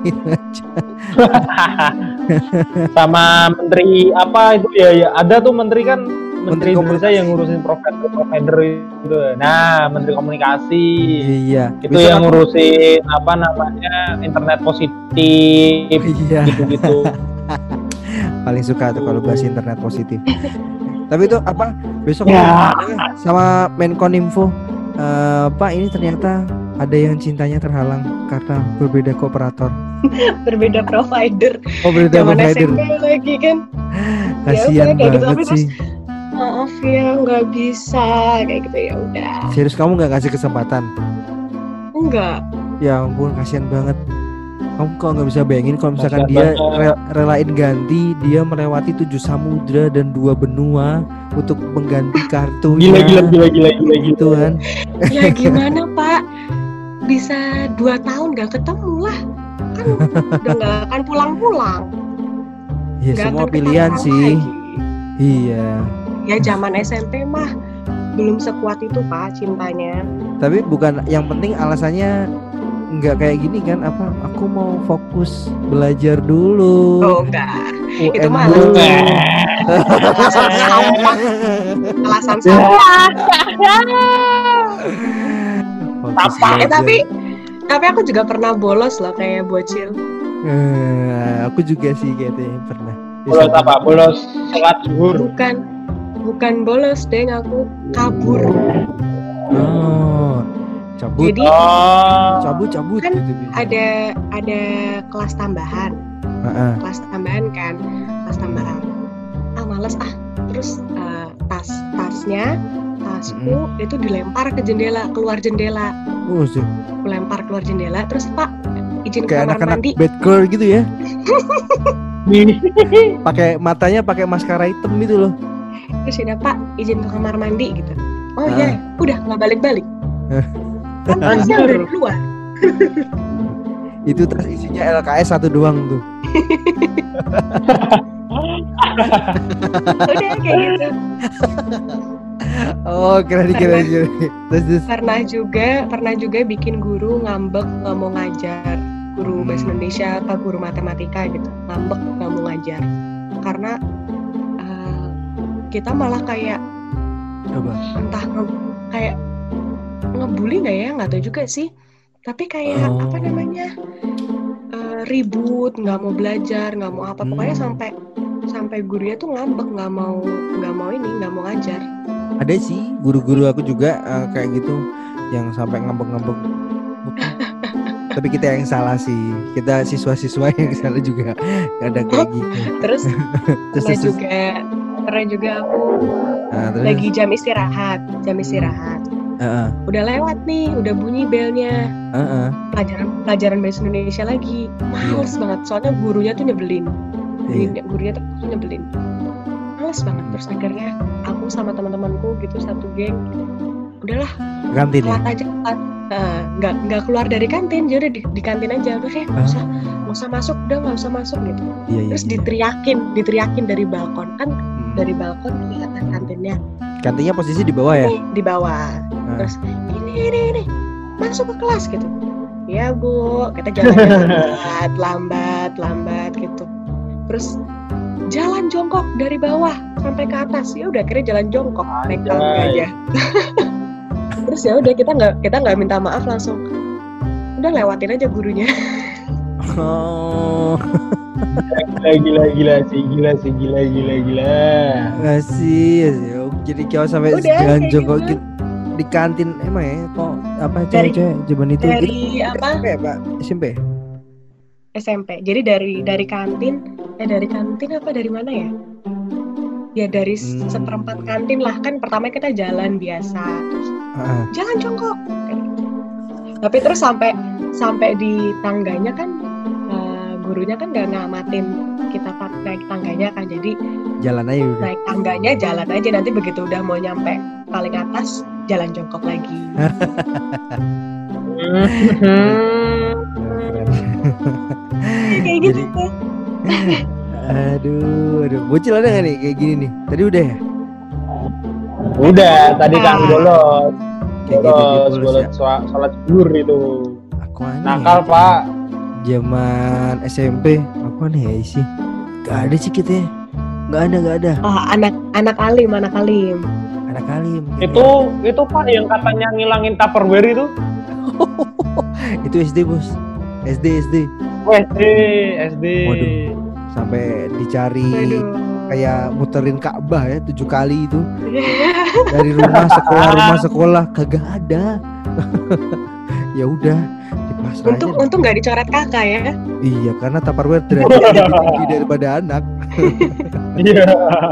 Speaker 1: Sama menteri apa itu ya, ya ada tuh menteri kan, menteri,
Speaker 2: Menteri
Speaker 1: Indonesia yang ngurusin provider provider itu. Nah, menteri komunikasi.
Speaker 2: Iya.
Speaker 1: Itu
Speaker 2: Besok
Speaker 1: yang
Speaker 2: aku-
Speaker 1: ngurusin apa namanya internet positif
Speaker 2: Iya.
Speaker 1: gitu-gitu.
Speaker 2: Paling suka tuh kalau bahas internet positif. Tapi itu apa? Besok
Speaker 1: Ya.
Speaker 2: aku sama Menkominfo. Eh, Pak, ini ternyata ada yang cintanya terhalang karena berbeda kooperator.
Speaker 3: Berbeda provider.
Speaker 2: Oh, berbeda
Speaker 3: Zaman
Speaker 2: provider.
Speaker 3: S M P lagi kan.
Speaker 2: Kasihan
Speaker 3: udah, kayak gitu.
Speaker 2: banget
Speaker 3: Tapi
Speaker 2: sih.
Speaker 3: Maaf ya nggak bisa kayak gitu, ya udah.
Speaker 2: Serius kamu nggak kasih kesempatan?
Speaker 3: Enggak.
Speaker 2: Ya ampun, kasihan banget. Kamu kok nggak bisa bayangin kalau misalkan
Speaker 1: Kasihan
Speaker 2: dia
Speaker 1: banget.
Speaker 2: re- relain ganti, dia melewati tujuh samudra dan dua benua untuk mengganti kartu.
Speaker 1: Gila gila gila gila gila
Speaker 2: gitu
Speaker 1: gitu
Speaker 2: kan.
Speaker 3: Ya gimana Pak? Bisa dua tahun nggak ketemu lah. Kan udah nggak akan pulang-pulang.
Speaker 2: Ya
Speaker 3: Nggak
Speaker 2: semua
Speaker 3: akan
Speaker 2: pilihan
Speaker 3: ketemu
Speaker 2: sih.
Speaker 3: lagi.
Speaker 2: Iya.
Speaker 3: Ya zaman S M P mah belum sekuat itu Pak cintanya.
Speaker 2: Tapi bukan yang penting alasannya nggak kayak gini kan, apa aku mau fokus belajar dulu.
Speaker 3: Oh enggak.
Speaker 2: U N
Speaker 3: itu mah
Speaker 2: dulu.
Speaker 3: Alasan sampah. Alasan sampah.
Speaker 2: Fokus
Speaker 1: Apa?
Speaker 3: Eh
Speaker 2: belajar.
Speaker 3: tapi tapi aku juga pernah bolos loh kayak bocil.
Speaker 2: Eh, aku juga sih kayaknya pernah.
Speaker 1: bolos apa bolos sholat zuhur.
Speaker 3: Bukan bukan bolos deh, aku kabur.
Speaker 2: Oh, cabut,
Speaker 3: Jadi
Speaker 1: Oh,
Speaker 2: cabut, cabut.
Speaker 3: kan
Speaker 2: gitu bisa.
Speaker 3: ada ada kelas tambahan.
Speaker 2: Heeh.
Speaker 3: kelas tambahan kan kelas tambahan ah males ah terus eh, tas tasnya tasku itu dilempar ke jendela, keluar jendela,
Speaker 2: Oh, sih.
Speaker 3: aku lempar keluar jendela, terus Pak izin ke
Speaker 2: Kayak
Speaker 3: kamar
Speaker 2: anak-anak
Speaker 3: mandi.
Speaker 2: bad girl gitu ya. Pakai matanya pakai maskara hitam gitu loh.
Speaker 3: Terus ya Pak izin ke kamar mandi gitu. Oh
Speaker 2: Ah.
Speaker 3: iya, udah nggak balik-balik.
Speaker 2: Eh.
Speaker 3: Kan tasnya udah di luar.
Speaker 2: Itu tas isinya L K S satu doang tuh.
Speaker 3: Udah kayak gitu.
Speaker 2: Oh, keren keren keren. Terus terus.
Speaker 3: Pernah juga, pernah juga bikin guru ngambek nggak mau ngajar. Guru
Speaker 2: Hmm.
Speaker 3: bahasa Indonesia apa guru matematika gitu, ngambek nggak mau ngajar. Karena eh, kita malah kayak
Speaker 2: Coba.
Speaker 3: entah nge- kayak ngebully nggak ya, nggak tahu juga sih. Tapi kayak
Speaker 2: Oh.
Speaker 3: apa namanya eh, ribut, nggak mau belajar, nggak mau apa. Pokoknya
Speaker 2: Hmm.
Speaker 3: sampai sampai gurunya tuh ngambek, nggak mau nggak mau ini, nggak mau ngajar.
Speaker 2: Ada sih guru-guru aku juga eh, kayak gitu yang sampai ngambek-ngambek. Tapi kita yang salah sih. Kita siswa-siswa yang salah juga. Ada kayak gitu.
Speaker 3: Terus
Speaker 2: Terus
Speaker 3: pernah
Speaker 2: terus. terus.
Speaker 3: juga pernah juga aku
Speaker 2: Nah, terus.
Speaker 3: lagi jam istirahat, jam istirahat.
Speaker 2: Heeh,
Speaker 3: Udah lewat nih, udah bunyi belnya.
Speaker 2: heeh.
Speaker 3: Pelajaran pelajaran bahasa Indonesia lagi. Males banget, soalnya gurunya tuh nyebelin.
Speaker 2: Iya.
Speaker 3: Gurunya tuh nyebelin. Males banget. Terus akhirnya aku sama teman-temanku gitu satu geng, udahlah
Speaker 2: Kantin ya.
Speaker 3: telat aja, telat. Nah, nggak nggak keluar dari kantin, jadi di, di kantin aja. Udah deh, nggak usah nggak usah masuk, udah nggak usah masuk gitu.
Speaker 2: Iya, iya.
Speaker 3: Terus
Speaker 2: iya.
Speaker 3: diteriakin, diteriakin dari balkon kan,
Speaker 2: Hmm.
Speaker 3: dari balkon kelihatan kantinnya
Speaker 2: Kantinnya posisi di bawah ya.
Speaker 3: nih, di bawah.
Speaker 2: Nah.
Speaker 3: Terus ini ini ini masuk ke kelas gitu. Ya bu, kita jalan lambat, lambat, lambat gitu. Terus jalan jongkok dari bawah sampai ke atas. Ya udah akhirnya jalan jongkok naik tangga
Speaker 1: Anjay.
Speaker 3: aja. Terus ya udah kita nggak kita nggak minta maaf, langsung udah lewatin aja gurunya.
Speaker 2: Oh,
Speaker 1: gila gila gila sih gila sih gila gila gila.
Speaker 2: kasih. Oh, jadi kau sampai
Speaker 3: Udah,
Speaker 2: jalan
Speaker 3: kayak
Speaker 2: jongkok
Speaker 3: gitu.
Speaker 2: gitu di kantin emang ya kok apa
Speaker 3: Dari-
Speaker 2: cewek-cewek zaman itu
Speaker 3: dari
Speaker 2: gitu.
Speaker 3: apa?
Speaker 2: S M P, Pak? S M P.
Speaker 3: S M P. Jadi dari dari kantin, eh dari kantin apa dari mana ya? Ya dari
Speaker 2: Hmm.
Speaker 3: seperempat kantin lah, kan pertama kita jalan biasa, terus
Speaker 2: Heeh.
Speaker 3: jalan jongkok. Kayak gitu. Tapi terus sampai sampai di tangganya kan eh, gurunya kan nggak ngamatin kita pak- naik tangganya kan, jadi
Speaker 2: Jalan aja udah.
Speaker 3: naik tangganya jalan aja, nanti begitu udah mau nyampe paling atas jalan jongkok lagi. Kayak gitu.
Speaker 2: Jadi, aduh, aduh, bocil ada nggak nih kayak gini nih? Tadi udah ya?
Speaker 1: Udah, tadi kan
Speaker 3: Ah.
Speaker 1: bolos.
Speaker 2: Kayak gitu,
Speaker 1: Bolos,
Speaker 2: bolos
Speaker 1: bolos
Speaker 2: ya.
Speaker 1: sholat sholat zuhur itu.
Speaker 2: Aku aneh.
Speaker 1: Nakal,
Speaker 2: ya.
Speaker 1: Pak.
Speaker 2: Zaman S M P, aku aneh ya sih. Gak ada sih kita. Gak ada, gak ada.
Speaker 3: Oh, anak anak alim, anak alim.
Speaker 2: Anak alim.
Speaker 1: Itu itu Pak yang katanya ngilangin Tupperware itu.
Speaker 2: Itu S D bos. S D S D.
Speaker 1: Oh, S D, S D.
Speaker 2: Waduh. Sampai dicari
Speaker 3: Waduh.
Speaker 2: kayak muterin Ka'bah ya tujuh kali itu. Dari rumah sekolah rumah sekolah kagak ada. Ya udah dipasrah
Speaker 3: Untung
Speaker 2: aja.
Speaker 3: untung nggak dicoret kakak ya.
Speaker 2: Iya karena Tupperware derajatnya lebih tinggi daripada anak.
Speaker 1: Iya.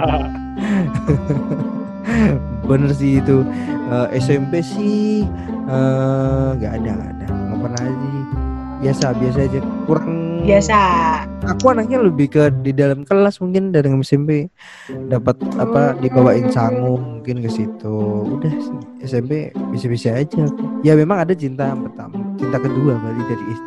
Speaker 2: Bener sih itu. Eh, S M P sih eh, nggak ada nggak ada nggak pernah sih. Biasa biasa aja kurang.
Speaker 3: Biasa.
Speaker 2: Aku anaknya lebih ke di dalam kelas mungkin dari S M P dapat apa dibawain sangu mungkin ke situ. Udah sih, S M P bisa-bisa aja. Ya memang ada cinta pertama, cinta kedua berarti dari S D.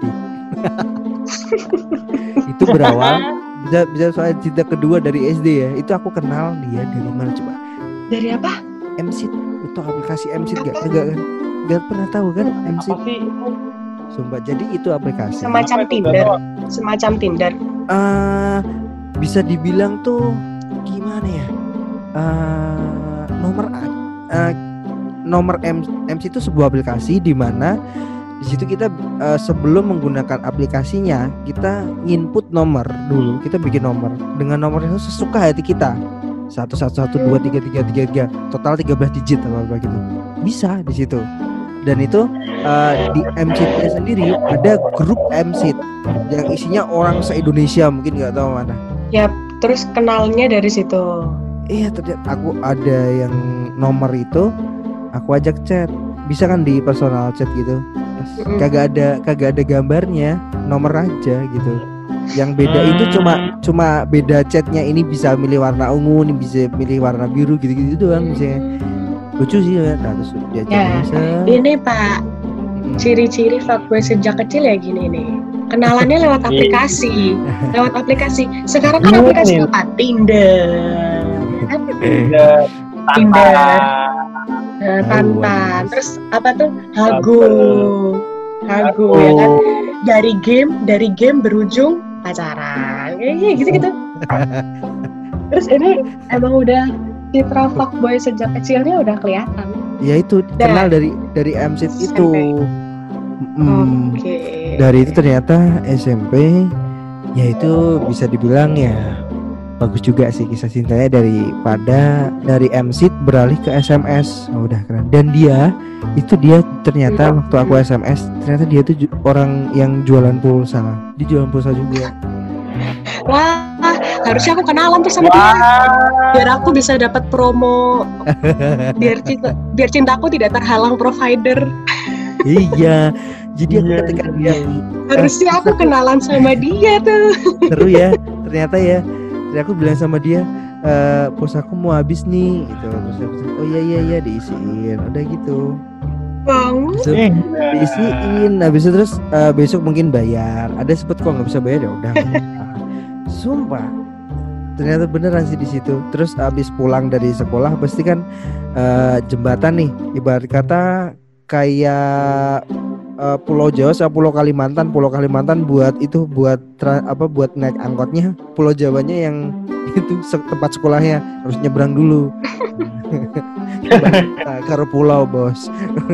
Speaker 2: Itu berawal bisa bisa soal cinta kedua dari S D ya. Itu aku kenal dia dari mana coba?
Speaker 3: Dari apa?
Speaker 2: M C itu aplikasi M C gak? Enggak kan? Gak pernah tahu kan M C?
Speaker 1: Apa sih?
Speaker 2: Sumpah. Jadi itu aplikasi.
Speaker 3: Semacam
Speaker 1: Apa itu?
Speaker 3: Tinder. Semacam Tinder.
Speaker 2: Eh, bisa dibilang tuh gimana ya? Eh, nomor uh, nomor M- MC itu sebuah aplikasi di mana di situ kita eh, sebelum menggunakan aplikasinya kita input nomor dulu, kita bikin nomor dengan nomor itu sesuka hati kita satu satu satu dua tiga tiga tiga tiga total tiga belas digit apa apa gitu bisa di situ. Dan itu uh, di M C T sendiri ada grup M C T yang isinya orang se-Indonesia mungkin nggak tahu mana.
Speaker 3: Ya, terus kenalnya dari situ.
Speaker 2: Iya ternyata aku ada yang nomor itu aku ajak chat bisa kan di personal chat gitu. Terus
Speaker 3: Mm-mm.
Speaker 2: kagak ada kagak ada gambarnya nomor aja gitu. Yang beda itu cuma cuma beda chatnya ini bisa milih warna ungu, ini bisa milih warna biru gitu-gitu doang misalnya. Lucu sih ya. Nah, terus dia
Speaker 3: Ya, ini Pak, ciri-ciri fuckboy sejak kecil ya gini nih. Kenalannya lewat aplikasi, lewat aplikasi. Sekarang kan
Speaker 1: Iya,
Speaker 3: aplikasi
Speaker 1: nih.
Speaker 3: apa? Tinder, ya kan?
Speaker 1: Tinder,
Speaker 3: Tinder.
Speaker 1: Tantan.
Speaker 3: Nah, Tantan.
Speaker 2: Aduh.
Speaker 3: Terus apa tuh? Hago, Hago ya kan? Dari game, dari game berujung pacaran, kayak gitu gitu. Terus ini emang udah citra fuckboy sejak kecilnya udah kelihatan.
Speaker 2: Ya itu
Speaker 3: Dan-
Speaker 2: kenal dari dari M C T
Speaker 3: S M P.
Speaker 2: itu. Mm,
Speaker 3: Oke.
Speaker 2: Dari itu ternyata S M P ya itu bisa dibilang ya bagus juga sih kisah cintanya daripada dari M C T beralih ke S M S. Oh, udah keren. Dan dia itu dia ternyata waktu aku S M S ternyata dia tuh ju- orang yang jualan pulsa. Dia jualan pulsa juga.
Speaker 3: Wah, harusnya aku kenalan tuh sama dia.
Speaker 1: Wah,
Speaker 3: Biar aku bisa dapat promo. Biar cinta, biar cintaku tidak terhalang provider.
Speaker 2: Iya. Jadi aku
Speaker 1: Iya,
Speaker 2: ketika
Speaker 1: iya.
Speaker 2: dia
Speaker 3: Harusnya aku kenalan sama dia tuh.
Speaker 2: seru ya ternyata ya. Terus aku bilang sama dia e, pulsaku mau habis nih gitu. Terus dia bilang, oh iya iya iya diisiin. Udah gitu.
Speaker 3: Bang.
Speaker 2: Terus
Speaker 1: eh,
Speaker 2: diisiin habis itu terus eh, besok mungkin bayar. Ada sempet kok nggak bisa bayar ya udah. Sumpah ternyata beneran sih di situ. Terus abis pulang dari sekolah pasti kan eh, jembatan nih ibarat kata kayak eh, Pulau Jawa sama Pulau Kalimantan. Pulau Kalimantan buat itu buat tra- apa buat naik angkotnya. Pulau Jawanya yang itu se- tempat sekolahnya harus nyebrang dulu. Nah, karo pulau bos.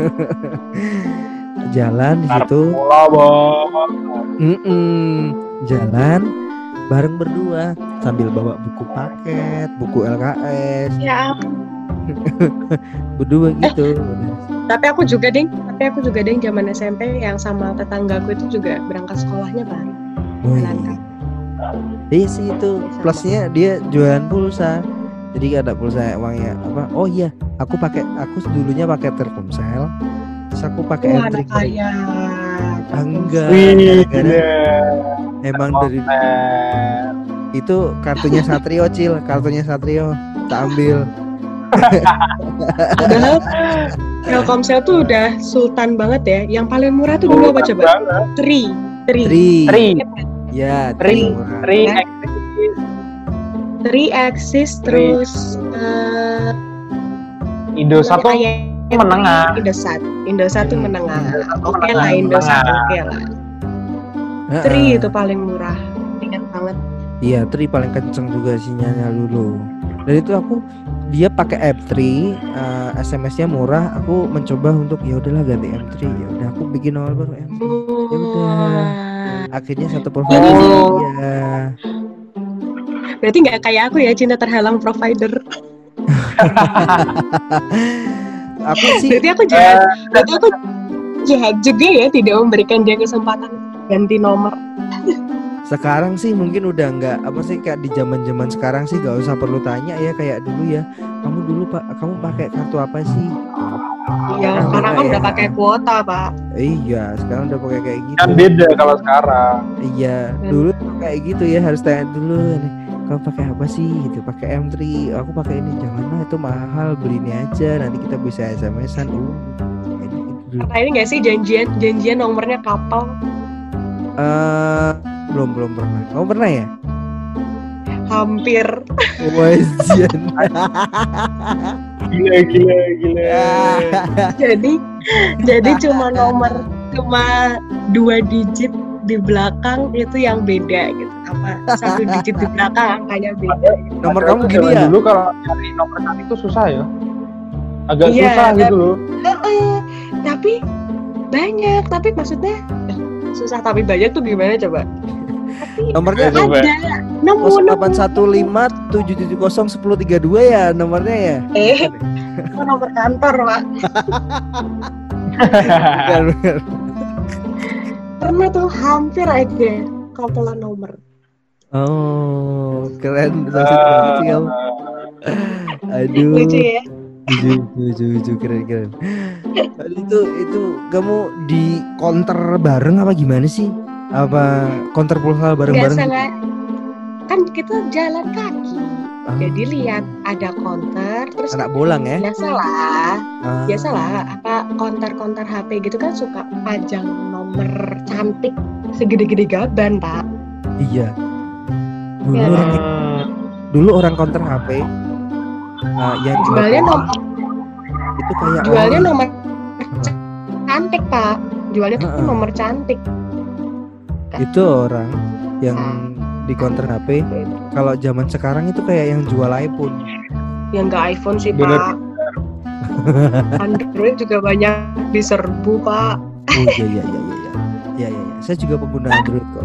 Speaker 2: Jalan di situ.
Speaker 1: pulau, Bos.
Speaker 2: Mm-mm. Jalan bareng berdua sambil bawa buku paket, buku L K S,
Speaker 3: Ya,
Speaker 2: berdua gitu.
Speaker 3: tapi aku juga ding, tapi aku juga ding zaman S M P yang sama tetanggaku itu juga berangkat sekolahnya bareng.
Speaker 2: Oh,
Speaker 3: Jalan
Speaker 2: iya.
Speaker 3: kaki.
Speaker 2: Iya sih itu plusnya dia jualan pulsa. Jadi ada pulsa uangnya apa? Oh iya, aku pakai aku dulunya pakai Telkomsel. Terus aku pakai
Speaker 3: Wah, anak
Speaker 2: Entrik.
Speaker 3: kaya.
Speaker 2: Ah, enggak,
Speaker 1: Wih,
Speaker 2: gara-gara
Speaker 1: gila.
Speaker 2: emang dari
Speaker 1: Eh,
Speaker 2: itu kartunya Satrio Cil, kartunya Satrio tak ambil.
Speaker 3: Padahal Telkomsel tuh udah sultan banget ya. Yang paling murah tuh dulu apa coba? Tri. Tri.
Speaker 2: Tri.
Speaker 1: Tri.
Speaker 2: Ya,
Speaker 1: Tri.
Speaker 2: murah.
Speaker 1: Tri.
Speaker 3: Ya. Tri Axis terus uh,
Speaker 1: Indosat tuh
Speaker 3: kayak
Speaker 1: menengah.
Speaker 3: Indosat. Indosat tuh menengah.
Speaker 1: Indosat tuh
Speaker 3: Oke
Speaker 1: menengah,
Speaker 3: lah Indosat
Speaker 1: menengah.
Speaker 3: oke lah.
Speaker 2: Heeh.
Speaker 3: Tri itu paling murah. Ingat banget.
Speaker 2: Iya, Tri paling kenceng juga sinyalnya dulu. Dan itu aku dia pakai M tiga, uh, S M S-nya murah. Aku mencoba untuk ya udahlah ganti M tiga. Ya udah aku bikin nomor baru M tiga. Ya udah. Akhirnya satu provider.
Speaker 1: Oh.
Speaker 2: Iya.
Speaker 3: Berarti nggak kayak aku ya, cinta terhalang provider.
Speaker 2: Aku sih
Speaker 3: Berarti aku jahat. Berarti aku jahat juga ya, tidak memberikan dia kesempatan ganti nomor.
Speaker 2: sekarang sih mungkin udah nggak apa sih kayak di zaman-zaman sekarang sih nggak usah perlu tanya ya kayak dulu ya. Kamu dulu Pak, kamu pakai kartu apa sih?
Speaker 3: Iya,
Speaker 2: Oh,
Speaker 3: karena kan
Speaker 2: iya.
Speaker 3: udah pakai kuota, Pak.
Speaker 2: Iya, sekarang udah pakai kayak gitu.
Speaker 1: Kan beda kalau sekarang.
Speaker 2: Iya, dulu tuh kayak gitu ya harus tanya dulu nih. Kamu pakai apa sih? Gitu, pakai M tiga. Aku pakai ini. Jangan mah itu mahal, beli ini aja. Nanti kita bisa S M S-an. Uh, kayak gitu dulu.
Speaker 3: Nah, ini nggak sih janjian janjian nomornya kapal?
Speaker 2: Eh, belum belum pernah. Kamu pernah ya?
Speaker 3: Hampir.
Speaker 2: Wajian.
Speaker 1: Gila, gila, gila.
Speaker 3: Jadi jadi cuma nomor cuma dua digit di belakang itu yang beda gitu. Apa satu digit di belakang angkanya beda. Gitu.
Speaker 2: Nomor
Speaker 1: Padahal
Speaker 2: kamu
Speaker 1: tuh
Speaker 2: gini
Speaker 1: zaman
Speaker 2: ya?
Speaker 1: Dulu kalau cari nomor kan itu susah ya. Agak
Speaker 3: Iya,
Speaker 1: susah
Speaker 3: dan-
Speaker 1: gitu loh.
Speaker 3: Eh, tapi banyak, tapi maksudnya eh, susah tapi banyak tuh gimana coba? Tapi
Speaker 2: Nomornya
Speaker 1: Coba.
Speaker 3: ada nemu
Speaker 2: nol
Speaker 3: nemu
Speaker 2: delapan satu lima tujuh tujuh nol satu nol tiga dua ya nomornya ya.
Speaker 3: eh nomor kantor, Pak.
Speaker 2: Bukan, bukan.
Speaker 3: Pernah tuh hampir aja kapalan nomor.
Speaker 2: Oh, keren sosial banget sih kamu. Aduh.
Speaker 3: Lucu ya.
Speaker 2: Lucu, lucu, lucu, keren, keren. Tadi itu, itu kamu di counter bareng apa gimana sih? Apa counter pulsa
Speaker 3: Nggak
Speaker 2: bareng-bareng?
Speaker 3: salah. Kan kita jalan kaki.
Speaker 2: Ah,
Speaker 3: Jadi lihat ada konter terus
Speaker 2: anak bolang ya?
Speaker 3: biasalah,
Speaker 2: Ah,
Speaker 3: biasalah apa konter-konter H P gitu kan suka pajang nomor cantik segede-gede gaban, Pak.
Speaker 2: Iya. Dulu
Speaker 3: Ya.
Speaker 2: orang,
Speaker 1: Hmm,
Speaker 2: dulu orang counter H P ah, yang jual
Speaker 3: Jualnya nomor
Speaker 2: itu kayak
Speaker 3: jualnya
Speaker 2: orang-
Speaker 3: nomor cantik, Pak. Jualnya tuh
Speaker 2: Heeh.
Speaker 3: nomor cantik.
Speaker 2: itu orang yang di counter H P. Kalau zaman sekarang itu kayak yang jual iPhone.
Speaker 3: Yang nggak iPhone sih,
Speaker 1: Bener.
Speaker 3: Pak. Android juga banyak diserbu, Pak.
Speaker 2: Oh iya iya iya iya iya. Iya iya iya. Saya juga pengguna Android kok.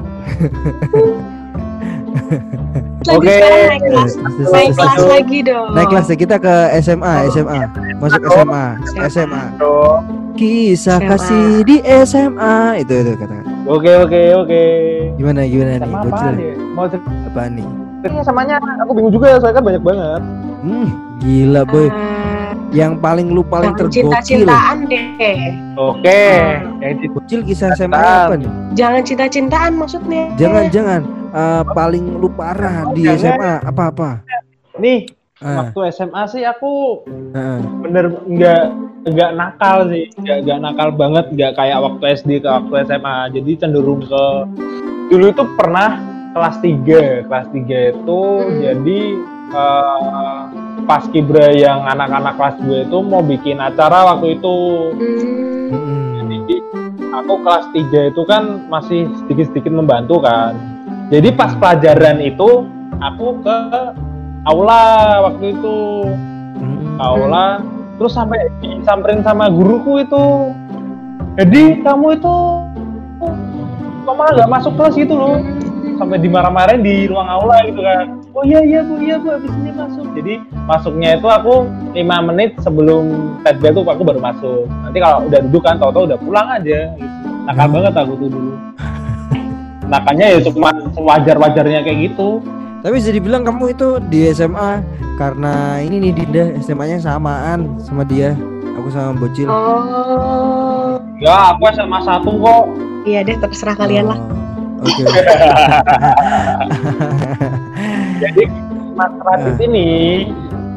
Speaker 3: Lagi
Speaker 1: Oke.
Speaker 3: sekarang naik kelas,
Speaker 2: Terus,
Speaker 3: naik
Speaker 2: terus,
Speaker 3: kelas
Speaker 2: terus.
Speaker 3: lagi dong.
Speaker 2: Naik kelas ya, kita ke S M A, S M A. Masuk S M A, S M A.
Speaker 1: dong.
Speaker 2: Kisah
Speaker 3: S M A.
Speaker 2: kasih di S M A. Itu itu kata.
Speaker 1: Oke, oke, oke.
Speaker 2: Gimana gimana nih?
Speaker 1: Sama apa
Speaker 2: Bocil
Speaker 1: nih? Mau cerita
Speaker 2: apa nih?
Speaker 1: samanya aku bingung juga ya, soalnya kan banyak banget.
Speaker 2: Hmm, gila boy.
Speaker 3: Eh,
Speaker 2: Yang paling lu paling
Speaker 3: jangan
Speaker 2: tergokil.
Speaker 3: cinta-cintaan deh.
Speaker 1: Oke, yang itu
Speaker 2: Bocil kisah S M A apa nih?
Speaker 3: Jangan cinta-cintaan maksudnya.
Speaker 2: Jangan jangan eh, paling lu parah di S M A apa-apa.
Speaker 1: nih
Speaker 2: Ah,
Speaker 1: waktu S M A sih aku
Speaker 2: ah,
Speaker 1: bener nggak nggak nakal sih, nggak nggak nakal banget, nggak kayak waktu S D ke waktu S M A. Jadi cenderung ke dulu itu pernah kelas tiga, kelas tiga itu
Speaker 3: Hmm.
Speaker 1: jadi eh, pas kibra yang anak-anak kelas dua itu mau bikin acara waktu itu.
Speaker 3: Hmm.
Speaker 2: mm-mm.
Speaker 1: Jadi aku kelas tiga itu kan masih sedikit-sedikit membantu kan. Jadi pas pelajaran itu aku ke aula waktu itu,
Speaker 2: Mm-mm.
Speaker 1: ke aula terus sampai disamperin sama guruku itu. Jadi kamu itu kok malah nggak masuk kelas gitu loh. Sampai dimarah-marahin di ruang aula gitu kan. Oh iya iya bu, iya bu, abis ini masuk. Jadi masuknya itu aku lima menit sebelum ted bell tuh aku baru masuk. Nanti kalau udah duduk kan, tau-tau udah pulang aja. Gitu. Nakal
Speaker 2: Hmm.
Speaker 1: banget aku tuh dulu. Nakalnya ya cuma sewajar-wajarnya kayak gitu.
Speaker 2: Tapi bisa dibilang kamu itu di S M A karena ini nih Dinda S M A-nya samaan sama dia. Aku sama Bocil.
Speaker 3: Oh,
Speaker 1: Ya aku S M A satu kok.
Speaker 3: iya deh terserah kalian lah.
Speaker 2: Oh, Oke. oke.
Speaker 1: Jadi Mas Radit ini,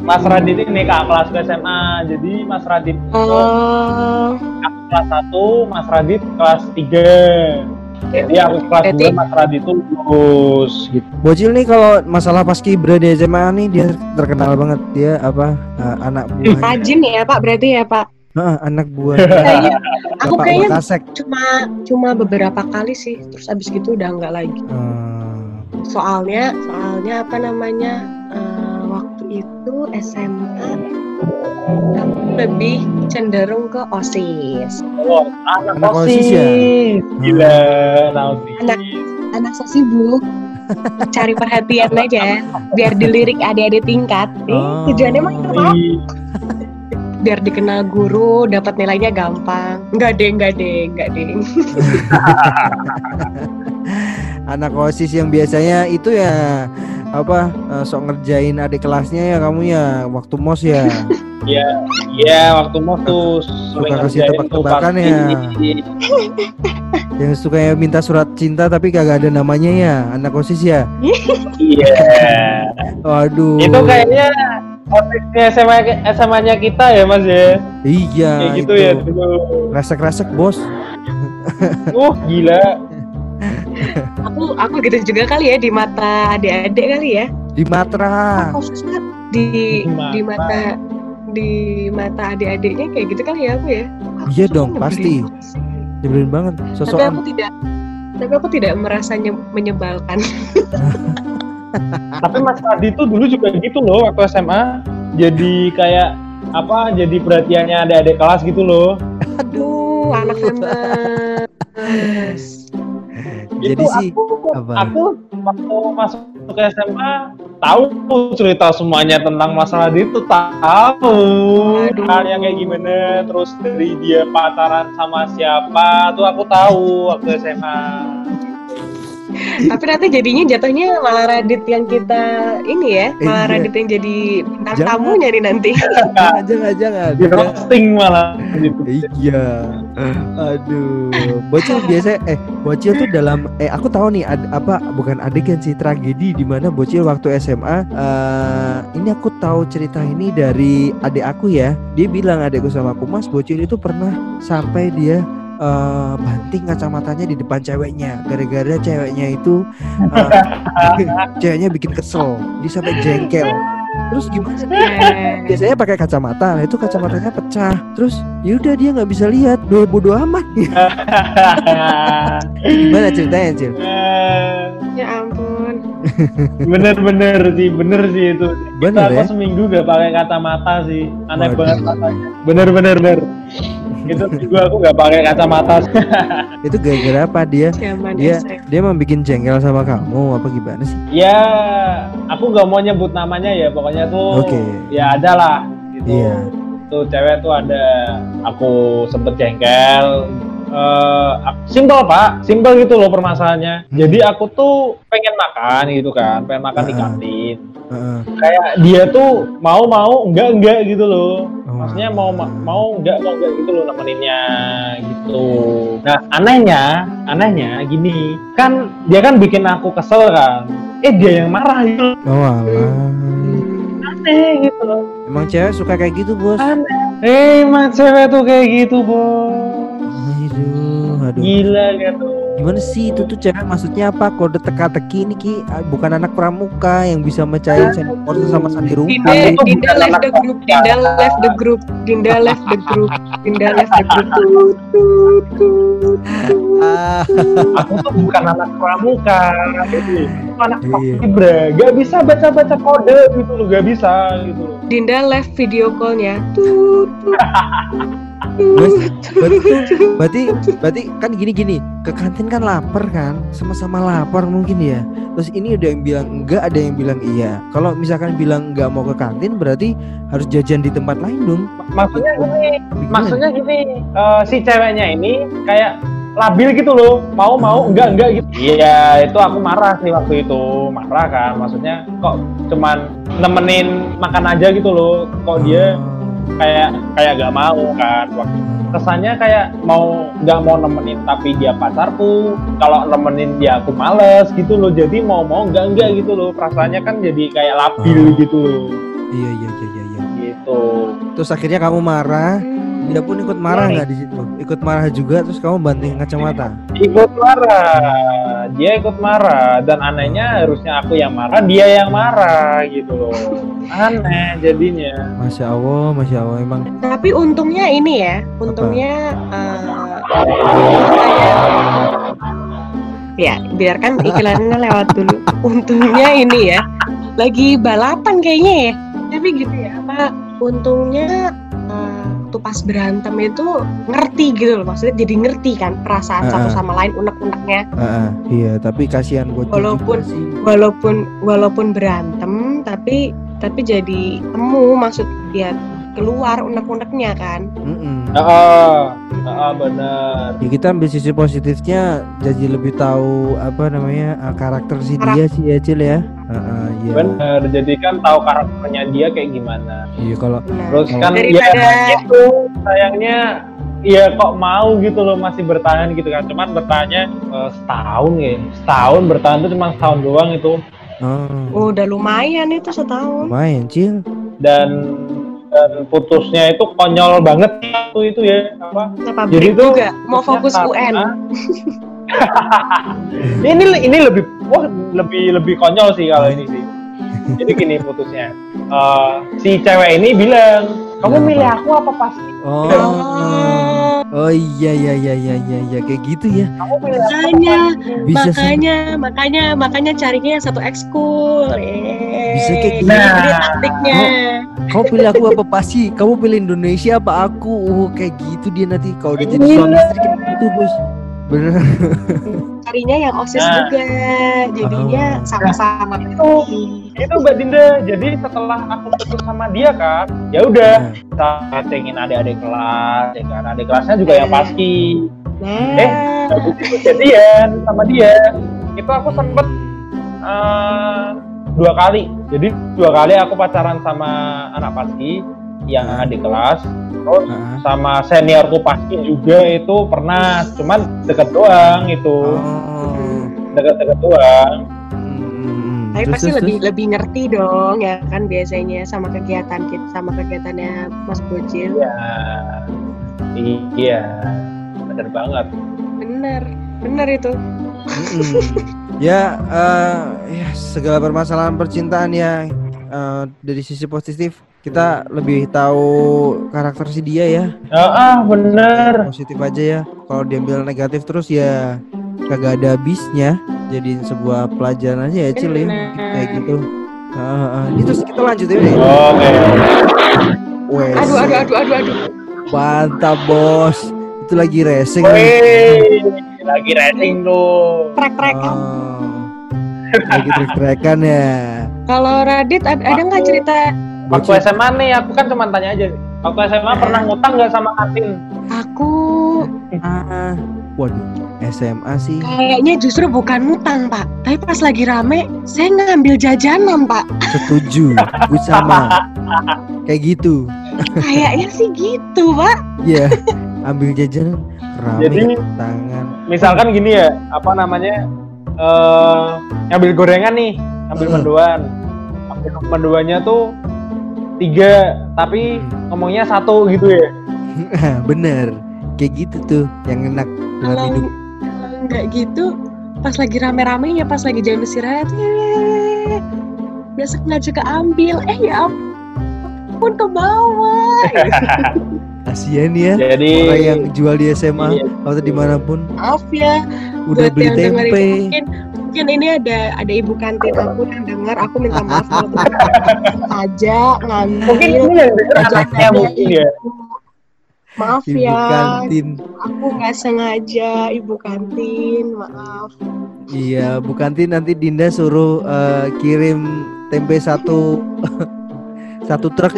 Speaker 1: Mas Radit ini kakak kelasku S M A. Jadi Mas Radit itu
Speaker 3: Oh,
Speaker 1: aku kelas satu, Mas Radit kelas tiga. Jadi aku kelas
Speaker 3: Berarti-
Speaker 1: dua, Mas Radit itu lulus gitu.
Speaker 2: Bocil nih kalau masalah paskibra di S M A nih dia terkenal banget. Dia apa uh, anak buah.
Speaker 3: rajin ya Pak berarti ya Pak.
Speaker 2: Heeh, anak buah.
Speaker 3: Kayaknya aku
Speaker 2: Bapak
Speaker 3: kayaknya
Speaker 2: Wakasek.
Speaker 3: cuma cuma beberapa kali sih, terus abis gitu udah nggak lagi.
Speaker 2: Hmm.
Speaker 3: Soalnya soalnya apa namanya eh, waktu itu S M A aku lebih cenderung ke OSIS.
Speaker 1: Oh, anak
Speaker 2: Anak OSIS
Speaker 1: OSIS
Speaker 2: ya?
Speaker 1: Gila, anak OSIS.
Speaker 3: Anak- Anak sosi bu, cari perhatian aja, biar dilirik adik-adik tingkat. Eh,
Speaker 2: Oh.
Speaker 3: tujuannya emang itu Pak.
Speaker 1: Ih,
Speaker 3: Biar dikenal guru, dapat nilainya gampang. Enggak deh, enggak deh, enggak deh.
Speaker 2: Anak OSIS yang biasanya itu ya apa uh, sok ngerjain adik kelasnya ya kamu ya waktu mos ya.
Speaker 1: Iya, iya waktu mau tuh sering
Speaker 2: Suka kasih
Speaker 1: ngerjain
Speaker 2: tebak-tebakan
Speaker 1: tuh
Speaker 2: ya.
Speaker 1: pasti.
Speaker 2: Yang suka ya minta surat cinta tapi kagak ada namanya ya anak OSIS ya.
Speaker 1: Iya.
Speaker 2: Waduh.
Speaker 1: Itu kayaknya OSISnya S M A S M A-nya kita ya Mas ya.
Speaker 2: Iya.
Speaker 1: Kayak gitu
Speaker 2: itu.
Speaker 1: ya dulu.
Speaker 2: Resek-resek bos.
Speaker 1: Uh, gila.
Speaker 3: aku aku gitu juga kali ya di mata adik-adik kali ya.
Speaker 2: Di Matra.
Speaker 3: Khususnya di
Speaker 1: Di mata.
Speaker 3: di mata di mata adik-adiknya kayak gitu kali ya aku ya. Aku
Speaker 2: Iya
Speaker 3: suka
Speaker 2: dong,
Speaker 3: nyebelin
Speaker 2: pasti.
Speaker 3: banget sih.
Speaker 2: Nyebelin banget.
Speaker 3: Tapi aku
Speaker 2: Sosokan.
Speaker 3: tidak tapi aku tidak merasa nye- menyebalkan.
Speaker 1: Tapi Mas Adi tuh dulu juga gitu loh waktu S M A. Jadi kayak apa? Jadi perhatiannya adik-adik kelas gitu loh.
Speaker 3: Aduh, anak famous.
Speaker 2: Jadi
Speaker 1: Itu
Speaker 2: sih
Speaker 1: aku,
Speaker 2: apa?
Speaker 1: aku waktu masuk ke S M A tahu cerita semuanya tentang Mas Adi itu tahu.
Speaker 3: Aduh.
Speaker 1: Halnya kayak gimana, terus dari dia pacaran sama siapa tuh aku tahu waktu S M A.
Speaker 3: Tapi nanti jadinya jatuhnya malah Radit yang kita ini ya, malah
Speaker 2: Iya.
Speaker 3: Radit yang jadi bintang
Speaker 2: Jangan.
Speaker 3: tamunya nih nanti.
Speaker 2: jangan jangan jangan.
Speaker 1: Di roasting malah gitu.
Speaker 2: Iya. Aduh. Bocil biasa eh Bocil tuh dalam eh aku tahu nih ad, apa bukan adegan sih tragedi di mana Bocil waktu S M A eh, ini aku tahu cerita ini dari adik aku ya. Dia bilang adikku sama aku, "Mas, Bocil itu pernah sampai dia eh, banting kacamatanya di depan ceweknya gara-gara ceweknya itu eh, ceweknya bikin kesel, dia sampai jengkel. Terus gimana dia? Biasanya pakai kacamata, nah itu kacamatanya pecah. Terus yaudah dia nggak bisa lihat, bodoh bodoh amat. Gimana ceritanya Cil?
Speaker 3: Ya ampun.
Speaker 1: Bener-bener sih, bener sih itu.
Speaker 2: Bener
Speaker 1: Aku
Speaker 2: ya?
Speaker 1: seminggu gak pakai kacamata sih, aneh
Speaker 2: Waduh.
Speaker 1: banget matanya. Bener-bener bener. Itu seminggu aku gak pakai kacamata.
Speaker 2: Itu gara-gara apa dia?
Speaker 3: Zaman
Speaker 2: Dia
Speaker 3: S M.
Speaker 2: dia membuat jengkel sama kamu apa gimana sih?
Speaker 1: Ya, aku gak mau nyebut namanya ya, pokoknya tuh.
Speaker 2: Oke.
Speaker 1: Ya ada lah. Gitu.
Speaker 2: Iya.
Speaker 1: Tuh cewek tuh ada, aku sempet jengkel. Eh, simpel pak, simpel gitu loh permasalahannya.
Speaker 2: Hmm.
Speaker 1: Jadi aku tuh pengen makan gitu kan, pengen makan di
Speaker 2: Ah.
Speaker 1: kantin.
Speaker 2: Heeh.
Speaker 1: Kayak dia tuh mau mau enggak enggak gitu loh.
Speaker 2: Oh.
Speaker 1: Maksudnya mau ma- mau enggak mau enggak gitu loh nemeninnya gitu. Nah anehnya anehnya gini kan dia kan bikin aku kesel kan. Eh dia yang marah gitu.
Speaker 2: Oh alah.
Speaker 1: Aneh gitu loh.
Speaker 2: Emang cewek suka kayak gitu bos?
Speaker 1: Aneh. Eh emang cewek tuh kayak gitu bos.
Speaker 2: Aduh, aduh.
Speaker 1: Gila gitu.
Speaker 2: Gimana sih itu tuh cewek maksudnya apa? Kode teka-teki ini Ki ah, bukan anak pramuka yang bisa mecahin sendok sama sandi
Speaker 3: Dinda,
Speaker 2: rumput.
Speaker 1: Aku
Speaker 3: Dinda
Speaker 1: bukan
Speaker 3: left
Speaker 1: anak
Speaker 3: the group, Dinda left the group, Dinda left the group, Dinda left the group. Tut, tut, tut, tut.
Speaker 2: Ah,
Speaker 1: Aku tuh bukan anak pramuka gitu. Aku anak
Speaker 2: Iya.
Speaker 1: paskibra. Gak bisa baca-baca kode gitu loh, gak bisa gitu loh.
Speaker 3: Dinda left video call-nya. Tut, tut,
Speaker 2: Bos,
Speaker 3: tut,
Speaker 2: berarti,
Speaker 3: tut.
Speaker 2: berarti berarti kan gini-gini ke kantin kan lapar kan, sama-sama lapar mungkin ya. Terus ini ada yang bilang enggak, ada yang bilang iya. Kalau misalkan bilang enggak mau ke kantin berarti harus jajan di tempat lain dong.
Speaker 1: Maksudnya gini,
Speaker 2: Gimana?
Speaker 1: maksudnya gini, eh, si ceweknya ini kayak labil gitu loh, mau mau enggak enggak gitu. Iya, itu aku marah sih waktu itu, marah kan. Maksudnya kok cuman nemenin makan aja gitu loh, kok dia kayak kayak gak mau kan. Waktu kesannya kayak mau nggak mau nemenin tapi dia pacarku, kalau nemenin dia aku males gitu loh. Jadi mau mau enggak enggak gitu loh, perasaannya kan jadi kayak labil gitu loh.
Speaker 2: Iya iya iya iya. iya.
Speaker 1: Gitu.
Speaker 2: Terus akhirnya kamu marah, dia pun ikut marah
Speaker 1: Hmm.
Speaker 2: nggak di situ? Ikut marah juga, terus kamu banting kacamata.
Speaker 1: Ikut marah, dia ikut marah, dan anehnya harusnya aku yang marah, dia yang marah gitu loh. Aneh jadinya.
Speaker 2: Masya Allah, masya Allah emang.
Speaker 3: Tapi untungnya ini ya, untungnya eh, ya biarkan iklannya lewat dulu. Untungnya ini ya, lagi balapan kayaknya ya. Tapi gitu ya, apa? Untungnya eh, tuh pas berantem itu ngerti gitu loh, maksudnya jadi ngerti kan perasaan
Speaker 2: Ah,
Speaker 3: satu
Speaker 2: ah.
Speaker 3: sama lain, unek-uneknya.
Speaker 2: Ah, ah, iya, tapi kasihan bocil
Speaker 3: Walaupun-
Speaker 2: juga sih.
Speaker 3: Walaupun walaupun berantem, tapi tapi jadi temu, maksud ya keluar unek-uneknya kan.
Speaker 2: Mm-mm.
Speaker 1: Heeh, heeh, benar.
Speaker 2: Ya kita ambil sisi positifnya, jadi lebih tahu apa namanya uh, karakter si
Speaker 3: Karak-
Speaker 2: dia sih ya Cil ya. Uh, uh, iya.
Speaker 1: Benar, jadi kan tahu karakternya dia kayak gimana.
Speaker 2: Iya kalau
Speaker 3: Nah,
Speaker 1: Terus kan
Speaker 3: daripada
Speaker 1: ya itu sayangnya ya kok mau gitu loh masih bertahan gitu kan. Cuman bertahannya eh, setahun ya. Setahun bertahan tuh cuma setahun doang itu.
Speaker 2: oh,
Speaker 3: udah lumayan itu setahun.
Speaker 2: lumayan Cil.
Speaker 1: Dan dan putusnya itu konyol banget itu itu ya apa?
Speaker 3: Apa
Speaker 1: Jadi
Speaker 3: break
Speaker 1: tuh
Speaker 3: juga mau fokus
Speaker 1: karena-
Speaker 3: U N.
Speaker 1: ini ini lebih wah lebih lebih konyol sih kalau ini sih. Jadi gini putusnya. Eh, si cewek ini bilang, "Kamu
Speaker 2: Bilang
Speaker 1: milih
Speaker 2: apa?
Speaker 1: aku apa pasti?
Speaker 2: Oh.
Speaker 3: Oh,
Speaker 2: Oh iya iya iya iya iya iya kayak gitu ya.
Speaker 1: Kamu milih aku apa
Speaker 3: makanya
Speaker 1: pasti?"
Speaker 2: Bisa sih.
Speaker 3: makanya makanya makanya carinya yang satu ekskul. Eh,
Speaker 2: Bisa kayak gitu.
Speaker 3: Jadi
Speaker 1: Nah.
Speaker 3: taktiknya.
Speaker 2: Kamu pilih aku apa pasti? Kamu pilih Indonesia apa aku? Oh kayak gitu dia nanti kalau udah jadi
Speaker 1: Iya.
Speaker 2: suami istri kayak gitu bos. Bener.
Speaker 3: Carinya yang OSIS
Speaker 1: Nah.
Speaker 3: juga. Jadinya
Speaker 2: Oh.
Speaker 3: sama-sama
Speaker 1: Itu. Itu Mbak Dinda. Jadi setelah aku putus sama dia kan, ya udah kita chattingin adik-adik kelas, ya kan adik kelasnya juga yang pasti.
Speaker 3: Nah,
Speaker 1: Eh, habis itu jadian sama dia. Itu aku sempet eh, dua kali. Jadi dua kali aku pacaran sama anak paski yang
Speaker 2: Hmm.
Speaker 1: adik kelas. Terus
Speaker 2: Ah.
Speaker 1: sama seniorku paski juga itu pernah, cuman deket doang itu,
Speaker 2: Oh.
Speaker 1: deket-deket doang.
Speaker 2: Hmm.
Speaker 3: tapi
Speaker 2: Terus,
Speaker 3: pasti
Speaker 2: terus,
Speaker 3: lebih
Speaker 2: terus.
Speaker 3: lebih ngerti dong ya kan biasanya sama kegiatan kita sama kegiatannya Mas Bocil.
Speaker 1: Ya, iya, bener banget.
Speaker 3: Bener, bener itu.
Speaker 2: Mm-mm. Ya, eh, ya segala permasalahan percintaan ya eh, dari sisi positif kita lebih tahu karakter si dia ya.
Speaker 1: Ah, ah, bener.
Speaker 2: Positif aja ya. Kalau diambil negatif terus ya kagak ada habisnya. Jadiin sebuah pelajaran aja ya Cil ya.
Speaker 3: Bener.
Speaker 2: Kayak gitu. Ah, ah, ah. Ini terus kita lanjut ya. Wi.
Speaker 1: Oke.
Speaker 2: Wes.
Speaker 3: Aduh, aduh, aduh, aduh, aduh.
Speaker 2: Mantap bos. Itu lagi racing.
Speaker 1: Wih, lagi racing tuh.
Speaker 3: Trek-trekan.
Speaker 2: Oh. Lagi trek-trekan ya.
Speaker 3: Kalau Radit ada ada nggak cerita?
Speaker 1: Waktu S M A nih, aku kan cuma tanya aja. Waktu S M A pernah ngutang nggak sama kantin?
Speaker 3: Aku
Speaker 2: Ah, waduh, S M A sih.
Speaker 3: kayaknya justru bukan ngutang Pak, tapi pas lagi rame saya ngambil jajanan Pak.
Speaker 2: Setuju, gue sama. Kayak gitu.
Speaker 3: Kayaknya sih gitu Pak.
Speaker 2: Ya, ambil jajanan rame
Speaker 1: Jadi-
Speaker 2: tangan.
Speaker 1: Misalkan gini ya, apa namanya? eh ngambil gorengan nih, ngambil
Speaker 2: Hmm.
Speaker 1: mendoan. Ngambil mendoannya tuh tiga, tapi ngomongnya satu gitu ya.
Speaker 2: Bener, kayak gitu tuh yang enak dalam
Speaker 3: Kalau
Speaker 2: hidup.
Speaker 3: kalau nggak gitu, pas lagi rame-ramenya, pas lagi jam istirahat, eh, nggak sengaja keambil, eh ya ampun ke bawah.
Speaker 2: Kasian ya
Speaker 1: Jadi
Speaker 2: orang yang jual di S M A
Speaker 1: Iya.
Speaker 2: atau dimanapun
Speaker 3: Maaf ya,
Speaker 2: udah
Speaker 3: buat
Speaker 2: beli
Speaker 3: yang dengerin,
Speaker 2: tempe.
Speaker 3: mungkin mungkin ini ada ada ibu kantin aku yang dengar, aku minta maaf kalau aja ngambil.
Speaker 1: mungkin ini yang denger anaknya mungkin ya.
Speaker 3: Maaf
Speaker 2: Ibu
Speaker 3: ya,
Speaker 2: kantin.
Speaker 3: aku nggak sengaja ibu kantin, maaf.
Speaker 2: Iya, Bu Kantin nanti Dinda suruh eh, kirim tempe satu satu truk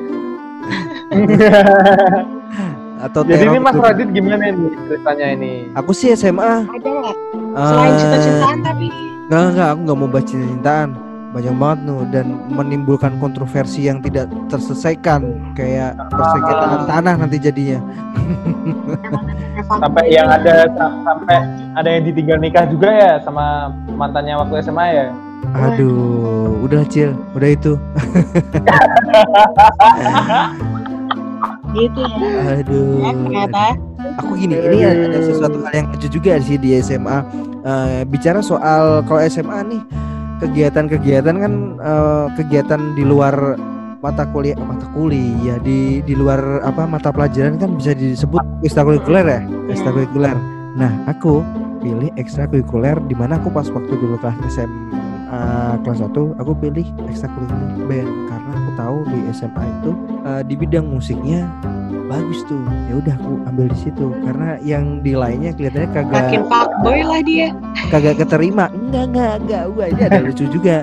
Speaker 2: atau
Speaker 1: Jadi ini
Speaker 2: terong
Speaker 1: Mas
Speaker 2: gitu.
Speaker 1: Radit gimana nih ceritanya ini?
Speaker 2: Aku sih S M A.
Speaker 3: Ada nggak selain
Speaker 2: eh,
Speaker 3: cinta-cintaan tapi
Speaker 2: Enggak, enggak, aku nggak mau baca cintaan. Banyak banget nuh dan menimbulkan kontroversi yang tidak terselesaikan kayak persengketaan tanah nanti jadinya.
Speaker 1: Sampai yang ada sampai ada yang ditinggal nikah juga ya sama mantannya waktu S M A ya.
Speaker 2: Aduh, udah Cil, udah itu.
Speaker 3: Gitu ya.
Speaker 2: Aduh.
Speaker 3: Ya, ternyata.
Speaker 2: Aku gini, ini ada sesuatu hal yang lucu juga sih di S M A. Uh, bicara soal kalau S M A nih, kegiatan-kegiatan kan uh, kegiatan di luar mata kuliah, mata kuliah di di luar apa mata pelajaran kan bisa disebut ekstrakurikuler ya, ekstrakurikuler. Nah, aku pilih ekstrakurikuler di mana aku pas waktu dulu kelas S M A kelas satu aku pilih ekstrakurikuler band karena aku tahu di S M A itu uh, di bidang musiknya bagus tuh. Ya udah aku ambil di situ karena yang di lainnya kelihatannya kagak
Speaker 3: Makin fuckboy lah dia.
Speaker 2: Kagak keterima. Enggak, enggak, enggak. Wah, ini ada lucu juga.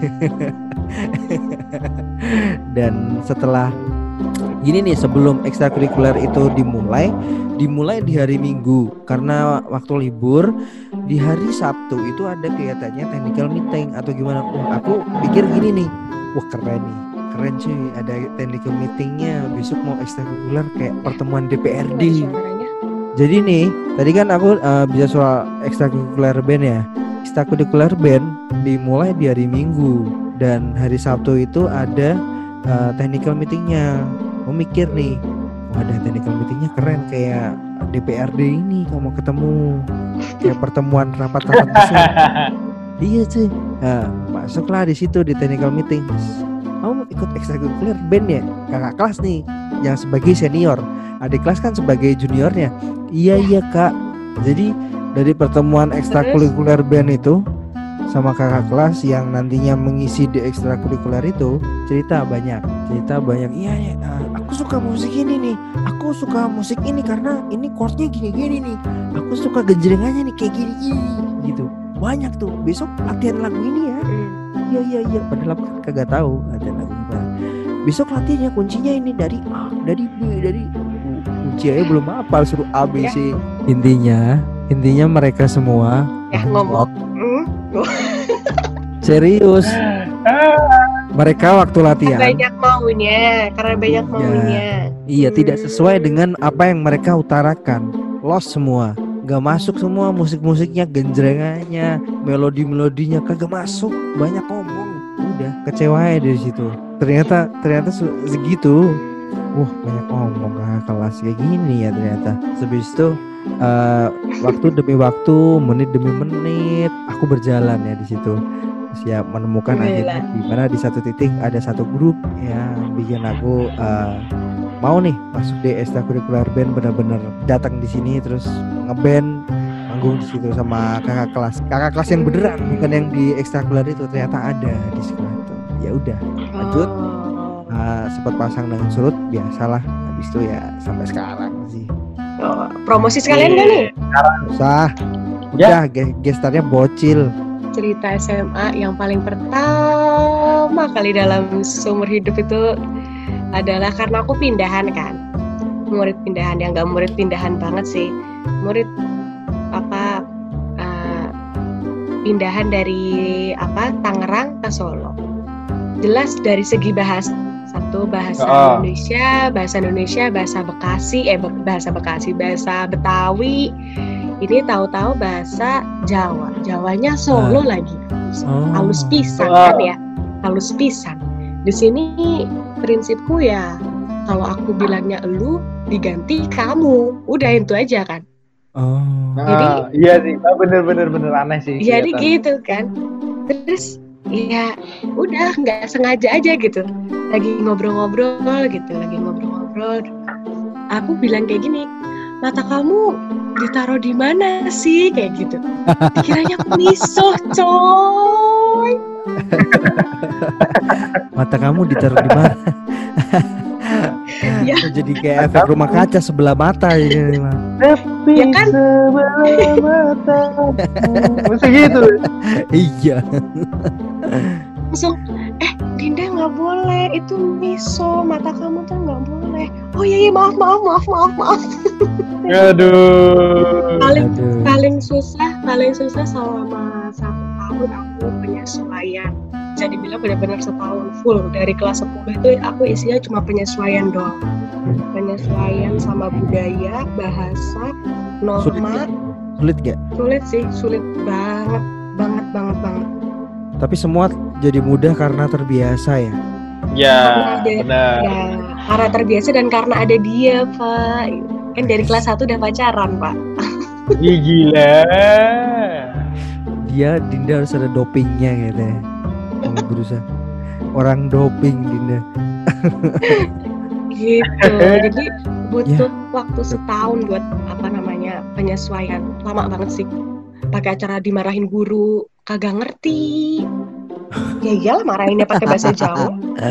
Speaker 2: Dan setelah gini nih, sebelum ekstrakurikuler itu dimulai, dimulai di hari Minggu karena waktu libur. Di hari Sabtu itu ada kelihatannya technical meeting atau gimana. Wah, aku pikir gini nih. Wah, keren nih. Keren cuy, ada technical meetingnya. Besok mau ekstrakurikuler kayak pertemuan D P R D. Jadi nih, tadi kan aku uh, bisa soal ekstrakurikuler band ya. Ekstrakurikuler band dimulai di hari Minggu dan hari Sabtu itu ada uh, technical meetingnya. Mau mikir nih, wah ada technical meetingnya keren kayak D P R D ini kalau mau ketemu kayak pertemuan rapat-rapat besar. Iya cuy. Nah, masuklah di situ di technical meeting. Kamu ikut ekstrakurikuler band ya? Kakak kelas nih yang sebagai senior, adik kelas kan sebagai juniornya. Iya iya kak. Jadi dari pertemuan ekstrakurikuler band itu sama kakak kelas yang nantinya mengisi di ekstrakurikuler itu cerita banyak, cerita banyak. Iya ya, aku suka musik ini nih, aku suka musik ini karena ini chordnya gini-gini nih, aku suka genjrengannya nih kayak gini-gini gitu. Banyak tuh. Besok latihan lagu ini ya. Iya iya iya. Padahal aku kagak tahu latihan lagu gimana. Besok latihannya kuncinya ini dari A, dari B, dari kunci aja belum apa suruh A B C. Ya. Intinya, intinya mereka semua
Speaker 3: ya ngomong. Hmm?
Speaker 2: Serius. Mereka waktu latihan
Speaker 3: banyak maunya, karena banyak
Speaker 2: iya,
Speaker 3: maunya.
Speaker 2: Iya,
Speaker 3: hmm.
Speaker 2: tidak sesuai dengan apa yang mereka utarakan. Lost semua. Gak masuk semua musik-musiknya, genjrengannya, melodi-melodinya kagak masuk. Banyak ngomong. Udah kecewa ya dari situ. Ternyata ternyata segitu. Wah, banyak ngomong kakak kelas kayak gini ya ternyata. Habis itu uh, waktu demi waktu, menit demi menit aku berjalan ya di situ. Siap menemukan akhirnya di mana di satu titik ada satu grup yang bikin aku uh, mau nih masuk di ekstrakurikuler band, benar-benar datang di sini terus ngeband, manggung di situ sama kakak kelas. Kakak kelas yang beneran, bukan yang di ekstrakurikuler itu, ternyata ada di sekolah itu. Ya udah, lanjut. Uh, sempat pasang dengan surut, biasalah. Habis itu ya sampai sekarang sih.
Speaker 3: Oh, promosi sekalian gak nih?
Speaker 2: Usah. Udah, ya. Gestarnya bocil.
Speaker 3: Cerita S M A yang paling pertama kali dalam seumur hidup itu adalah karena aku pindahan kan, murid pindahan, yang nggak murid pindahan banget sih, murid apa uh, pindahan dari apa Tangerang ke Solo. Jelas dari segi bahasa, satu bahasa oh. Indonesia, bahasa Indonesia, bahasa Bekasi, eh bahasa Bekasi, bahasa Betawi. Ini tahu-tahu bahasa Jawa, Jawanya Solo uh. lagi, oh. halus pisan oh. kan ya, halus pisan. Di sini prinsipku ya, kalau aku bilangnya elu, diganti kamu, udah itu aja kan.
Speaker 2: Oh.
Speaker 1: Jadi ah, iya sih, bener-bener bener aneh sih.
Speaker 3: Jadi gitu kan. Terus ya udah nggak sengaja aja gitu, lagi ngobrol-ngobrol gitu, lagi ngobrol-ngobrol. Aku bilang kayak gini, mata kamu ditaruh di mana sih kayak gitu. Dikiranya aku misuh coy.
Speaker 2: Mata kamu ditaruh di mana? Ya. Jadi kayak efek rumah kaca sebelah mata ya,
Speaker 3: ya kan?
Speaker 1: Sebelah mata. Masa gitu.
Speaker 2: Iya.
Speaker 3: Langsung, eh Dinda nggak boleh, itu miso, mata kamu tuh nggak boleh. Oh iya, iya maaf maaf maaf maaf maaf.
Speaker 1: Aduh.
Speaker 3: Paling
Speaker 2: Aduh.
Speaker 3: paling susah paling susah selama satu tahun aku penyesuaian. Bisa dibilang benar-benar setahun full, dari kelas sepuluh itu aku isinya cuma penyesuaian doang. Penyesuaian sama budaya, bahasa, norma.
Speaker 2: Sulit gak?
Speaker 3: Sulit sih, sulit banget, banget, banget, banget.
Speaker 2: Tapi semua jadi mudah karena terbiasa ya.
Speaker 1: Ya,
Speaker 3: Karena ada-
Speaker 1: benar.
Speaker 3: Ya, karena terbiasa dan karena ada dia, Pak. Kan dari kelas satu udah pacaran, Pak.
Speaker 1: Ih, gila.
Speaker 2: Dia Dinda harus ada dopingnya gitu ya. Kamu berusaha. Orang doping Dinda.
Speaker 3: Gitu. Jadi butuh waktu setahun buat apa namanya penyesuaian. Lama banget sih. Pakai acara dimarahin guru, kagak ngerti. Ya iyalah marahinnya pakai bahasa Jawa.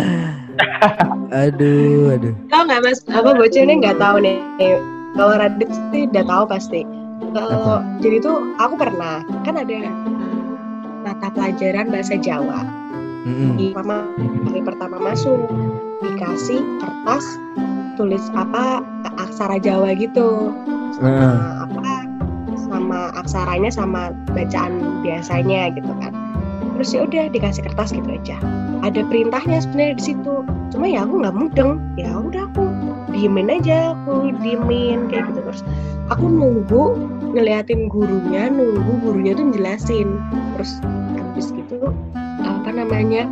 Speaker 2: Aduh, aduh.
Speaker 3: Tahu nggak Mas? Apa bocahnya nggak tahu nih. Kalau Radit sih udah tahu pasti. Kalau jadi tuh aku pernah kan ada eh, mata pelajaran bahasa Jawa.
Speaker 2: Mm-mm.
Speaker 3: Di pertama hari pertama masuk dikasih kertas tulis apa aksara Jawa gitu sama apa sama aksaranya sama bacaan biasanya gitu kan. Terus ya udah dikasih kertas gitu aja. Ada perintahnya sebenarnya di situ. Cuma ya aku nggak mudeng. Ya udah aku diemin aja, aku diemin kayak gitu terus. Aku nunggu ngeliatin gurunya, nunggu gurunya tuh jelasin. Terus habis gitu apa namanya?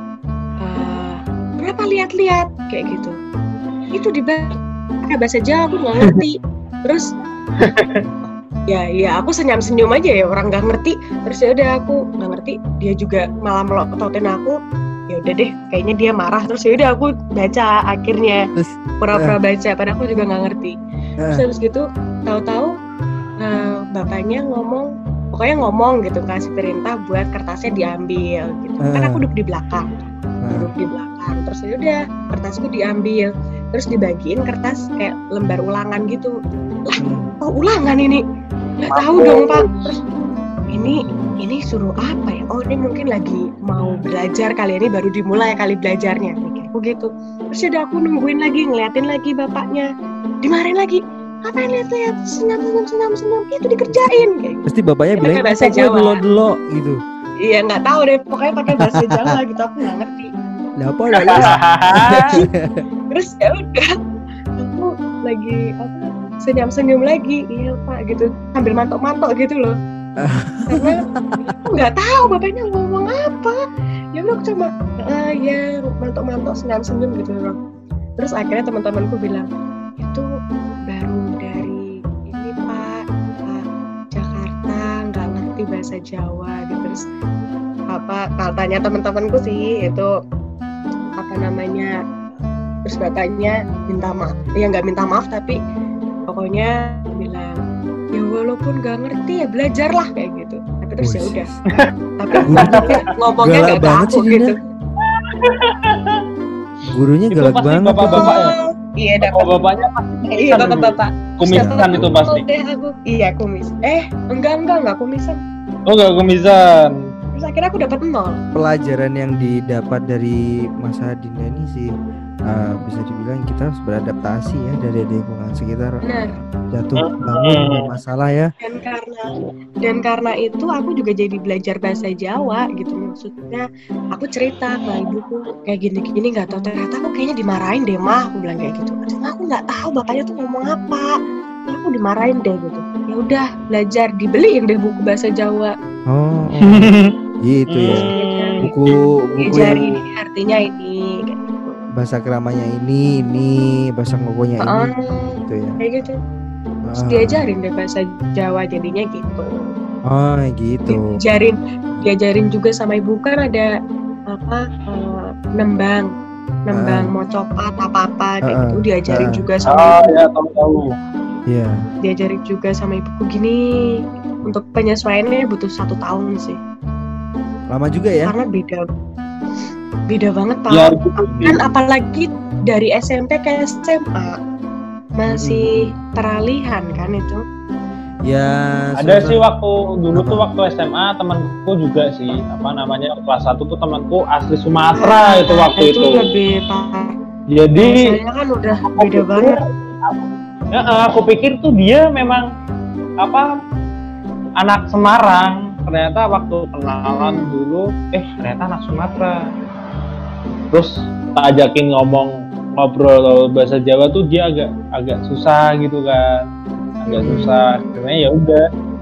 Speaker 3: Uh, kenapa lihat-lihat kayak gitu? Itu di bahasa Jawa aku nggak ngerti. Terus ya ya aku senyum-senyum aja ya orang nggak ngerti. Terus ya udah aku nggak ngerti. Dia juga malah melototin aku. Ya udah deh, kayaknya dia marah. Terus ya udah aku baca akhirnya
Speaker 2: Terus
Speaker 3: pura-pura baca. Padahal aku juga nggak ngerti. Terus
Speaker 2: eh,
Speaker 3: habis gitu tahu-tahu eh, bapaknya ngomong, pokoknya ngomong gitu kasih perintah buat kertasnya diambil gitu. Kan aku duduk di belakang, duduk di belakang. Terus ya udah kertasku diambil, terus dibagiin kertas kayak lembar ulangan gitu. Lah, oh ulangan ini? Nggak tahu dong Pak. Terus ini ini suruh apa ya? Oh ini mungkin lagi mau belajar kali ini baru dimulai kali belajarnya. Mikirku gitu. Terus ya udah aku nungguin lagi, ngeliatin lagi bapaknya. Dimarahin lagi. Ngapain lihat-lihat? Senyum, senyum, senyum, senyum. Itu dikerjain. Kayak gitu.
Speaker 2: pasti bapaknya
Speaker 3: Ya,
Speaker 2: bilang
Speaker 3: pakai bahasa
Speaker 2: "Kok gue
Speaker 3: Jawa."
Speaker 2: delo-delo gitu.
Speaker 3: Iya nggak tahu deh. Pokoknya pakai bahasa Jawa gitu. Aku nggak ngerti.
Speaker 2: Lah apa lah ya?
Speaker 3: Terus ya udah. Aku lagi apa? Senyum-senyum lagi. Iya Pak gitu. Sambil mantok-mantok gitu loh. Karena aku nggak tahu bapaknya ngomong apa. Ya udah aku cuma ah ya mantok-mantok senyum-senyum gitu loh. Terus akhirnya teman-temanku bilang itu baru dari ini Pak, Pak Jakarta nggak ngerti bahasa Jawa gitu. Terus apa katanya teman-temanku sih itu apa namanya, terus bapaknya minta maaf ya nggak minta maaf tapi pokoknya bilang ya walaupun nggak ngerti ya belajarlah kayak gitu. Tapi terus ya
Speaker 2: Wih.
Speaker 3: udah tapi tapi ngomongnya
Speaker 2: Galak
Speaker 3: nggak ke
Speaker 2: banget
Speaker 3: aku
Speaker 2: sih, Dinda.
Speaker 3: gitu.
Speaker 2: Gurunya
Speaker 1: Itu
Speaker 2: galak
Speaker 1: pasti
Speaker 2: banget.
Speaker 1: bapak-bapak ya?
Speaker 3: Oh, iya
Speaker 1: Oh,
Speaker 3: dapat
Speaker 1: bapaknya pasti
Speaker 3: iya bapak-bapak
Speaker 1: kumisan itu pasti.
Speaker 3: deh aku iya kumis eh enggak enggak enggak kumisan.
Speaker 1: Oh, enggak kumisan.
Speaker 3: Terus akhirnya aku dapat nol.
Speaker 2: Pelajaran yang didapat dari masa Dinda ini sih uh, bisa dibilang kita harus beradaptasi ya dari lingkungan sekitar.
Speaker 3: Benar.
Speaker 2: Jatuh bangun ada masalah ya.
Speaker 3: Dan karena dan karena itu aku juga jadi belajar bahasa Jawa gitu. Maksudnya aku cerita ke ibuku kayak gini-gini nggak tahu ternyata aku kayaknya dimarahin deh mah, aku bilang kayak gitu. Ternyata aku nggak tahu bapaknya tuh ngomong apa. Ya, aku dimarahin deh gitu. Ya udah belajar dibeliin deh buku bahasa Jawa.
Speaker 2: Oh, oh, gitu ya.
Speaker 3: Hmm.
Speaker 2: Buku buku yang
Speaker 3: Diajarin ini artinya ini kayak gitu.
Speaker 2: bahasa keramanya ini ini bahasa ngokonya ini
Speaker 3: Ah,
Speaker 2: gitu ya.
Speaker 3: kayak gitu. Terus
Speaker 2: Ah.
Speaker 3: diajarin deh bahasa Jawa jadinya gitu.
Speaker 2: Oh gitu.
Speaker 3: Diajarin diajarin juga sama ibu kan ada apa eh, nembang nembang
Speaker 2: Ah.
Speaker 3: mau copat apa-apa kayak
Speaker 2: Ah,
Speaker 3: gitu diajarin
Speaker 2: ah.
Speaker 3: juga sama
Speaker 1: Oh,
Speaker 3: ibu.
Speaker 1: ya tahu-tahu.
Speaker 2: Iya.
Speaker 3: Diajarin juga sama ibuku gini. Untuk penyesuaiannya butuh satu tahun sih
Speaker 2: Lama juga ya.
Speaker 3: karena beda beda banget Pak.
Speaker 1: Ya, gitu sih.
Speaker 3: Kan apalagi dari S M P ke S M A masih peralihan kan itu.
Speaker 2: Ya.
Speaker 1: Ada
Speaker 2: susah.
Speaker 1: sih waktu dulu
Speaker 2: Apa?
Speaker 1: tuh waktu S M A temanku juga sih apa namanya kelas satu tuh temanku asli Sumatera itu waktu
Speaker 3: itu
Speaker 1: itu.
Speaker 3: lebih parah.
Speaker 1: Jadi
Speaker 3: Saya kan udah beda banget.
Speaker 1: ya, aku pikir tuh dia memang apa anak Semarang. Ternyata waktu kenalan dulu, eh ternyata anak Sumatera. Terus tak ajakin ngomong ngobrol bahasa Jawa tuh dia agak agak susah gitu kan, agak
Speaker 3: Hmm.
Speaker 1: susah. Sebenarnya ya udah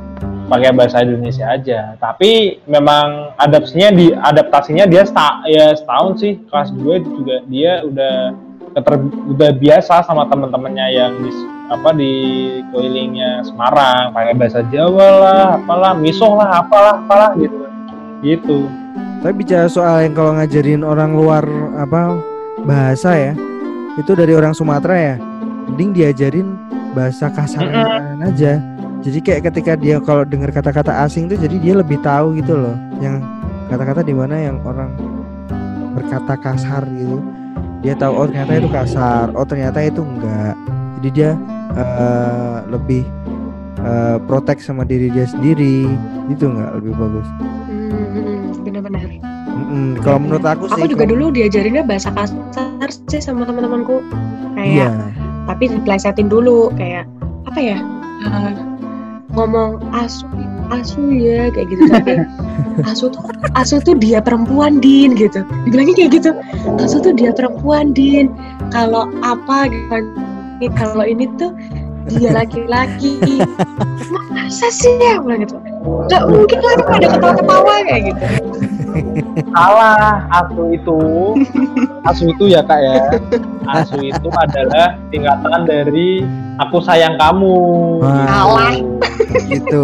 Speaker 1: pakai bahasa Indonesia aja. Tapi memang adaptasinya di adaptasinya dia sta, ya setahun sih, kelas dua juga dia udah keter, udah biasa sama teman-temannya yang di apa di kelilingnya Semarang, pakai bahasa Jawa lah, apalah, misoh lah, apalah, apalah gitu. Gitu.
Speaker 2: Tapi bicara soal yang kalau ngajarin orang luar apa bahasa ya, itu dari orang Sumatera ya, mending diajarin bahasa kasar aja. Jadi kayak ketika dia kalau dengar kata-kata asing tuh, jadi dia lebih tahu gitu loh, yang kata-kata di mana yang orang berkata kasar gitu, dia tahu oh ternyata itu kasar, oh ternyata itu enggak. Jadi dia uh, lebih uh, protect sama diri dia sendiri, gitu enggak lebih bagus?
Speaker 3: Hmm, benar-benar.
Speaker 2: Mm-mm. Kalau menurut aku sih,
Speaker 3: aku juga
Speaker 2: kalau...
Speaker 3: dulu diajarinnya bahasa kasar sih sama teman-temanku, kayak
Speaker 2: Iya.
Speaker 3: tapi diplesetin dulu kayak apa ya, uh, ngomong asu asu ya kayak gitu, tapi asu tuh asu tuh dia perempuan Din gitu, dibilangnya kayak gitu, asu tuh dia perempuan Din, kalau apa gitu, kalau ini tuh dia laki-laki. Masa sih ya bilang gitu, nggak mungkin lah ada ketawa-ketawa kayak gitu.
Speaker 1: Salah, asu itu asu itu ya kak ya, asu itu adalah tingkatan dari aku sayang kamu.
Speaker 3: Salah.
Speaker 2: Gitu.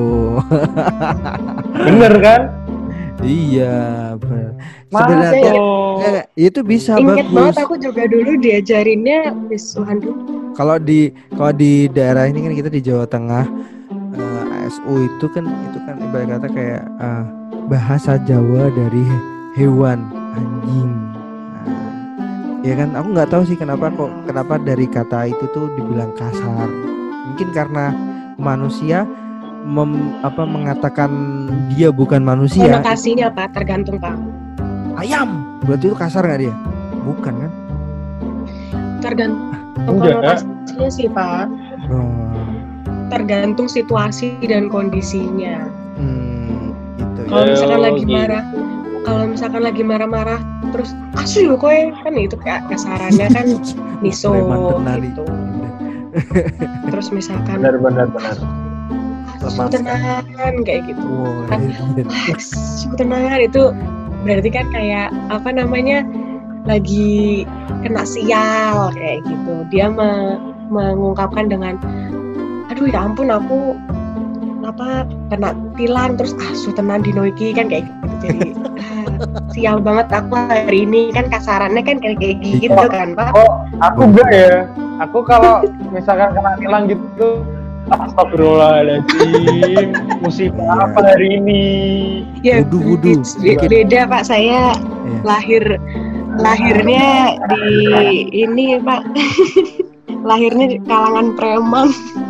Speaker 1: Bener kan?
Speaker 2: Iya, bener.
Speaker 1: Masa
Speaker 2: Sebenarnya
Speaker 1: yo?
Speaker 2: enggak, itu bisa
Speaker 3: Ingat
Speaker 2: bagus.
Speaker 3: banget aku juga dulu diajarinnya Miss Suhandu.
Speaker 2: Kalau di kalau di daerah ini kan kita di Jawa Tengah, uh, A S U itu kan itu kan ibarat kata kayak uh, bahasa Jawa dari hewan anjing. Nah, ya kan aku nggak tahu sih kenapa kok kenapa dari kata itu tuh dibilang kasar. Mungkin karena manusia mem, apa mengatakan dia bukan manusia.
Speaker 3: Konotasinya apa? Tergantung Pak.
Speaker 2: Ayam. Berarti itu kasar nggak dia? Bukan kan?
Speaker 3: Tergantung
Speaker 1: Enggak.
Speaker 3: konotasinya sih Pak.
Speaker 2: Oh.
Speaker 3: Tergantung situasi dan kondisinya.
Speaker 2: Hmm, gitu ya.
Speaker 3: Kalau misalkan
Speaker 1: Oh,
Speaker 3: lagi
Speaker 1: gitu.
Speaker 3: marah, kalau misalkan lagi marah-marah, terus asu yo kowe kan itu kayak kasarannya kan miso
Speaker 2: Preman tenan
Speaker 3: gitu.
Speaker 2: nih.
Speaker 3: Terus misalkan
Speaker 1: Benar benar benar.
Speaker 3: asu tenan kayak gitu.
Speaker 2: Wow,
Speaker 3: Kan,
Speaker 2: iya.
Speaker 3: asu tenan itu berarti kan kayak apa namanya lagi kena sial kayak gitu. Dia me- mengungkapkan dengan aduh ya ampun aku apa kena tilan terus asu tenan dino iki kan kayak gitu. Jadi ah, sial banget aku hari ini kan kasarannya kan kayak kayak gitu kan Pak.
Speaker 1: Oh, aku enggak ya. Aku kalau misalkan kena tilang gitu, astagfirullahaladzim, musibah apa hari ini?
Speaker 3: Ya
Speaker 2: Wudu-wudu.
Speaker 3: be- beda Pak, saya
Speaker 2: Iya.
Speaker 3: lahir lahirnya di ini Pak. Lahirnya di kalangan preman.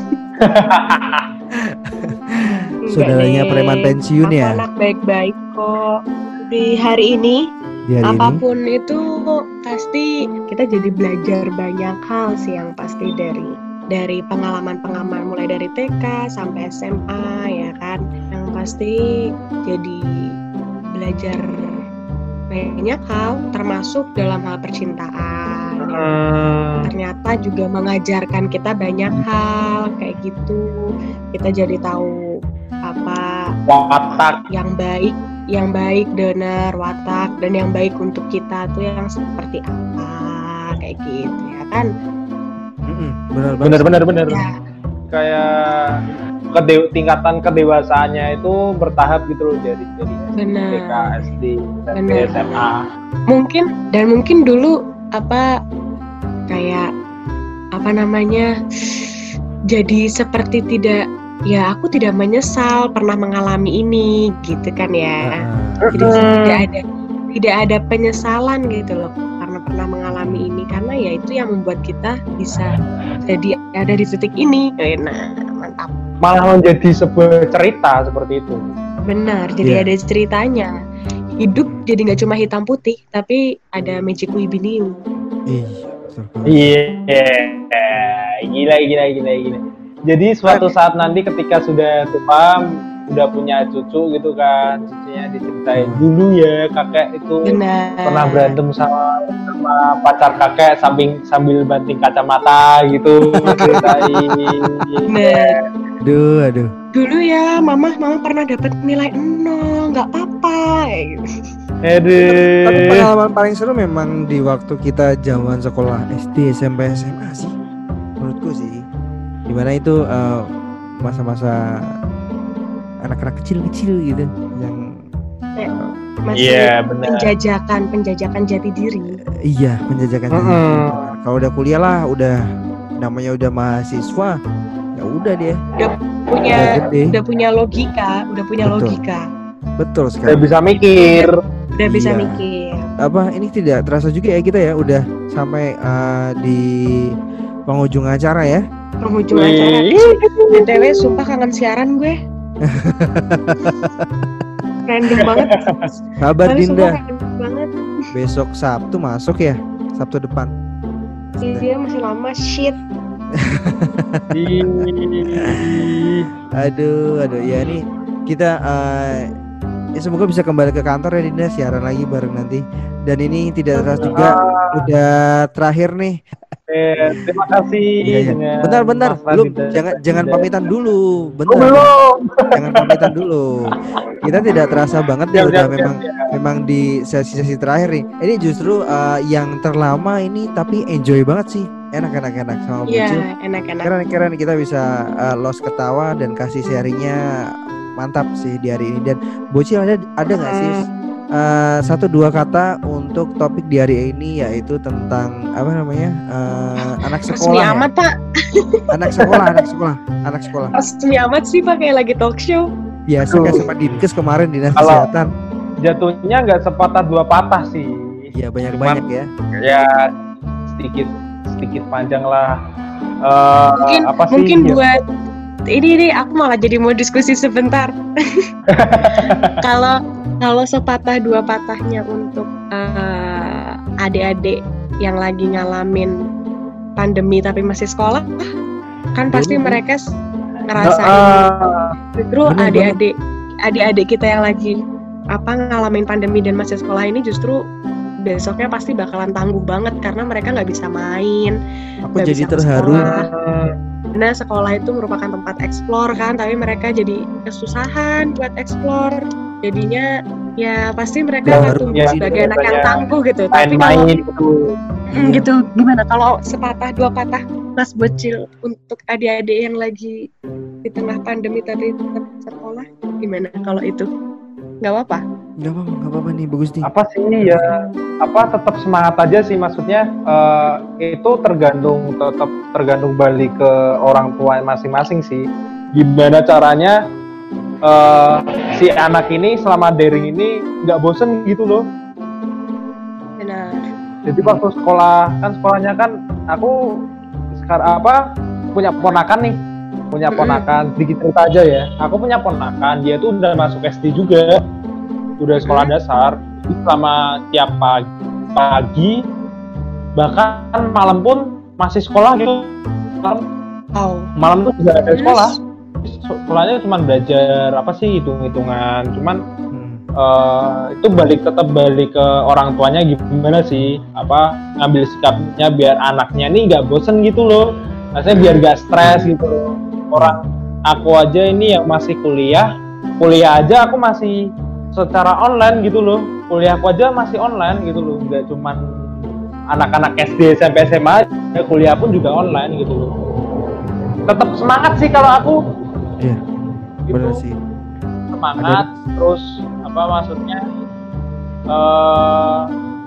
Speaker 2: Saudaranya
Speaker 3: Enggak,
Speaker 2: preman
Speaker 3: Nek.
Speaker 2: pensiun
Speaker 3: Aku
Speaker 2: ya?
Speaker 3: anak baik-baik kok. Di hari ini
Speaker 2: Di hari ini.
Speaker 3: apapun itu pasti kita jadi belajar banyak hal sih, yang pasti dari dari pengalaman-pengalaman mulai dari T K sampai S M A ya kan, yang pasti jadi belajar banyak hal termasuk dalam hal percintaan yang
Speaker 1: Hmm,
Speaker 3: ternyata juga mengajarkan kita banyak hal kayak gitu. Kita jadi tahu apa
Speaker 1: watak.
Speaker 3: yang baik, yang baik benar watak, dan yang baik untuk kita tuh yang seperti apa kayak gitu ya kan.
Speaker 2: Mm-mm, benar banget.
Speaker 1: Bener bener bener.
Speaker 3: Ya,
Speaker 1: Kayak kede- tingkatan kedewasaannya itu bertahap gitu loh, jadi jadi T K,
Speaker 3: benar.
Speaker 1: S D, S M P,
Speaker 3: Bener.
Speaker 1: S M A.
Speaker 3: Mungkin dan mungkin dulu apa kayak apa namanya jadi seperti tidak, ya aku tidak menyesal pernah mengalami ini gitu kan ya.
Speaker 2: Ah,
Speaker 3: Jadi tidak ada tidak ada penyesalan gitu loh karena pernah mengalami ini, karena ya itu yang membuat kita bisa jadi ada di titik ini. Nah, mantap.
Speaker 1: Malah menjadi sebuah cerita seperti itu.
Speaker 3: Benar, jadi
Speaker 2: Iya.
Speaker 3: ada ceritanya. Hidup jadi nggak cuma hitam putih, tapi ada magic wibiniu.
Speaker 2: Iya, betul banget.
Speaker 1: Iya, gila gila gila gila. Jadi suatu saat nanti ketika sudah tua, udah punya cucu gitu kan, cucunya diceritain dulu ya kakek itu
Speaker 3: Benar.
Speaker 1: pernah berantem sama, sama pacar kakek sambil sambil banting kacamata gitu, ceritain.
Speaker 3: Benar.
Speaker 2: Aduh, aduh.
Speaker 3: dulu ya mama mama pernah dapat nilai nol, nggak apa-apa kayak gitu.
Speaker 1: Aduh.
Speaker 2: Tapi pengalaman paling seru memang di waktu kita zaman sekolah S D, S M P, S M A sih, menurutku sih. Dimana itu uh, masa-masa anak-anak kecil-kecil gitu yang uh,
Speaker 3: masih
Speaker 1: Iya, benar.
Speaker 3: penjajakan penjajakan jati diri.
Speaker 2: iya menjajakan diri.
Speaker 1: Mm-mm.
Speaker 2: Kalau udah kuliah lah, udah namanya udah mahasiswa, ya udah dia
Speaker 3: Udah punya
Speaker 2: udah gede.
Speaker 3: udah punya logika, udah punya
Speaker 2: Betul.
Speaker 3: logika,
Speaker 2: Betul
Speaker 1: Udah
Speaker 2: sekali.
Speaker 1: bisa mikir.
Speaker 3: udah bisa
Speaker 2: Iya.
Speaker 3: mikir.
Speaker 2: Apa ini tidak terasa juga ya kita ya udah sampai uh, di penghujung acara ya.
Speaker 3: Penghujung acara. B T W sumpah kangen siaran gue. Random banget.
Speaker 2: Kabar
Speaker 3: Tapi
Speaker 2: Dinda,
Speaker 3: sumpah random banget.
Speaker 2: besok Sabtu masuk ya, Sabtu depan.
Speaker 3: Iya masih lama shit.
Speaker 1: Ih.
Speaker 2: Aduh, aduh ya ini kita uh, ya semoga bisa kembali ke kantor ya Dinda, siaran lagi bareng nanti. Dan ini tidak terasa juga udah terakhir nih.
Speaker 1: Eh, terima kasih.
Speaker 2: Iya, iya.
Speaker 1: dengan
Speaker 2: Bentar, bentar,
Speaker 1: Mas
Speaker 2: belum,
Speaker 1: Raditya.
Speaker 2: jangan jangan pamitan dulu,
Speaker 1: Oh,
Speaker 2: bentar,
Speaker 1: belum.
Speaker 2: jangan pamitan dulu. Kita tidak terasa banget ya
Speaker 1: Siap,
Speaker 2: udah
Speaker 1: siap,
Speaker 2: memang
Speaker 1: siap.
Speaker 2: memang di sesi-sesi terakhir nih. Ini justru uh, yang terlama ini tapi enjoy banget sih, enak-enak enak sama
Speaker 3: Iya
Speaker 2: Bocil.
Speaker 3: enak-enak.
Speaker 2: Keren-keren kita bisa uh, lost ketawa dan kasih sharingnya mantap sih di hari ini. Dan Bocil ada ada nggak sih uh, satu dua kata untuk topik di hari ini, yaitu tentang apa namanya uh, anak
Speaker 3: Resmi
Speaker 2: sekolah ya?
Speaker 3: amat pak.
Speaker 2: anak sekolah anak sekolah anak sekolah
Speaker 3: Resmi amat sih pak kayak lagi talk show.
Speaker 2: biasa kayak sama Dinkes kemarin dinas
Speaker 1: Kalau-
Speaker 2: kesehatan.
Speaker 1: Jatuhnya nggak sepatah dua patah sih.
Speaker 2: Iya banyak-banyak ya.
Speaker 1: Ya sedikit sedikit panjang lah. Eh,
Speaker 3: Mungkin
Speaker 1: apa sih?
Speaker 3: mungkin
Speaker 1: ya,
Speaker 3: buat ini nih aku malah jadi mau diskusi sebentar. Kalau kalau sepatah dua patahnya untuk eh, adik-adik yang lagi ngalamin pandemi tapi masih sekolah, kan pasti
Speaker 2: Bener.
Speaker 3: mereka s- ngerasain
Speaker 1: eh,
Speaker 3: justru
Speaker 2: Bener
Speaker 3: adik-adik adik-adik kita yang lagi apa ngalamin pandemi dan masih sekolah ini justru besoknya pasti bakalan tangguh banget karena mereka nggak bisa main.
Speaker 2: Aku
Speaker 3: Nggak
Speaker 2: jadi
Speaker 3: bisa ke
Speaker 2: terharu.
Speaker 3: sekolah.
Speaker 1: eh,
Speaker 3: Nah sekolah itu merupakan tempat eksplor kan, tapi mereka jadi kesusahan buat eksplor. Jadinya ya pasti mereka akan
Speaker 2: Baru
Speaker 3: tumbuh
Speaker 2: ya,
Speaker 3: sebagai anak yang
Speaker 1: biasanya
Speaker 3: tangguh gitu. Tapi kalau
Speaker 1: main-main gitu.
Speaker 3: Mm, gitu gimana kalau sepatah dua patah Mas Bocil untuk adik-adik yang lagi di tengah pandemi tapi tetap sekolah, gimana kalau itu? Nggak apa-apa?
Speaker 2: Gak apa-apa, gak apa-apa nih, bagus nih.
Speaker 1: Apa sih ya? Apa tetap semangat aja sih, maksudnya eh, itu tergantung tetap tergantung balik ke orang tua masing-masing sih. Gimana caranya eh, si anak ini selama daring ini nggak bosen gitu loh.
Speaker 3: Benar.
Speaker 1: Jadi waktu sekolah kan sekolahnya kan aku sekarang apa punya ponakan nih, punya
Speaker 3: Mm-mm.
Speaker 1: ponakan sedikit cerita aja ya. Aku punya ponakan, dia tuh udah masuk S D juga, udah sekolah dasar. Jadi selama tiap pagi, pagi bahkan malam pun masih sekolah gitu. Malam,
Speaker 3: Wow.
Speaker 1: malam tuh juga ada
Speaker 3: Terus?
Speaker 1: sekolah. Sekolahnya cuma belajar apa sih hitung-hitungan, cuman
Speaker 2: Hmm.
Speaker 1: Uh, itu balik tetap balik ke orang tuanya gimana sih apa ngambil sikapnya biar anaknya nih nggak bosen gitu loh, maksudnya biar nggak stres gitu loh. Orang aku aja ini yang masih kuliah kuliah aja aku masih secara online gitu loh, kuliahku aja masih online gitu loh, nggak cuman anak-anak S D sampai S M A, kuliah pun juga online gitu loh. Tetap semangat sih kalau aku
Speaker 2: Iya,
Speaker 1: gitu.
Speaker 2: benar sih.
Speaker 1: Semangat terus apa maksudnya eh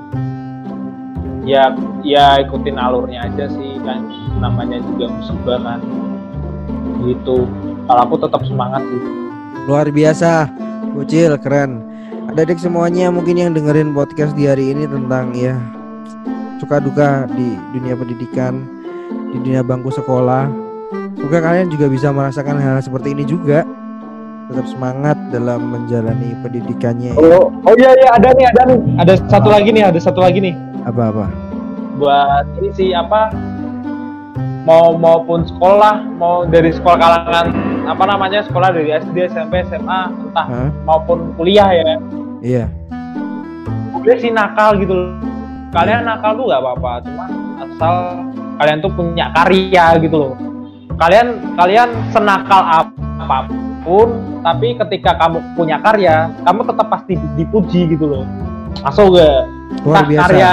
Speaker 1: ya ya ikutin alurnya aja sih kan, namanya juga musibah kan gitu. Kalau aku tetap semangat sih.
Speaker 2: Luar biasa, Bocil, keren. Adik-adik semuanya mungkin yang dengerin podcast di hari ini tentang ya suka duka di dunia pendidikan, di dunia bangku sekolah. Semoga kalian juga bisa merasakan hal seperti ini juga. Tetap semangat dalam menjalani pendidikannya. Ya.
Speaker 1: Oh, oh iya iya ada nih ada nih ada satu lagi nih ada satu lagi nih
Speaker 2: Apa-apa?
Speaker 1: buat ini sih apa mau maupun sekolah, mau dari sekolah kalangan apa namanya sekolah dari S D S M P S M A entah
Speaker 2: Hah?
Speaker 1: maupun kuliah ya.
Speaker 2: Iya.
Speaker 1: Boleh sih nakal gitu loh. Kalian nakal tuh gak apa-apa, cuma asal kalian tuh punya karya gitu loh. Kalian kalian senakal apapun pun, tapi ketika kamu punya karya, kamu tetap pasti dipuji gitu loh. Masuk gak?
Speaker 2: Luar
Speaker 1: Entah
Speaker 2: biasa.
Speaker 1: karya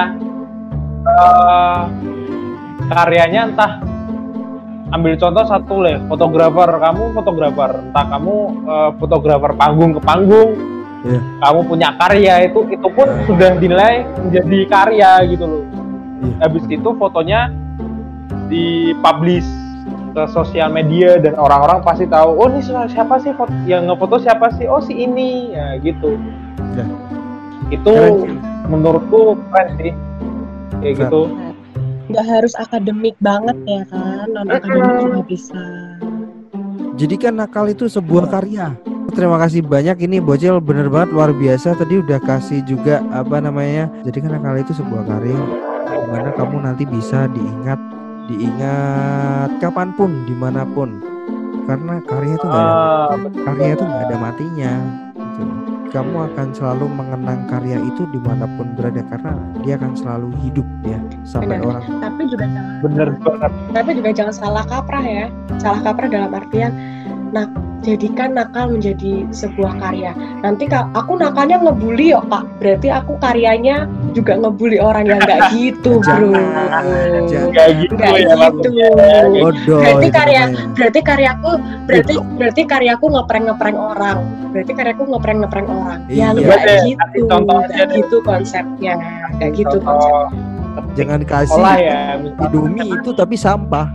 Speaker 1: uh, karyanya entah, ambil contoh satu lah, fotografer, kamu fotografer, entah kamu uh, fotografer panggung ke panggung,
Speaker 2: Iya.
Speaker 1: kamu punya karya itu, itu pun sudah dinilai menjadi karya gitu loh.
Speaker 2: Iya.
Speaker 1: Habis itu fotonya dipublish ke sosial media dan orang-orang pasti tahu, oh ini siapa sih foto, yang ngefoto siapa sih, oh si ini, ya gitu.
Speaker 2: Ya.
Speaker 1: Itu
Speaker 2: Keren.
Speaker 1: menurutku keren sih, kayak
Speaker 2: Keren.
Speaker 1: gitu.
Speaker 3: Nggak harus akademik banget ya kan, non akademik juga bisa.
Speaker 2: Jadi kan nakal itu sebuah karya. Terima kasih banyak, ini Bocil bener banget luar biasa. Tadi udah kasih juga apa namanya. Jadi kan nakal itu sebuah karya, dimana kamu nanti bisa diingat, diingat kapanpun, dimanapun. Karena karya itu nggak ada,
Speaker 1: Ah,
Speaker 2: karya itu nggak ada matinya. Gitu. Kamu akan selalu mengenang karya itu dimanapun berada, karena dia akan selalu hidup ya sampai
Speaker 3: Benar.
Speaker 2: orang.
Speaker 3: Tapi juga jangan,
Speaker 1: bener banget.
Speaker 3: tapi juga jangan salah kaprah ya. Salah kaprah dalam artian, nah jadikan nakal menjadi sebuah karya. Nanti ka- aku nakalnya ngebully yuk Pak, berarti aku karyanya juga ngebully orang, yang nggak gitu bro.
Speaker 2: Jangan, jangan.
Speaker 1: Kayak gitu
Speaker 3: Nggak
Speaker 1: ya
Speaker 3: gitu.
Speaker 1: maksudnya.
Speaker 2: Bodoh.
Speaker 3: Berarti
Speaker 2: itu
Speaker 3: karya,
Speaker 2: namanya.
Speaker 3: berarti karyaku, berarti berarti karyaku ngeprank ngeprank orang. Berarti karyaku ngeprank ngeprank orang.
Speaker 2: Iya.
Speaker 3: Ya
Speaker 1: Coba
Speaker 3: nggak
Speaker 1: deh,
Speaker 3: gitu,
Speaker 1: kasih contoh aja
Speaker 3: nggak
Speaker 1: deh.
Speaker 3: gitu konsepnya, nggak gitu
Speaker 1: Contoh
Speaker 3: konsepnya.
Speaker 2: Jangan kasih
Speaker 1: sekolah ya, misalnya.
Speaker 2: Indomie itu tapi sampah.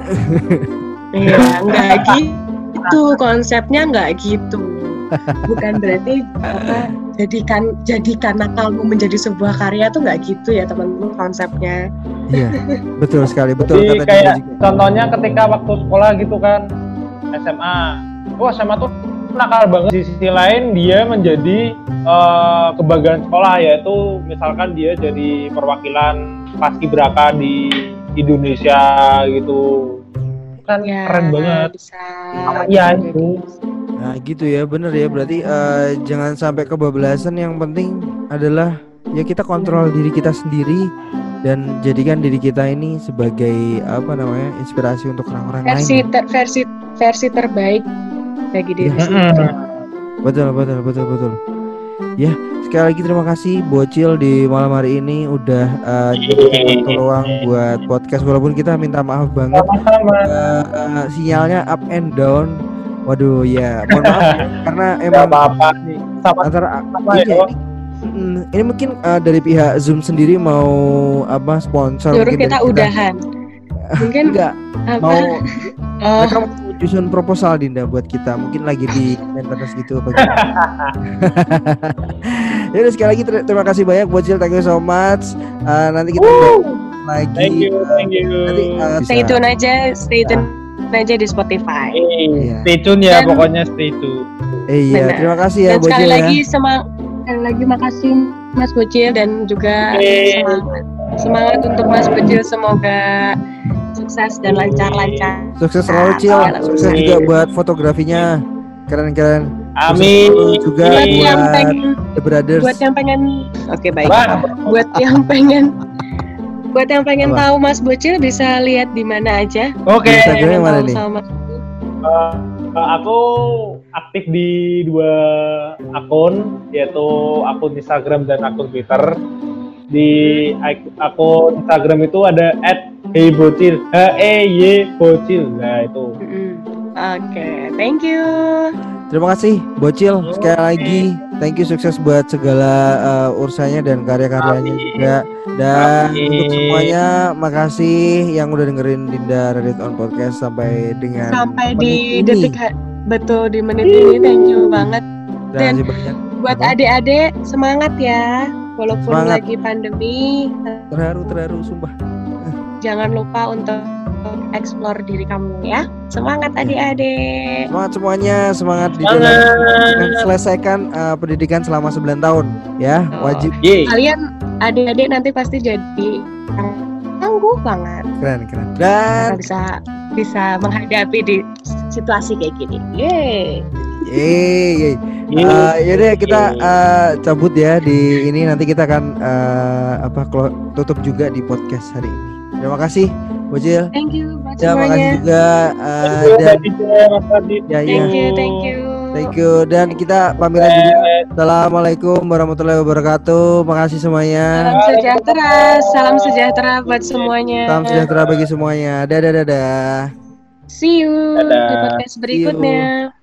Speaker 3: Iya, nggak gitu konsepnya, nggak gitu. Bukan berarti apa, jadikan jadikan nakalmu menjadi sebuah karya tuh nggak gitu ya teman-teman konsepnya.
Speaker 2: Iya, betul sekali, betul
Speaker 1: Jadi
Speaker 2: kata
Speaker 1: kayak
Speaker 2: Dinda juga.
Speaker 1: contohnya ketika waktu sekolah gitu kan, S M A. Oh S M A tuh nakal banget. Di sisi lain dia menjadi uh, kebanggaan sekolah, yaitu misalkan dia jadi perwakilan paskibraka di Indonesia gitu. Kan
Speaker 3: Ya,
Speaker 1: keren banget.
Speaker 3: bisa.
Speaker 1: Iya,
Speaker 3: Jadi,
Speaker 1: itu.
Speaker 2: Nah gitu ya, bener ya. Berarti eh, jangan sampai kebablasan. Yang penting adalah ya kita kontrol diri kita sendiri dan jadikan diri kita ini sebagai apa namanya, inspirasi untuk orang-orang
Speaker 3: versi
Speaker 2: lain.
Speaker 3: ter- versi versi terbaik bagi diri
Speaker 2: Iya.
Speaker 3: sendiri.
Speaker 2: Betul, betul, betul, betul. Ya, sekali lagi terima kasih Bocil di malam hari ini udah uh, nyediain waktu luang buat podcast, walaupun kita minta maaf banget
Speaker 1: Sama-sama.
Speaker 2: uh, uh, sinyalnya up and down. Waduh ya, mohon maaf ya, karena
Speaker 1: Gak
Speaker 2: emang
Speaker 1: apa-apa nih. Sama
Speaker 2: antara
Speaker 1: sama
Speaker 2: ini,
Speaker 1: ya.
Speaker 2: ini, mm, ini mungkin uh, dari pihak Zoom sendiri mau apa sponsor
Speaker 3: Nyuruh
Speaker 2: mungkin
Speaker 3: kita
Speaker 2: dari
Speaker 3: udahan. Mungkin
Speaker 2: enggak
Speaker 3: apa?
Speaker 2: mau
Speaker 3: Oh,
Speaker 2: mereka mau nyusun proposal Dinda buat kita, mungkin lagi di maintenance gitu apa gitu. Ya udah, sekali lagi ter- terima kasih banyak Bocil, thank you so much. Uh, nanti kita
Speaker 1: Woo!
Speaker 2: lagi
Speaker 1: Thank you,
Speaker 2: uh,
Speaker 1: thank you.
Speaker 2: nanti uh,
Speaker 3: stay
Speaker 2: bisa-
Speaker 3: tune aja, stay tune aja di Spotify.
Speaker 1: Eh,
Speaker 2: Iya.
Speaker 1: Stay tune ya,
Speaker 3: Dan-
Speaker 1: pokoknya stay tune.
Speaker 2: Eh, iya,
Speaker 3: Benar.
Speaker 2: terima kasih ya
Speaker 3: Dan sekali
Speaker 2: Bocil ya.
Speaker 3: lagi semang sekali lagi makasih Mas Bocil, dan juga
Speaker 1: Oke.
Speaker 3: semangat semangat untuk Mas Bocil, semoga sukses dan lancar-lancar.
Speaker 2: Sukses selalu Cil,
Speaker 3: Amin.
Speaker 2: sukses juga buat fotografinya. Keren-keren.
Speaker 1: Amin.
Speaker 2: Sukses juga
Speaker 3: Buat yang
Speaker 2: buat
Speaker 3: pengen,
Speaker 2: The Brothers.
Speaker 3: buat yang pengen, oke baik.
Speaker 1: Wah,
Speaker 3: Buat yang pengen, buat yang pengen
Speaker 2: Apa?
Speaker 3: tahu Mas Bocil bisa lihat di mana aja.
Speaker 1: Oke.
Speaker 2: Di Instagram
Speaker 3: Pengen
Speaker 2: yang mana
Speaker 3: tahu
Speaker 2: nih?
Speaker 3: sama Mas Bocil.
Speaker 1: Eh, aku aktif di dua akun, yaitu akun Instagram dan akun Twitter. Di ak- akun Instagram itu ada at heybocil, H E Y bocil. Nah itu.
Speaker 3: Mm-mm. Oke, thank you.
Speaker 2: Terima kasih Bocil
Speaker 1: Oke.
Speaker 2: sekali lagi. Thank you, sukses buat segala uh, urusannya dan karya-karyanya
Speaker 1: Amin.
Speaker 2: juga. Dan
Speaker 1: Amin.
Speaker 2: untuk semuanya, makasih yang udah dengerin Dinda Reddit on Podcast sampai dengan
Speaker 3: Sampai
Speaker 2: menit
Speaker 3: di
Speaker 2: ini.
Speaker 3: detik ha- betul di menit ini, thank you banget.
Speaker 2: Terima
Speaker 3: dan-
Speaker 2: kasih banyak.
Speaker 3: Buat
Speaker 2: Apa?
Speaker 3: adik-adik semangat ya, walaupun
Speaker 2: Semangat.
Speaker 3: lagi pandemi,
Speaker 2: Terharu, terharu, sumpah.
Speaker 3: jangan lupa untuk explore diri kamu ya. Semangat adik-adik.
Speaker 2: Semangat semuanya, semangat di dalam
Speaker 1: Semangat.
Speaker 2: dan selesaikan uh, pendidikan selama sembilan tahun ya,
Speaker 3: Oh.
Speaker 2: wajib.
Speaker 1: Yeay.
Speaker 3: Kalian adik-adik nanti pasti jadi yang tangguh banget.
Speaker 2: Keren, keren.
Speaker 3: Karena
Speaker 2: Dan
Speaker 3: bisa bisa menghadapi di situasi kayak gini. Yeay.
Speaker 2: yeay, yeay.
Speaker 1: Yeay.
Speaker 2: Uh, yaudah kita uh, cabut ya di ini, nanti kita akan uh, apa clo- tutup juga di podcast hari ini. Terima kasih Bocil.
Speaker 3: Thank you buat
Speaker 2: Ya, makasih
Speaker 3: semuanya.
Speaker 2: juga uh,
Speaker 1: Thank you,
Speaker 2: dan
Speaker 1: Mbak Dija, Mas Radit.
Speaker 2: ya ya.
Speaker 3: Thank you, thank you.
Speaker 2: Thank you. Dan kita pamitan juga. Assalamualaikum warahmatullahi wabarakatuh. Makasih semuanya.
Speaker 3: Salam sejahtera, salam sejahtera buat semuanya.
Speaker 2: Salam sejahtera bagi semuanya. Dadah dadah.
Speaker 3: See you
Speaker 1: Dadah.
Speaker 3: di podcast berikutnya.